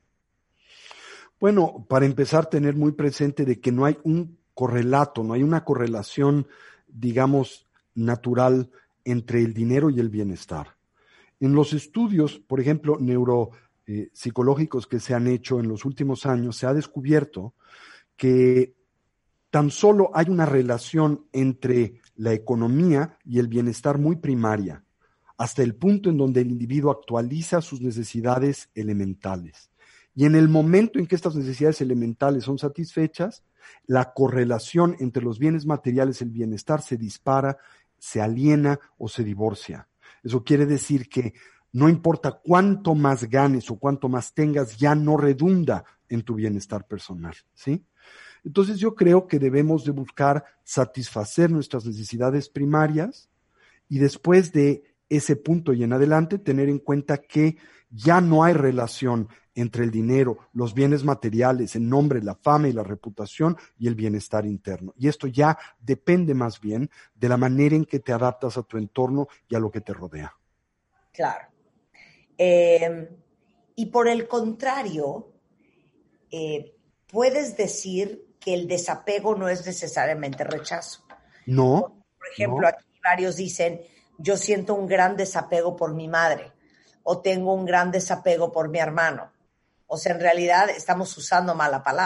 Bueno, para empezar, tener muy presente de que no hay un correlato, no hay una correlación, digamos, natural entre el dinero y el bienestar. En los estudios, por ejemplo, neuropsicológicos que se han hecho en los últimos años, se ha descubierto que tan solo hay una relación entre la economía y el bienestar muy primaria, hasta el punto en donde el individuo actualiza sus necesidades elementales. Y en el momento en que estas necesidades elementales son satisfechas, la correlación entre los bienes materiales y el bienestar se dispara, se aliena o se divorcia. Eso quiere decir que no importa cuánto más ganes o cuánto más tengas, ya no redunda en tu bienestar personal, ¿sí? Entonces yo creo que debemos de buscar satisfacer nuestras necesidades primarias y después de ese punto y en adelante tener en cuenta que ya no hay relación entre el dinero, los bienes materiales, el nombre, la fama y la reputación y el bienestar interno. Y esto ya depende más bien de la manera en que te adaptas a tu entorno y a lo que te rodea.
Claro. Eh, y por el contrario, eh, puedes decir que el desapego no es necesariamente rechazo.
No.
Por ejemplo,
no.
aquí varios dicen, yo siento un gran desapego por mi madre o tengo un gran desapego por mi hermano. O sea, en realidad estamos usando mala palabra.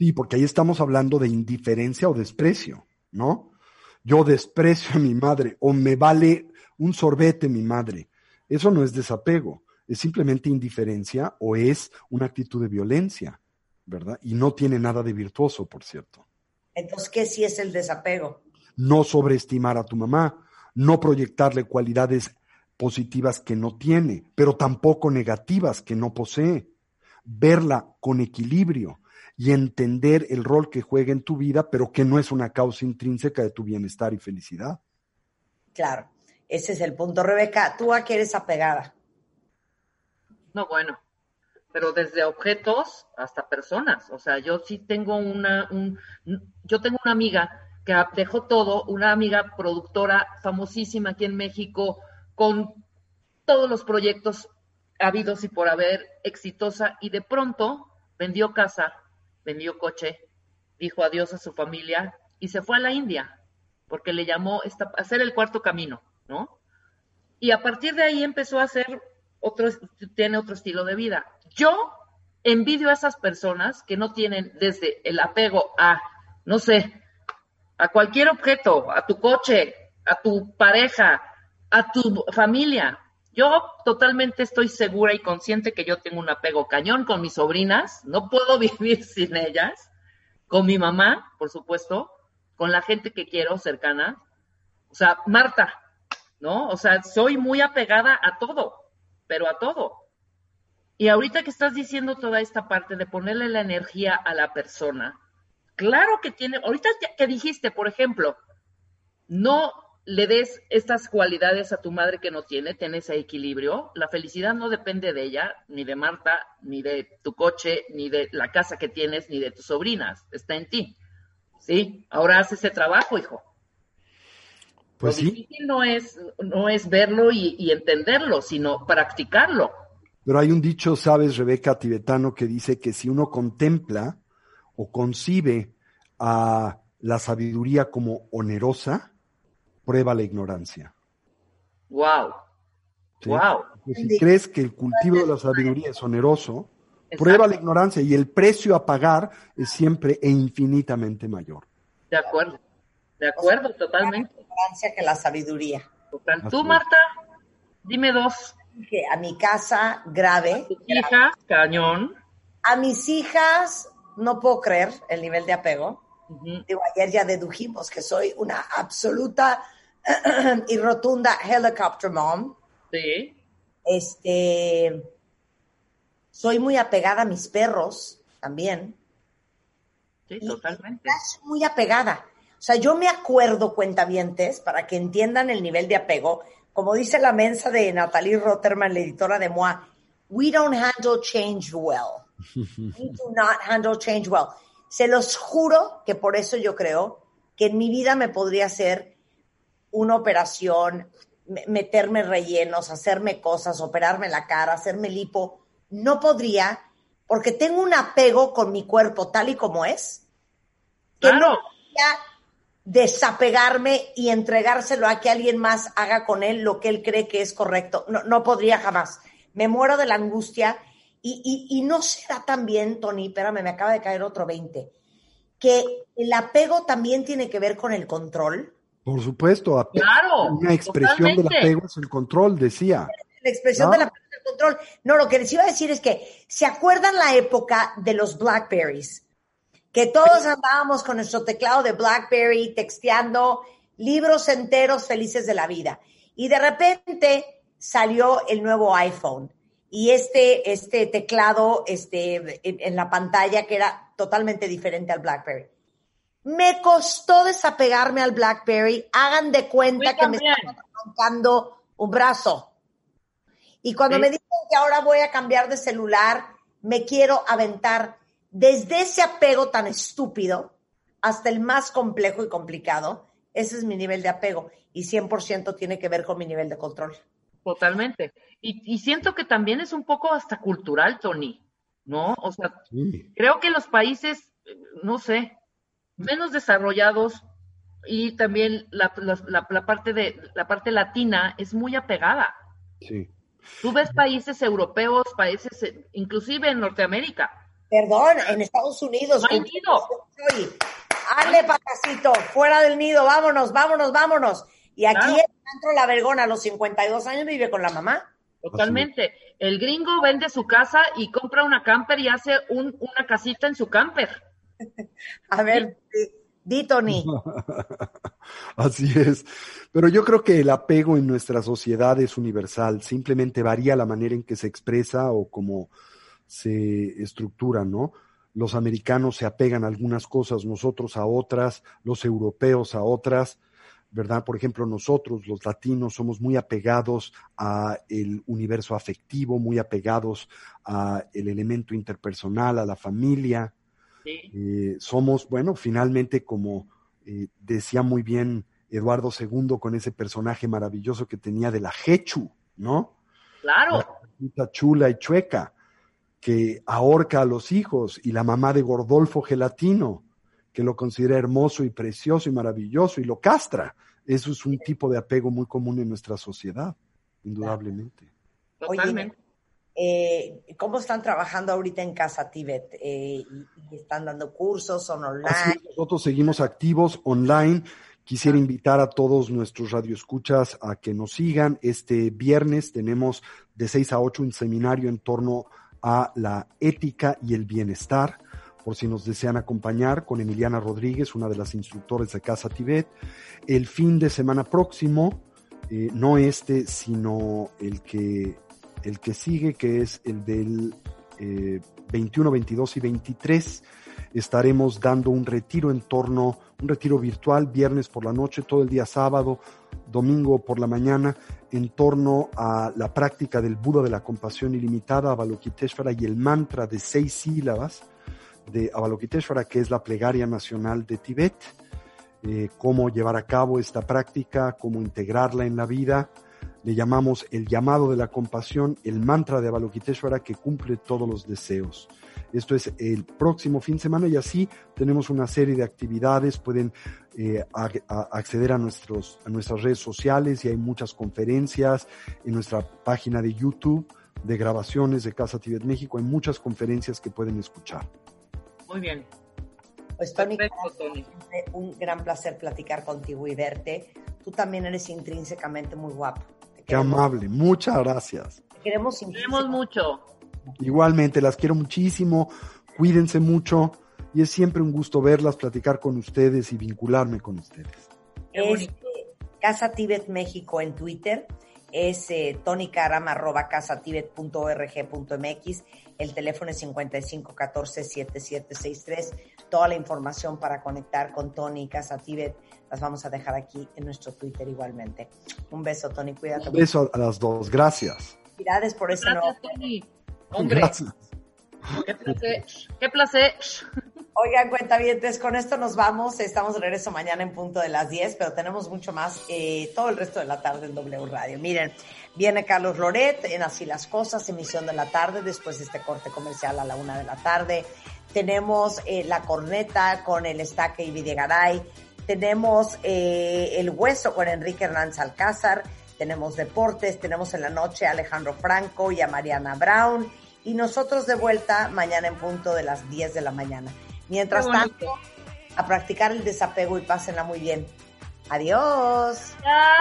Sí, porque ahí estamos hablando de indiferencia o desprecio, ¿no? Yo desprecio a mi madre o me vale un sorbete mi madre. Eso no es desapego, es simplemente indiferencia o es una actitud de violencia, ¿verdad? Y no tiene nada de virtuoso, por cierto.
Entonces, ¿qué sí es el desapego?
No sobreestimar a tu mamá, no proyectarle cualidades positivas que no tiene, pero tampoco negativas que no posee. Verla con equilibrio y entender el rol que juega en tu vida, pero que no es una causa intrínseca de tu bienestar y felicidad.
Claro, ese es el punto. Rebeca, ¿tú a qué eres apegada?
No, bueno, pero desde objetos hasta personas. O sea, yo sí tengo una, un, yo tengo una amiga que dejó todo, una amiga productora famosísima aquí en México, con todos los proyectos habidos y por haber, exitosa, y de pronto vendió casa, vendió coche, dijo adiós a su familia y se fue a la India, porque le llamó esta, hacer el cuarto camino, ¿no? Y a partir de ahí empezó a hacer otro, tiene otro estilo de vida. Yo envidio a esas personas que no tienen desde el apego a, no sé, a cualquier objeto, a tu coche, a tu pareja, a tu familia. Yo totalmente estoy segura y consciente que yo tengo un apego cañón con mis sobrinas, no puedo vivir sin ellas, con mi mamá, por supuesto, con la gente que quiero cercana, o sea, Marta, ¿no? O sea, soy muy apegada a todo, pero a todo. Y ahorita que estás diciendo toda esta parte de ponerle la energía a la persona, claro que tiene, ahorita que dijiste, por ejemplo, no le des estas cualidades a tu madre que no tiene, ten ese equilibrio. La felicidad no depende de ella, ni de Marta, ni de tu coche, ni de la casa que tienes, ni de tus sobrinas. Está en ti. ¿Sí? Ahora haz ese trabajo, hijo.
Pues
Lo difícil sí. no es, no es verlo y, y entenderlo, sino practicarlo.
Pero hay un dicho, sabes, Rebeca, tibetano, que dice que si uno contempla o concibe a la sabiduría como onerosa, prueba la ignorancia.
Wow.
¿Sí?
Wow.
Porque si crees que el cultivo de la sabiduría es oneroso,
Exacto.
Prueba la ignorancia y el precio a pagar es siempre e infinitamente mayor.
De acuerdo. De acuerdo, o sea, totalmente.
La ignorancia que la sabiduría.
Total. Tú, Marta, dime dos.
Que a mi casa, grave.
A tus hijas, cañón.
A mis hijas, no puedo creer el nivel de apego. Uh-huh. Digo, ayer ya dedujimos que soy una absoluta y rotunda helicopter mom.
Sí.
Este, soy muy apegada a mis perros también.
Sí,
y,
totalmente.
Y soy muy apegada. O sea, yo me acuerdo, cuentavientes, para que entiendan el nivel de apego, como dice la mensa de Natalie Rotterman, la editora de M O A, we don't handle change well. We do not handle change well. Se los juro que por eso yo creo que en mi vida me podría hacer una operación, meterme rellenos, hacerme cosas, operarme la cara, hacerme lipo. No podría, porque tengo un apego con mi cuerpo tal y como es, que
claro.
no podría desapegarme y entregárselo a que alguien más haga con él lo que él cree que es correcto. No, no podría jamás. Me muero de la angustia. Y, y, y no será también, Tony, espérame, me acaba de caer otro veinte, que el apego también tiene que ver con el control.
Por supuesto, ape-
claro,
una expresión
totalmente.
del apego es el control, decía.
La expresión
¿no?
del apego es el control. No, lo que les iba a decir es que, ¿se acuerdan la época de los Blackberries? Que todos andábamos con nuestro teclado de Blackberry, texteando libros enteros felices de la vida. Y de repente salió el nuevo iPhone. Y este, este teclado este, en, en la pantalla que era totalmente diferente al BlackBerry. Me costó desapegarme al BlackBerry. Hagan de cuenta que me estaba arrancando un brazo. Y cuando ¿Sí? me dicen que ahora voy a cambiar de celular, me quiero aventar desde ese apego tan estúpido hasta el más complejo y complicado. Ese es mi nivel de apego. Y cien por ciento tiene que ver con mi nivel de control.
Totalmente. Y, y siento que también es un poco hasta cultural, Tony, ¿no? O sea, sí. creo que los países, no sé, menos desarrollados y también la, la, la, la parte de la parte latina es muy apegada.
Sí.
Tú ves países europeos, países, inclusive en Norteamérica,
Perdón, en Estados Unidos.
No hay nido.
Ale, papacito, fuera del nido, vámonos, vámonos, vámonos. Y aquí
Claro.
el Antro La Vergona a los cincuenta y dos años vive con la mamá.
Totalmente. El gringo vende su casa y compra una camper y hace un, una casita en su camper.
A ver, di, di, Tony.
Así es. Pero yo creo que el apego en nuestra sociedad es universal. Simplemente varía la manera en que se expresa o cómo se estructura, ¿no? Los americanos se apegan a algunas cosas, nosotros a otras, los europeos a otras, ¿verdad? Por ejemplo, nosotros, los latinos, somos muy apegados a el universo afectivo, muy apegados a el elemento interpersonal, a la familia.
Sí.
Eh, somos, bueno, finalmente, como eh, decía muy bien Eduardo segundo con ese personaje maravilloso que tenía de la Jechu, ¿no?
Claro.
La chiquita chula y chueca, que ahorca a los hijos, y la mamá de Gordolfo Gelatino, que lo considera hermoso y precioso y maravilloso y lo castra. Eso es un tipo de apego muy común en nuestra sociedad, indudablemente.
Totalmente.
Oye, eh, ¿cómo están trabajando ahorita en Casa Tíbet? Eh, y, y ¿Están dando cursos? ¿Son online?
Así es, nosotros seguimos activos online. Quisiera invitar a todos nuestros radioescuchas a que nos sigan. Este viernes tenemos de seis a ocho un seminario en torno a la ética y el bienestar, por si nos desean acompañar, con Emiliana Rodríguez, una de las instructores de Casa Tíbet. El fin de semana próximo, eh, no este, sino el que, el que sigue, que es el del eh, veintiuno, veintidós y veintitrés, estaremos dando un retiro en torno, un retiro virtual, viernes por la noche, todo el día sábado, domingo por la mañana, en torno a la práctica del Buda de la compasión ilimitada, Avalokiteshvara, y el mantra de seis sílabas de Avalokiteshvara, que es la plegaria nacional de Tibet, eh, cómo llevar a cabo esta práctica, cómo integrarla en la vida. Le llamamos el llamado de la compasión, el mantra de Avalokiteshvara que cumple todos los deseos. Esto es el próximo fin de semana, y así tenemos una serie de actividades. Pueden eh, a, a acceder a, nuestros, a nuestras redes sociales, y hay muchas conferencias en nuestra página de YouTube de grabaciones de Casa Tíbet México. Hay muchas conferencias que pueden escuchar.
Muy bien.
Pues Tony,
Perfecto, Tony.
un gran placer platicar contigo y verte. Tú también eres intrínsecamente muy guapo. Te
Qué
queremos,
amable, muchas gracias.
te queremos
Queremos mucho.
Igualmente, las quiero muchísimo, cuídense mucho, y es siempre un gusto verlas, platicar con ustedes y vincularme con ustedes.
Es, eh, Casa Tíbet México en Twitter, es eh, tonykaram arroba casatibet punto org punto mx, el teléfono es cincuenta y cinco catorce setenta y siete sesenta y tres. Toda la información para conectar con Tony y Casa Tíbet las vamos a dejar aquí en nuestro Twitter igualmente. Un beso, Tony, cuídate.
Un beso a las dos, gracias.
Felicidades por ese
Gracias,
nuevo.
Tony. Hombre,
Gracias.
qué placer. Qué placer.
Oigan, cuentavientes, con esto nos vamos. Estamos de regreso mañana en punto de las diez, pero tenemos mucho más eh, todo el resto de la tarde en W Radio. Miren, viene Carlos Loret en Así las Cosas, emisión de la tarde, después de este corte comercial a la una de la tarde. Tenemos eh, La Corneta con el Estaque y Videgaray. Tenemos eh, El Hueso con Enrique Hernández Alcázar. Tenemos deportes, tenemos en la noche a Alejandro Franco y a Mariana Brown. Y nosotros de vuelta mañana en punto de las diez de la mañana. Mientras tanto, a practicar el desapego y pásenla muy bien. Adiós.
Chao.